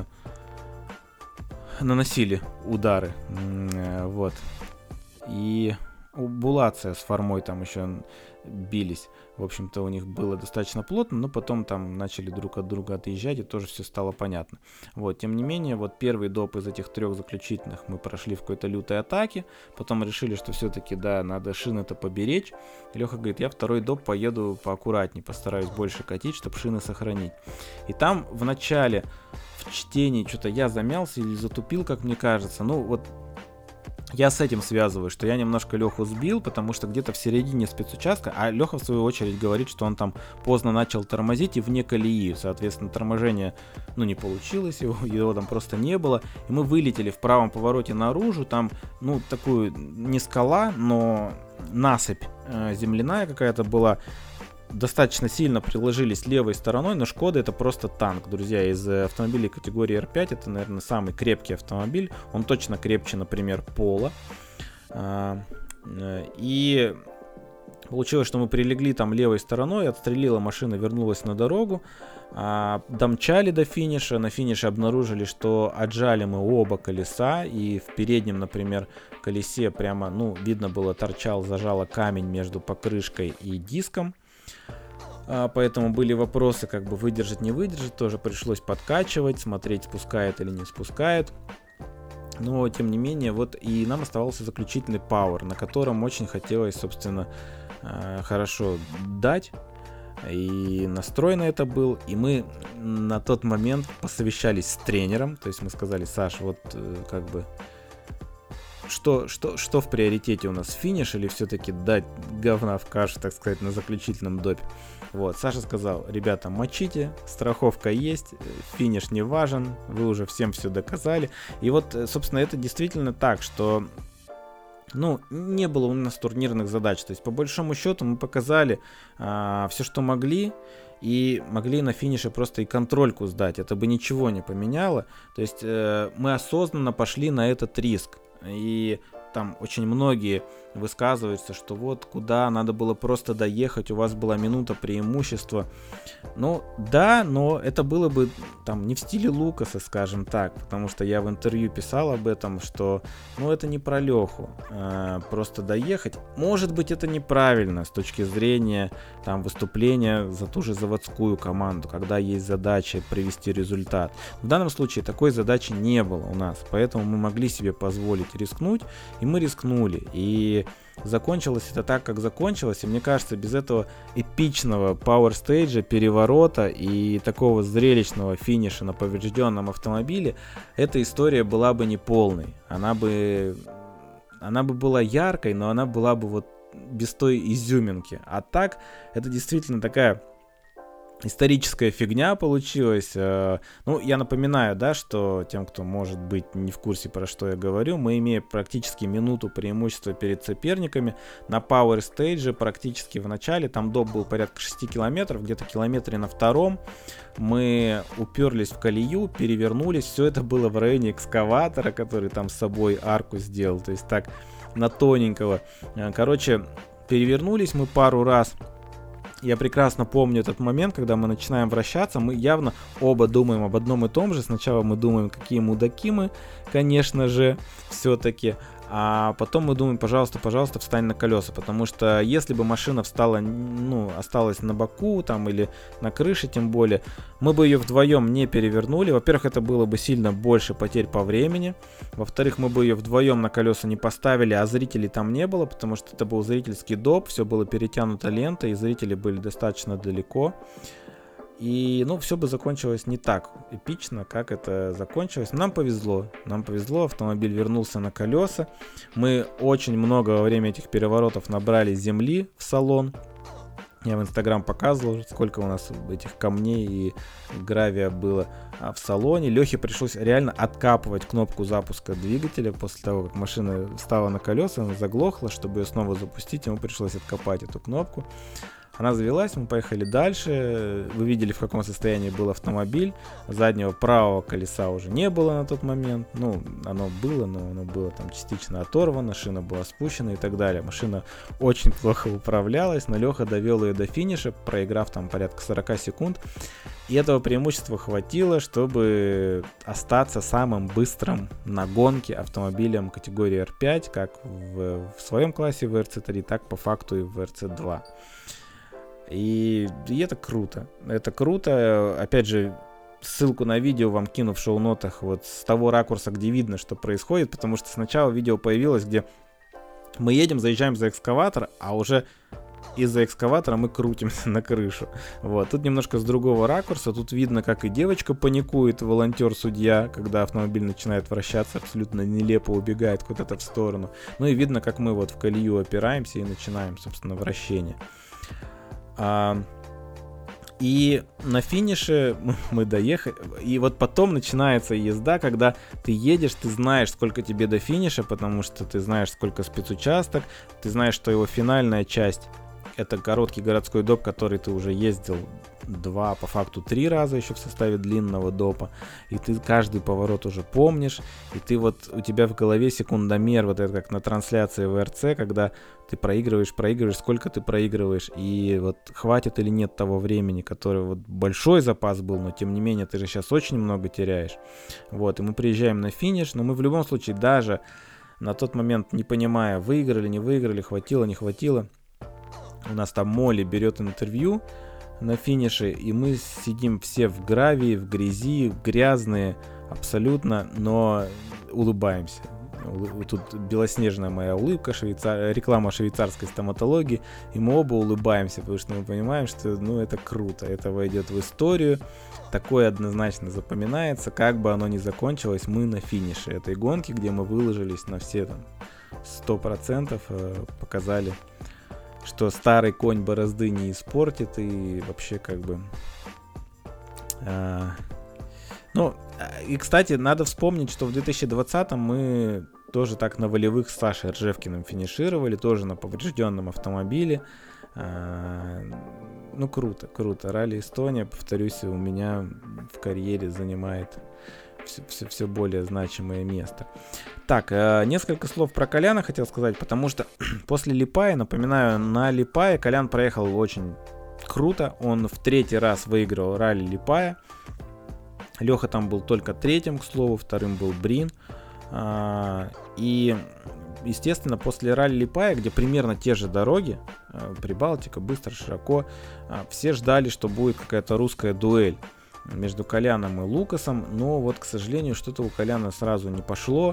наносили удары, вот. И Булация с Формой там еще бились. В общем-то, у них было достаточно плотно, но потом там начали друг от друга отъезжать, и тоже все стало понятно. Вот, тем не менее, вот первый доп из этих трех заключительных мы прошли в какой-то лютой атаке, потом решили, что все-таки, да, надо шины-то поберечь. Леха говорит: я второй доп поеду поаккуратней, постараюсь больше катить, чтобы шины сохранить. И там в начале, в чтении, что-то я замялся или затупил, как мне кажется. Ну, вот я с этим связываю, что я немножко Леху сбил, потому что где-то в середине спецучастка, а Леха в свою очередь говорит, что он там поздно начал тормозить и вне колеи, соответственно, торможение, ну, не получилось, его, его там просто не было, и мы вылетели в правом повороте наружу, там, ну, такую, не скала, но насыпь э, земляная какая-то была, достаточно сильно приложились левой стороной, но Шкода — это просто танк, друзья, из автомобилей категории эр пять, это, наверное, самый крепкий автомобиль, он точно крепче, например, Пола, и получилось, что мы прилегли там левой стороной, отстрелила машина, вернулась на дорогу, домчали до финиша, на финише обнаружили, что отжали мы оба колеса, и в переднем, например, колесе прямо, ну, видно было, торчал, зажало камень между покрышкой и диском. А, поэтому были вопросы, как бы выдержать, не выдержать, тоже пришлось подкачивать, смотреть, спускает или не спускает. Но, тем не менее, вот и нам оставался заключительный Power, на котором очень хотелось, собственно, хорошо дать. И настрой на это был, и мы на тот момент посовещались с тренером, то есть мы сказали: Саш, вот как бы... Что, что, что в приоритете у нас, финиш или все-таки дать говна в кашу, так сказать, на заключительном допе? Вот, Саша сказал: ребята, мочите, страховка есть, финиш не важен, вы уже всем все доказали. И вот, собственно, это действительно так, что, ну, не было у нас турнирных задач. То есть, по большому счету, мы показали а, все, что могли, и могли на финише просто и контрольку сдать. Это бы ничего не поменяло. То есть, э, мы осознанно пошли на этот риск. И там очень многие высказываются, что вот куда надо было просто доехать, у вас была минута преимущества. Ну да, но это было бы там не в стиле Лукаса, скажем так, потому что я в интервью писал об этом, что ну это не про Леху, э, просто доехать. Может быть, это неправильно с точки зрения там выступления за ту же заводскую команду, когда есть задача привести результат. В данном случае такой задачи не было у нас, поэтому мы могли себе позволить рискнуть, и мы рискнули. И закончилось это так, как закончилось, и мне кажется, без этого эпичного пауэр-стейджа, переворота и такого зрелищного финиша на поврежденном автомобиле эта история была бы неполной. Она бы, она бы была яркой, но она была бы вот без той изюминки. А так, это действительно такая историческая фигня получилась. Ну, я напоминаю, да, что тем, кто может быть не в курсе, про что я говорю, мы имеем практически минуту преимущества перед соперниками на Power Stage, практически в начале, там доп был порядка шести километров, где-то километре на втором, мы уперлись в колею, перевернулись, все это было в районе экскаватора, который там с собой арку сделал, то есть так, на тоненького. Короче, перевернулись мы пару раз. Я прекрасно помню этот момент, когда мы начинаем вращаться, мы явно оба думаем об одном и том же. Сначала мы думаем, какие мудаки мы, конечно же, все-таки. А потом мы думаем, пожалуйста, пожалуйста, встань на колеса. Потому что если бы машина встала, ну, осталась на боку там или на крыше, тем более, мы бы ее вдвоем не перевернули. Во-первых, это было бы сильно больше потерь по времени. Во-вторых, мы бы ее вдвоем на колеса не поставили, а зрителей там не было, потому что это был зрительский доп, все было перетянуто лентой, и зрители были достаточно далеко. И, ну, все бы закончилось не так эпично, как это закончилось. Нам повезло, нам повезло, автомобиль вернулся на колеса. Мы очень много во время этих переворотов набрали земли в салон. Я в Инстаграм показывал, сколько у нас этих камней и гравия было в салоне. Лехе пришлось реально откапывать кнопку запуска двигателя после того, как машина встала на колеса, она заглохла. Чтобы ее снова запустить, ему пришлось откопать эту кнопку. Она завелась, мы поехали дальше. Вы видели, в каком состоянии был автомобиль. Заднего правого колеса уже не было на тот момент. Ну, оно было, но оно было там частично оторвано, шина была спущена и так далее. Машина очень плохо управлялась, но Леха довел ее до финиша, проиграв там порядка сорок секунд. И этого преимущества хватило, чтобы остаться самым быстрым на гонке автомобилем категории эр пять, как в, в своем классе в эр си три, так по факту и в эр си два. И, и это круто, это круто, опять же, ссылку на видео вам кину в шоу-нотах вот с того ракурса, где видно, что происходит, потому что сначала видео появилось, где мы едем, заезжаем за экскаватор, а уже из-за экскаватора мы крутимся на крышу. Вот, тут немножко с другого ракурса, тут видно, как и девочка паникует, волонтер-судья, когда автомобиль начинает вращаться, абсолютно нелепо убегает куда-то в сторону. Ну и видно, как мы вот в колею опираемся и начинаем, собственно, вращение. А, и на финише мы, мы доехали, и вот потом начинается езда, когда ты едешь, ты знаешь, сколько тебе до финиша, потому что ты знаешь, сколько спецучасток, ты знаешь, что его финальная часть — это короткий городской доп, который ты уже ездил два, по факту три раза еще в составе длинного допа, и ты каждый поворот уже помнишь, и ты вот, у тебя в голове секундомер, вот это как на трансляции в эр си, когда ты проигрываешь, проигрываешь, сколько ты проигрываешь, и вот хватит или нет того времени, которое вот большой запас был, но тем не менее ты же сейчас очень много теряешь. Вот, и мы приезжаем на финиш, но мы в любом случае даже на тот момент, не понимая, выиграли, не выиграли, хватило, не хватило, у нас там Молли берет интервью на финише, и мы сидим все в гравии, в грязи, грязные абсолютно, но улыбаемся. Тут белоснежная моя улыбка, швейцар... реклама швейцарской стоматологии, и мы оба улыбаемся, потому что мы понимаем, что ну, это круто, это войдет в историю, такое однозначно запоминается, как бы оно ни закончилось, мы на финише этой гонки, где мы выложились на все там сто процентов, показали, что старый конь борозды не испортит, и вообще как бы... А... Ну, и, кстати, надо вспомнить, что в две тысячи двадцатом мы тоже так на волевых с Сашей Ржевкиным финишировали, тоже на поврежденном автомобиле. А... Ну, круто, круто. Ралли Эстония, повторюсь, у меня в карьере занимает все, все, все более значимое место. Так, э, несколько слов про Коляна хотел сказать, потому что после Липая, напоминаю, на Липае Колян проехал очень круто. Он в третий раз выиграл ралли Липая. Леха там был только третьим, к слову, вторым был Брин. А, и, естественно, после ралли Липая, где примерно те же дороги, Прибалтика, быстро, широко, все ждали, что будет какая-то русская дуэль между Коляном и Лукасом, но вот, к сожалению, что-то у Коляна сразу не пошло.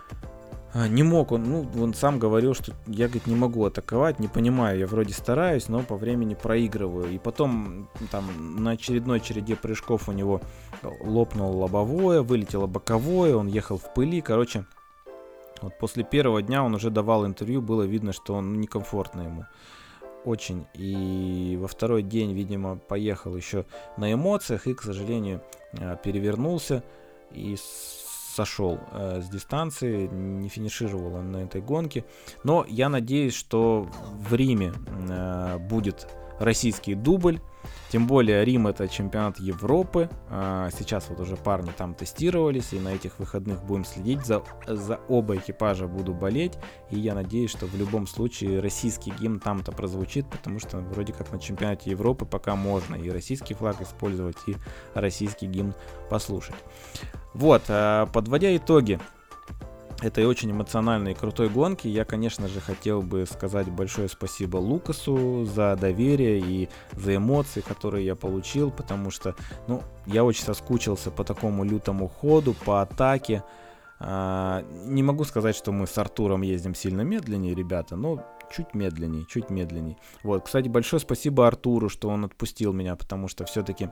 Не мог он, ну, он сам говорил, что я, говорит, не могу атаковать, не понимаю, я вроде стараюсь, но по времени проигрываю. И потом там на очередной череде прыжков у него лопнуло лобовое, вылетело боковое, он ехал в пыли, короче, вот после первого дня он уже давал интервью, было видно, что он некомфортно ему. Очень. И во второй день, видимо, поехал еще на эмоциях и, к сожалению, перевернулся и сошел э, с дистанции, не финишировал он на этой гонке. Но я надеюсь, что в Риме э, будет российский дубль. Тем более Рим — это чемпионат Европы. Э, сейчас вот уже парни там тестировались, и на этих выходных будем следить. За, за оба экипажа буду болеть. И я надеюсь, что в любом случае российский гимн там-то прозвучит, потому что вроде как на чемпионате Европы пока можно и российский флаг использовать, и российский гимн послушать. Вот, подводя итоги этой очень эмоциональной и крутой гонки, я, конечно же, хотел бы сказать большое спасибо Лукасу за доверие и за эмоции, которые я получил, потому что, ну, я очень соскучился по такому лютому ходу, по атаке. Не могу сказать, что мы с Артуром ездим сильно медленнее, ребята, но чуть медленнее, чуть медленнее. Вот, кстати, большое спасибо Артуру, что он отпустил меня, потому что все-таки...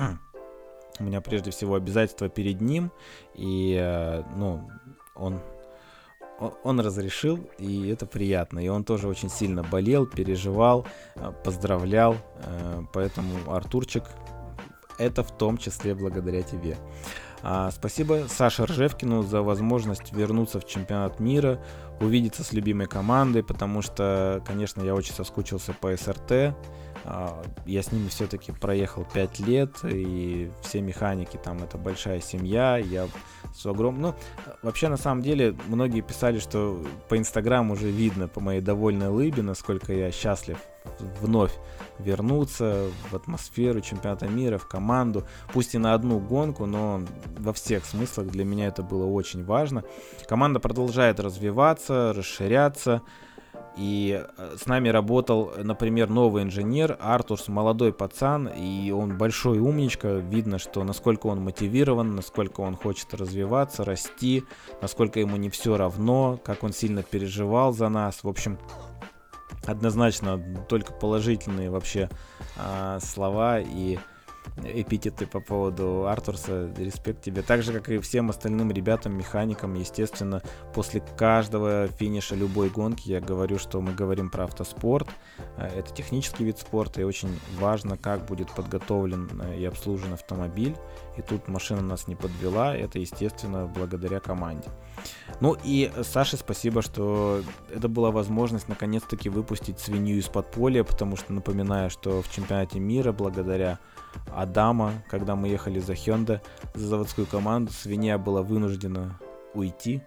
У меня прежде всего обязательства перед ним, и, ну, он, он разрешил, и это приятно. И он тоже очень сильно болел, переживал, поздравлял, поэтому, Артурчик, это в том числе благодаря тебе. Спасибо Саше Ржевкину за возможность вернуться в чемпионат мира, увидеться с любимой командой, потому что, конечно, я очень соскучился по эс эр тэ. Я с ними все-таки проехал пять лет, и все механики там, это большая семья. Я с огромным... Ну, вообще, на самом деле, многие писали, что по Инстаграму уже видно по моей довольной улыбе, насколько я счастлив вновь вернуться в атмосферу чемпионата мира, в команду. Пусть и на одну гонку, но во всех смыслах для меня это было очень важно. Команда продолжает развиваться, расширяться. И с нами работал, например, новый инженер Артурс, молодой пацан, и он большой умничка. Видно, что насколько он мотивирован, насколько он хочет развиваться, расти, насколько ему не все равно, как он сильно переживал за нас. В общем, однозначно только положительные вообще а, слова и эпитеты по поводу Артурса. Респект тебе. Так же, как и всем остальным ребятам, механикам, естественно, после каждого финиша любой гонки я говорю, что мы говорим про автоспорт. Это технический вид спорта, и очень важно, как будет подготовлен и обслужен автомобиль. И тут машина нас не подвела. Это, естественно, благодаря команде. Ну и Саше спасибо, что это была возможность наконец-таки выпустить свинью из подполья, потому что, напоминаю, что в чемпионате мира благодаря Адама, когда мы ехали за Hyundai, за заводскую команду, свинья была вынуждена уйти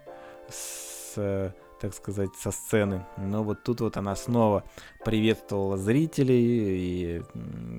с, так сказать, со сцены. Но вот тут вот она снова приветствовала зрителей и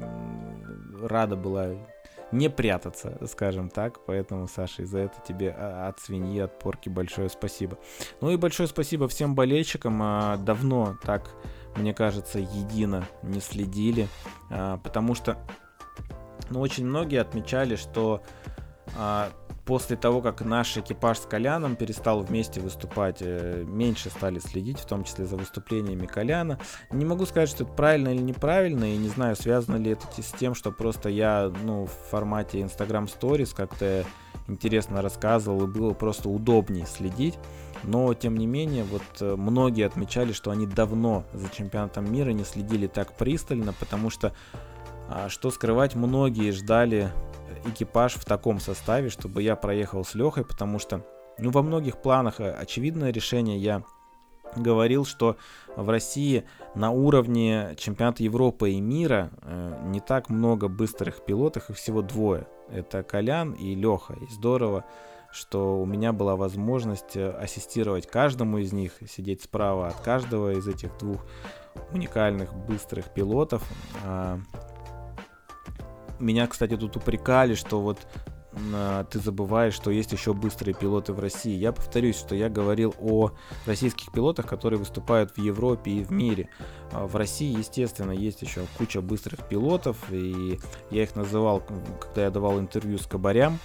рада была не прятаться, скажем так. Поэтому, Саша, за это тебе от свиньи, от порки большое спасибо. Ну и большое спасибо всем болельщикам. Давно так, мне кажется, едино не следили, потому что ну, очень многие отмечали, что а, после того, как наш экипаж с Коляном перестал вместе выступать, э, меньше стали следить, в том числе за выступлениями Коляна. Не могу сказать, что это правильно или неправильно, и не знаю, связано ли это с тем, что просто я ну, в формате Instagram Stories как-то интересно рассказывал, и было просто удобнее следить. Но, тем не менее, вот многие отмечали, что они давно за чемпионатом мира не следили так пристально, потому что А что скрывать, многие ждали экипаж в таком составе, чтобы я проехал с Лехой, потому что ну, во многих планах очевидное решение. Я говорил, что в России на уровне чемпионата Европы и мира э, не так много быстрых пилотов, их всего двое. Это Колян и Леха. И здорово, что у меня была возможность ассистировать каждому из них, сидеть справа от каждого из этих двух уникальных быстрых пилотов. Меня, кстати, тут упрекали, что вот ты забываешь, что есть еще быстрые пилоты в России. Я повторюсь, что я говорил о российских пилотах, которые выступают в Европе и в мире. В России, естественно, есть еще куча быстрых пилотов, и я их называл, когда я давал интервью с Кабарям.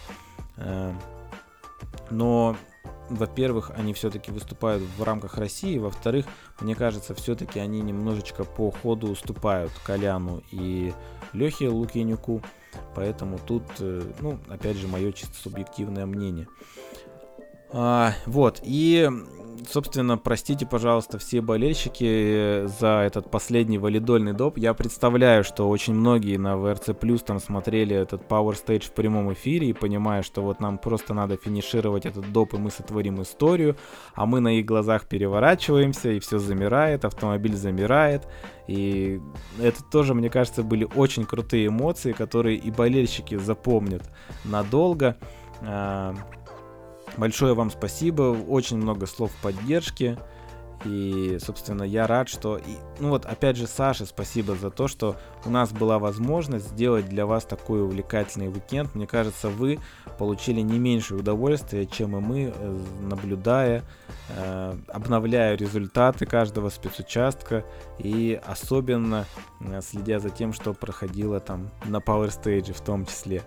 Но, во-первых, они все-таки выступают в рамках России, во-вторых, мне кажется, все-таки они немножечко по ходу уступают Коляну и Лехе Лукьянюку. Поэтому тут, ну, опять же, мое чисто субъективное мнение. А, вот, и, собственно, простите, пожалуйста, все болельщики за этот последний валидольный доп. Я представляю, что очень многие на вэ эр цэ плюс там смотрели этот Power Stage в прямом эфире и понимая, что вот нам просто надо финишировать этот доп, и мы сотворим историю, а мы на их глазах переворачиваемся, и все замирает, автомобиль замирает. И это тоже, мне кажется, были очень крутые эмоции, которые и болельщики запомнят надолго. Большое вам спасибо, очень много слов поддержки. И, собственно, я рад, что... И, ну вот, опять же, Саше спасибо за то, что у нас была возможность сделать для вас такой увлекательный уикенд. Мне кажется, вы получили не меньше удовольствия, чем и мы, наблюдая, э, обновляя результаты каждого спецучастка и особенно э, следя за тем, что проходило там на Power Stage в том числе.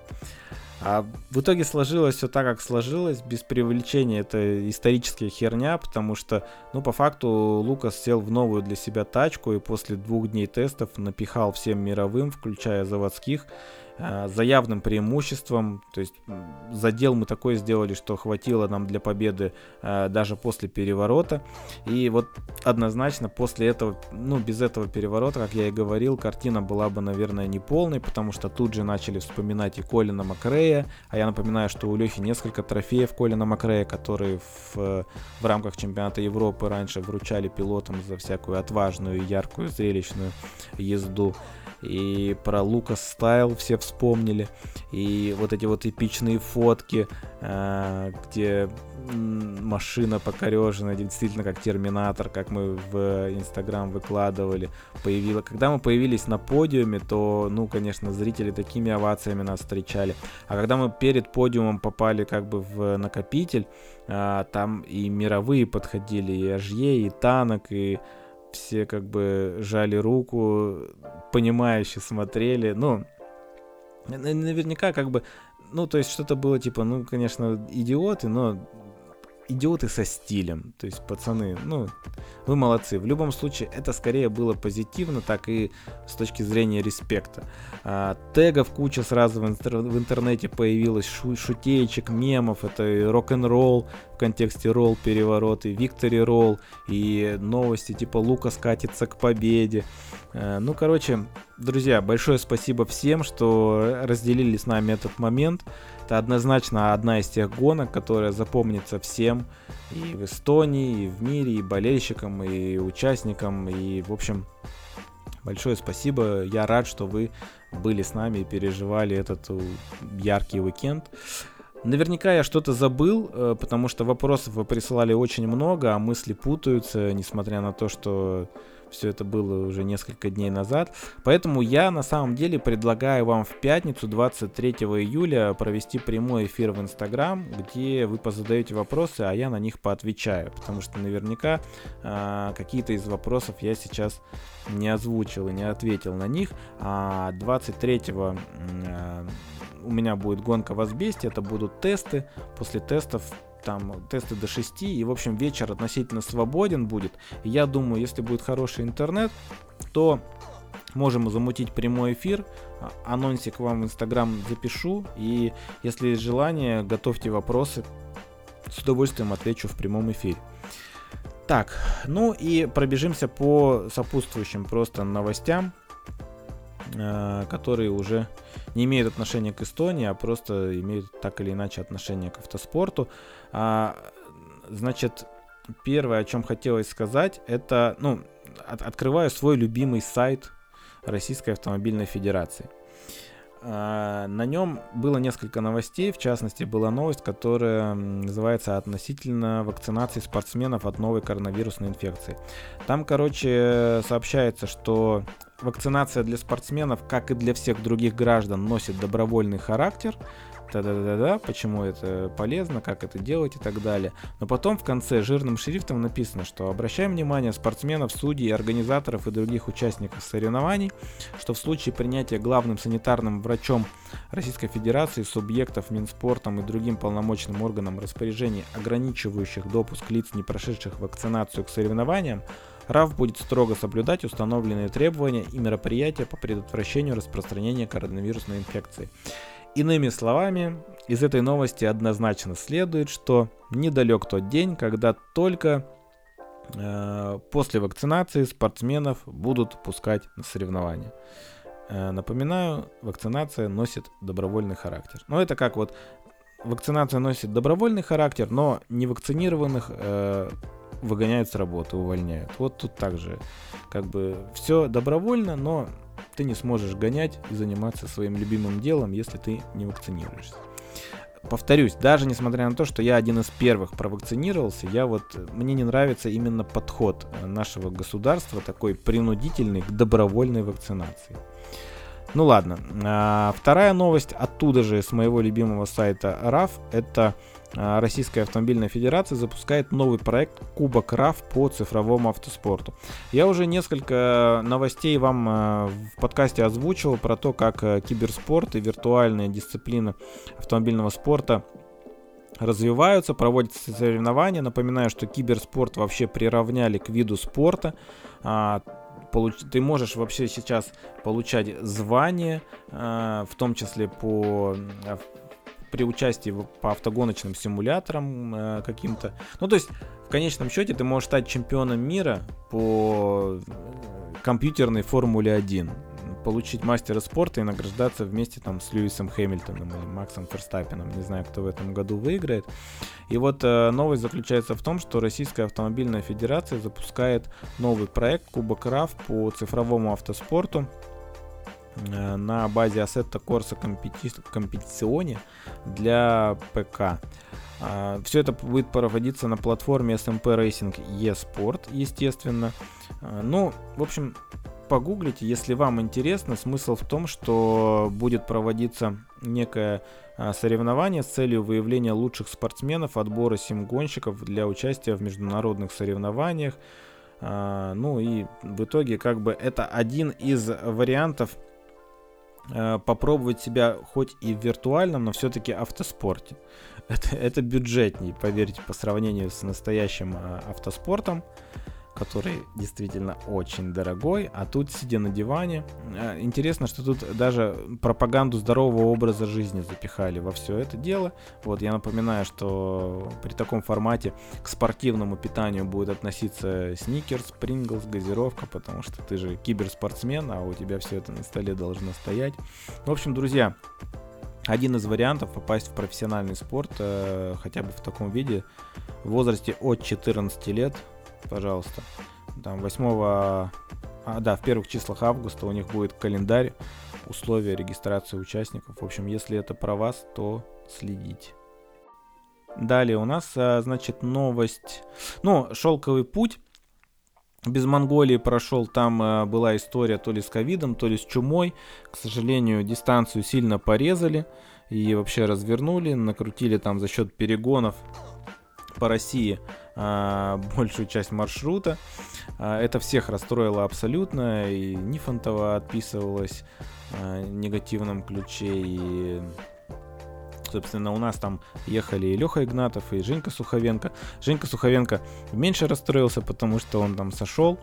А в итоге сложилось все так, как сложилось, без преувеличения. Это историческая херня, потому что, ну, по факту, Лукас сел в новую для себя тачку и после двух дней тестов напихал всем мировым, включая заводских, за явным преимуществом. То есть задел мы такой сделали, что хватило нам для победы даже после переворота. И вот однозначно после этого, ну, без этого переворота, как я и говорил, картина была бы, наверное, неполной, потому что тут же начали вспоминать и Колина Макрея. А я напоминаю, что у Лехи несколько трофеев Колина Макрея, которые в, в рамках чемпионата Европы раньше вручали пилотам за всякую отважную, яркую, зрелищную езду. И про Лукас Стайл все вспомнили. И вот эти вот эпичные фотки, э, где машина покорежена, действительно как Терминатор, как мы в Инстаграм выкладывали. Появилось. Когда мы появились на подиуме, то, ну, конечно, зрители такими овациями нас встречали. А когда мы перед подиумом попали как бы в накопитель, э, там и мировые подходили, и Ажье, и Танок, и все как бы жали руку, понимающе смотрели. Ну, наверняка как бы, ну, то есть что-то было типа, ну, конечно, идиоты, но идиоты со стилем. То есть, пацаны, ну, вы молодцы. В любом случае, это скорее было позитивно, так и с точки зрения респекта. А, тегов куча сразу в, интер- в интернете появилось, шу- шутеечек, мемов. Это и рок-н-ролл в контексте ролл-переворот, и виктори-ролл, и новости типа Лукас катится к победе. А, ну, короче, друзья, большое спасибо всем, что разделили с нами этот момент. Это однозначно одна из тех гонок, которая запомнится всем и в Эстонии, и в мире, и болельщикам, и участникам. И, в общем, большое спасибо. Я рад, что вы были с нами и переживали этот яркий уикенд. Наверняка я что-то забыл, потому что вопросов вы присылали очень много, а мысли путаются, несмотря на то, что все это было уже несколько дней назад. Поэтому я на самом деле предлагаю вам в пятницу, двадцать третьего июля, провести прямой эфир в Инстаграм, где вы позадаете вопросы, а я на них поотвечаю. Потому что наверняка э, какие-то из вопросов я сейчас не озвучил и не ответил на них. А двадцать третьего э, у меня будет гонка в Асбесте, это будут тесты. После тестов там тесты до шести, и, в общем, вечер относительно свободен будет. И я думаю, если будет хороший интернет, то можем замутить прямой эфир, анонсик вам в Инстаграм запишу, и если есть желание, готовьте вопросы, с удовольствием отвечу в прямом эфире. Так, ну и пробежимся по сопутствующим просто новостям, которые уже не имеют отношения к Эстонии, а просто имеют так или иначе отношение к автоспорту. А, значит, первое, о чем хотелось сказать, это, ну, от, открываю свой любимый сайт Российской автомобильной федерации. На нем было несколько новостей, в частности, была новость, которая называется «Относительно вакцинации спортсменов от новой коронавирусной инфекции». Там, короче, сообщается, что вакцинация для спортсменов, как и для всех других граждан, носит добровольный характер. Да-да-да-да, почему это полезно, как это делать и так далее. Но потом в конце жирным шрифтом написано, что обращаем внимание спортсменов, судей, организаторов и других участников соревнований, что в случае принятия главным санитарным врачом Российской Федерации субъектов Минспортом и другим полномочным органам распоряжений, ограничивающих допуск лиц, не прошедших вакцинацию к соревнованиям, РАФ будет строго соблюдать установленные требования и мероприятия по предотвращению распространения коронавирусной инфекции. Иными словами, из этой новости однозначно следует, что недалек тот день, когда только э, после вакцинации спортсменов будут пускать на соревнования. Э, напоминаю, вакцинация носит добровольный характер. Но это как вот вакцинация носит добровольный характер, но невакцинированных э, выгоняют с работы, увольняют. Вот тут также как бы все добровольно, но ты не сможешь гонять и заниматься своим любимым делом, если ты не вакцинируешься. Повторюсь, даже несмотря на то, что я один из первых провакцинировался, я вот, мне не нравится именно подход нашего государства, такой принудительный к добровольной вакцинации. Ну ладно, а, вторая новость оттуда же, с моего любимого сайта РАФ, это Российская автомобильная федерация запускает новый проект Кубок РАФ по цифровому автоспорту. Я уже несколько новостей вам в подкасте озвучивал про то, как киберспорт и виртуальные дисциплины автомобильного спорта развиваются, проводятся соревнования. Напоминаю, что киберспорт вообще приравняли к виду спорта. Ты можешь вообще сейчас получать звание, в том числе по... при участии по автогоночным симуляторам э, каким-то. Ну, то есть, в конечном счете, ты можешь стать чемпионом мира по компьютерной Формуле один, получить мастера спорта и награждаться вместе там с Льюисом Хэмилтоном или Максом Ферстаппеном. Не знаю, кто в этом году выиграет. И вот э, новость заключается в том, что Российская автомобильная федерация запускает новый проект Кубок РАФ по цифровому автоспорту на базе Assetto Corsa Competizione для ПК. Все это будет проводиться на платформе эс эм пи Racing eSport, естественно. Ну, в общем, погуглите, если вам интересно. Смысл в том, что будет проводиться некое соревнование с целью выявления лучших спортсменов, отбора сим-гонщиков для участия в международных соревнованиях. Ну и в итоге как бы это один из вариантов попробовать себя хоть и в виртуальном, но все-таки автоспорте. Это, это бюджетней, поверьте, по сравнению с настоящим автоспортом, который действительно очень дорогой, а тут, сидя на диване, интересно, что тут даже пропаганду здорового образа жизни запихали во все это дело. Вот, я напоминаю, что при таком формате к спортивному питанию будет относиться сникерс, принглс, газировка, потому что ты же киберспортсмен, а у тебя все это на столе должно стоять. В общем, друзья, один из вариантов попасть в профессиональный спорт, э, хотя бы в таком виде, в возрасте от четырнадцати лет, пожалуйста. Там восьмого, а, да, в первых числах августа у них будет календарь, условия регистрации участников. В общем, если это про вас, то следите. Далее у нас, значит, новость. Ну, шелковый путь без Монголии прошел. Там была история то ли с ковидом, то ли с чумой. К сожалению, дистанцию сильно порезали и вообще развернули, накрутили там за счет перегонов по России а, большую часть маршрута. А, это всех расстроило абсолютно, и Нифонтова отписывалась а, в негативном ключе, и, собственно, у нас там ехали и Леха Игнатов, и Женька Суховенко. Женька Суховенко меньше расстроился, потому что он там сошел,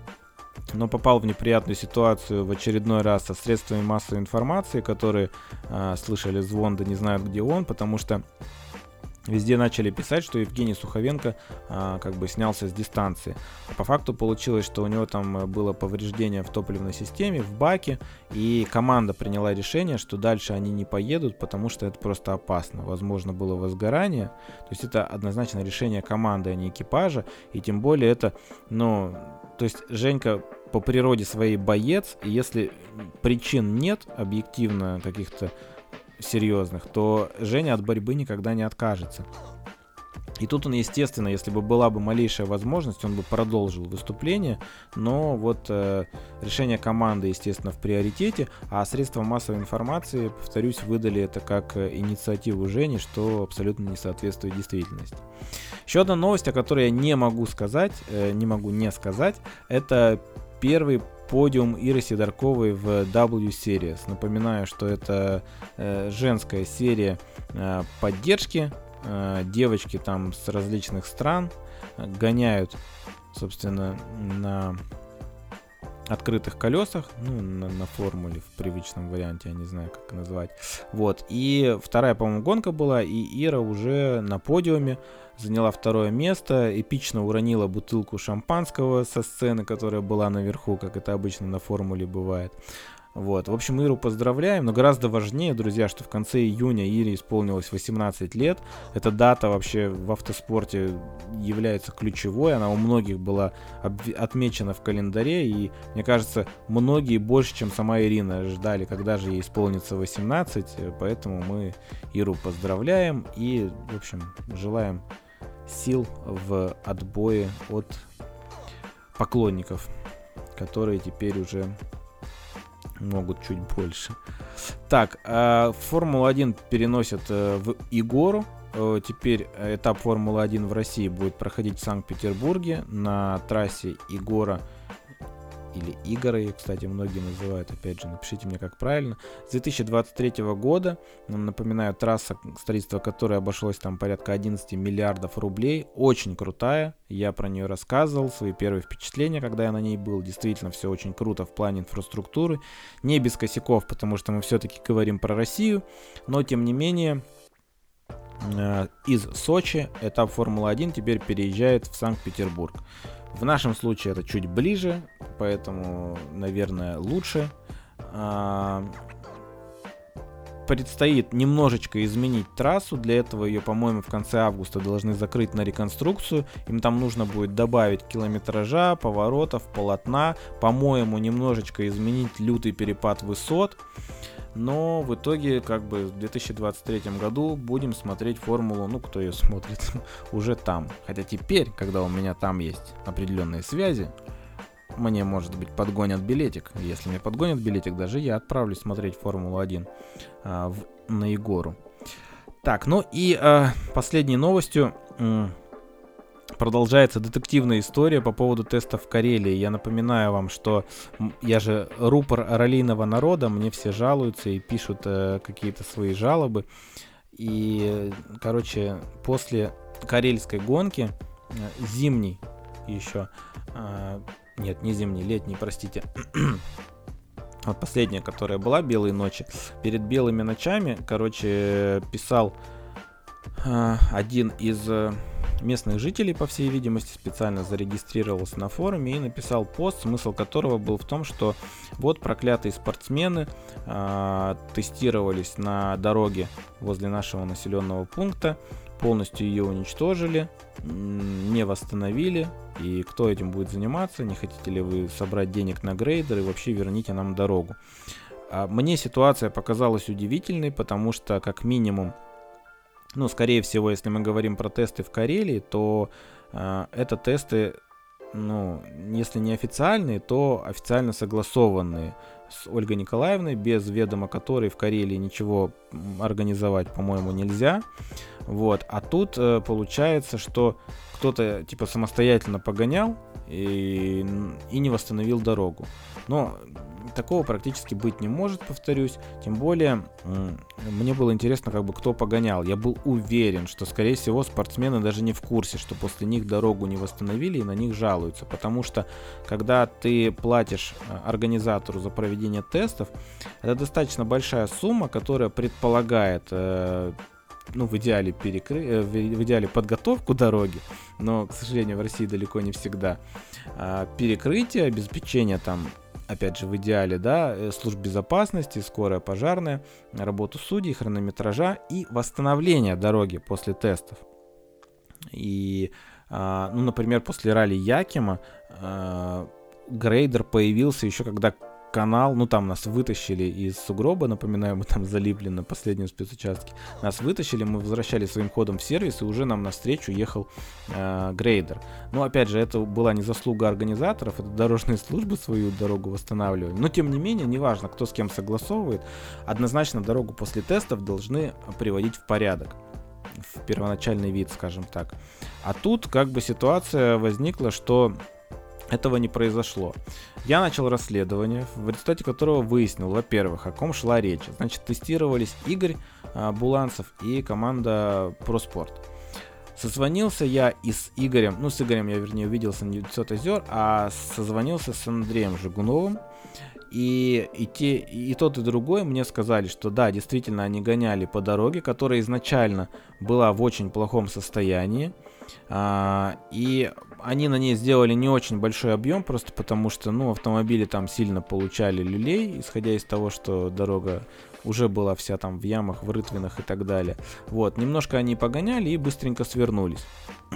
но попал в неприятную ситуацию в очередной раз со средствами массовой информации, которые а, слышали звон, да не знают, где он, потому что везде начали писать, что Евгений Суховенко а, как бы снялся с дистанции. А по факту получилось, что у него там было повреждение в топливной системе, в баке, и команда приняла решение, что дальше они не поедут, потому что это просто опасно. Возможно, было возгорание. То есть это однозначно решение команды, а не экипажа. И тем более это, ну, то есть Женька по природе своей боец, и если причин нет объективно каких-то серьезных, то Женя от борьбы никогда не откажется. И тут он, естественно, если бы была бы малейшая возможность, он бы продолжил выступление, но вот э, решение команды, естественно, в приоритете, а средства массовой информации, повторюсь, выдали это как инициативу Жени, что абсолютно не соответствует действительности. Еще одна новость, о которой я не могу сказать, э, не могу не сказать, это первый подиум Иры Сидорковой в дабл ю Series. Напоминаю, что это э, женская серия э, поддержки. Девочки там с различных стран гоняют, собственно, на открытых колесах, ну, на, на формуле в привычном варианте, я не знаю, как назвать. Вот, и вторая, по-моему, гонка была, и Ира уже на подиуме заняла второе место, эпично уронила бутылку шампанского со сцены, которая была наверху, как это обычно на формуле бывает. Вот, в общем, Иру поздравляем, но гораздо важнее, друзья, что в конце июня Ире исполнилось восемнадцать лет. Эта дата вообще в автоспорте является ключевой, она у многих была об- отмечена в календаре, и, мне кажется, многие больше, чем сама Ирина, ждали, когда же ей исполнится восемнадцать, поэтому мы Иру поздравляем и, в общем, желаем сил в отбое от поклонников, которые теперь уже могут чуть больше. Так, э, Формулу один переносят э, в Игору. Э, теперь этап Формулы один в России будет проходить в Санкт-Петербурге на трассе Игора или Игоры, кстати, многие называют, опять же, напишите мне, как правильно. С две тысячи двадцать третьего года, напоминаю, трасса, строительство которой обошлось там порядка одиннадцать миллиардов рублей, очень крутая, я про нее рассказывал, свои первые впечатления, когда я на ней был, действительно все очень круто в плане инфраструктуры, не без косяков, потому что мы все-таки говорим про Россию, но тем не менее, из Сочи этап Формулы один теперь переезжает в Санкт-Петербург. В нашем случае это чуть ближе, поэтому, наверное, лучше. Предстоит немножечко изменить трассу. Для этого ее, по-моему, в конце августа должны закрыть на реконструкцию. Им там нужно будет добавить километража, поворотов, полотна. По-моему, немножечко изменить лютый перепад высот. Но в итоге, как бы, в две тысячи двадцать третьем году будем смотреть формулу, ну, кто ее смотрит, уже там. Хотя теперь, когда у меня там есть определенные связи, мне, может быть, подгонят билетик. Если мне подгонят билетик, даже я отправлюсь смотреть Формулу один а, в, на Егору. Так, ну и а, последней новостью м- продолжается детективная история по поводу тестов в Карелии. Я напоминаю вам, что я же рупор раллийного народа, мне все жалуются и пишут э, какие-то свои жалобы. И, короче, после карельской гонки, э, зимней еще, э, нет, не зимней, летней, простите, вот последняя, которая была, «Белые ночи», перед «Белыми ночами», короче, писал э, один из... Э, местных жителей, по всей видимости, специально зарегистрировался на форуме и написал пост, смысл которого был в том, что вот проклятые спортсмены э, тестировались на дороге возле нашего населенного пункта, полностью ее уничтожили, не восстановили, и кто этим будет заниматься, не хотите ли вы собрать денег на грейдер и вообще верните нам дорогу. А мне ситуация показалась удивительной, потому что, как минимум, ну, скорее всего, если мы говорим про тесты в Карелии, то э, это тесты, ну, если не официальные, то официально согласованные с Ольгой Николаевной, без ведома которой в Карелии ничего организовать, по-моему, нельзя. Вот. А тут э, получается, что кто-то типа самостоятельно погонял и, и не восстановил дорогу. Но такого практически быть не может, повторюсь. Тем более, мне было интересно, как бы кто погонял. Я был уверен, что, скорее всего, спортсмены даже не в курсе, что после них дорогу не восстановили и на них жалуются. Потому что, когда ты платишь организатору за проведение тестов, это достаточно большая сумма, которая предполагает... ну, в идеале, перекры... в идеале подготовку дороги, но, к сожалению, в России далеко не всегда. Перекрытие, обеспечение там, опять же, в идеале, да, служб безопасности, скорая пожарная, работу судей, хронометража и восстановление дороги после тестов. И, ну, например, после ралли Якима грейдер появился еще когда канал, ну там нас вытащили из сугроба, напоминаю, мы там залипли на последнем спецучастке, нас вытащили, мы возвращались своим ходом в сервис, и уже нам навстречу ехал э, грейдер. Но опять же, это была не заслуга организаторов, это дорожные службы свою дорогу восстанавливали, но тем не менее, неважно, кто с кем согласовывает, однозначно дорогу после тестов должны приводить в порядок, в первоначальный вид, скажем так. А тут как бы ситуация возникла, что этого не произошло. Я начал расследование, в результате которого выяснил, во-первых, о ком шла речь. Значит, тестировались Игорь а, Буланцев и команда ProSport. Созвонился я и с Игорем, ну с Игорем я вернее увиделся не в девятьсот озер, а созвонился с Андреем Жигуновым. И, и, те, и тот, и другой мне сказали, что да, действительно они гоняли по дороге, которая изначально была в очень плохом состоянии. А, и они на ней сделали не очень большой объем, просто потому что, ну, автомобили там сильно получали люлей, исходя из того, что дорога уже была вся там в ямах, в рытвинах и так далее. Вот, немножко они погоняли и быстренько свернулись.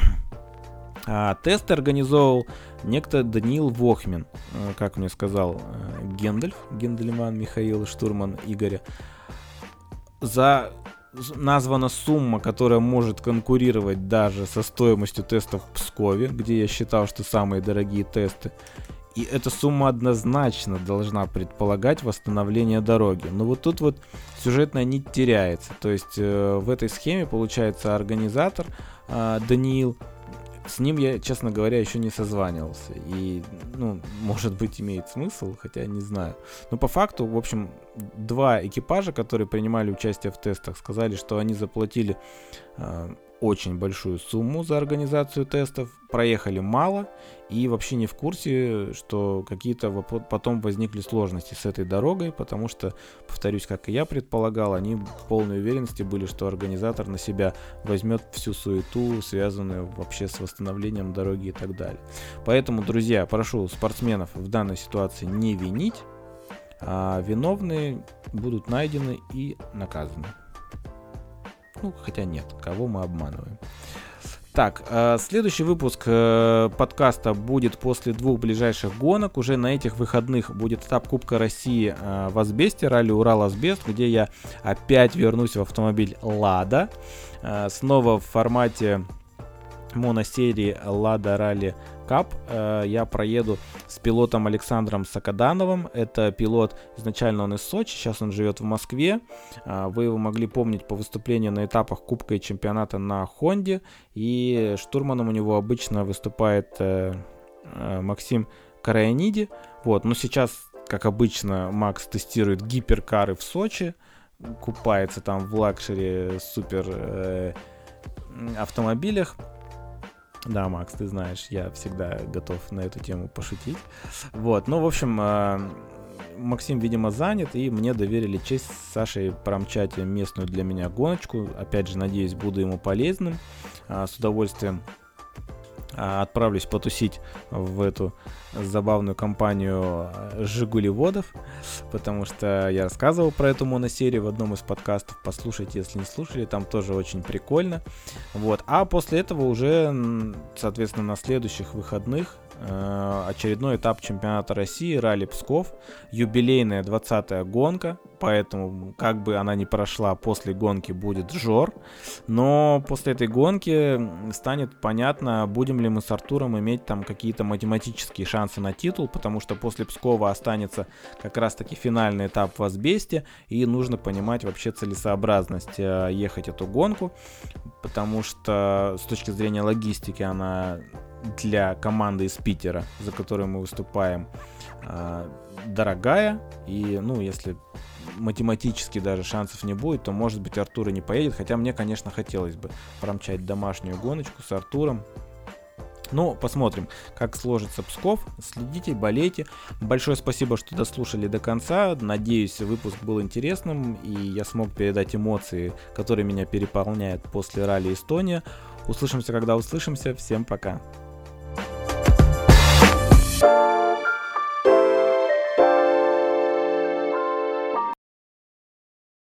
А тесты организовал некто Даниил Вохмин, как мне сказал Гендальф, Гендельман Михаил, штурман Игоря. За названа сумма, которая может конкурировать даже со стоимостью тестов в Пскове, где я считал, что самые дорогие тесты. И эта сумма однозначно должна предполагать восстановление дороги. Но вот тут вот сюжетная нить теряется. То есть э, в этой схеме получается организатор э, Даниил. С ним я, честно говоря, еще не созванивался. И, ну, может быть, имеет смысл, хотя не знаю. Но по факту, в общем, два экипажа, которые принимали участие в тестах, сказали, что они заплатили э, очень большую сумму за организацию тестов, проехали мало и вообще не в курсе, что какие-то потом возникли сложности с этой дорогой, потому что, повторюсь, как и я предполагал, они в полной уверенности были, что организатор на себя возьмет всю суету, связанную вообще с восстановлением дороги и так далее. Поэтому, друзья, прошу спортсменов в данной ситуации не винить, а виновные будут найдены и наказаны. Ну, хотя нет, кого мы обманываем. Так, э, следующий выпуск э, подкаста будет после двух ближайших гонок. Уже на этих выходных будет этап Кубка России э, в Асбесте, ралли Урал-Асбест, где я опять вернусь в автомобиль Лада. Э, снова в формате моносерии Лада Ралли Кап э, я проеду с пилотом Александром Сакадановым. Это пилот, изначально он из Сочи, сейчас он живет в Москве. Э, вы его могли помнить по выступлению на этапах Кубка и чемпионата на Хонде. И штурманом у него обычно выступает э, э, Максим Караяниди. Вот, но сейчас, как обычно, Макс тестирует гиперкары в Сочи, купается там в лакшери супер э, автомобилях. Да, Макс, ты знаешь, я всегда готов на эту тему пошутить. Вот, ну, в общем, э, Максим, видимо, занят, и мне доверили честь с Сашей промчать местную для меня гоночку. Опять же, надеюсь, буду ему полезным. Э, с удовольствием э, отправлюсь потусить в эту забавную компанию жигулеводов, потому что я рассказывал про эту моносерию в одном из подкастов. Послушайте, если не слушали, там тоже очень прикольно. Вот. А после этого уже, соответственно, на следующих выходных э, очередной этап чемпионата России, ралли Псков, юбилейная двадцатая гонка, поэтому как бы она ни прошла, после гонки будет жор, но после этой гонки станет понятно, будем ли мы с Артуром иметь там какие-то математические шансы на титул, потому что после Пскова останется как раз-таки финальный этап в Асбесте, и нужно понимать вообще целесообразность э, ехать эту гонку, потому что с точки зрения логистики она для команды из Питера, за которую мы выступаем, э, дорогая, и, ну, если математически даже шансов не будет, то, может быть, Артур и не поедет, хотя мне, конечно, хотелось бы промчать домашнюю гоночку с Артуром. Ну, посмотрим, как сложится Псков. Следите, болейте. Большое спасибо, что дослушали до конца. Надеюсь, выпуск был интересным, и я смог передать эмоции, которые меня переполняют после ралли Эстония. Услышимся, когда услышимся. Всем пока.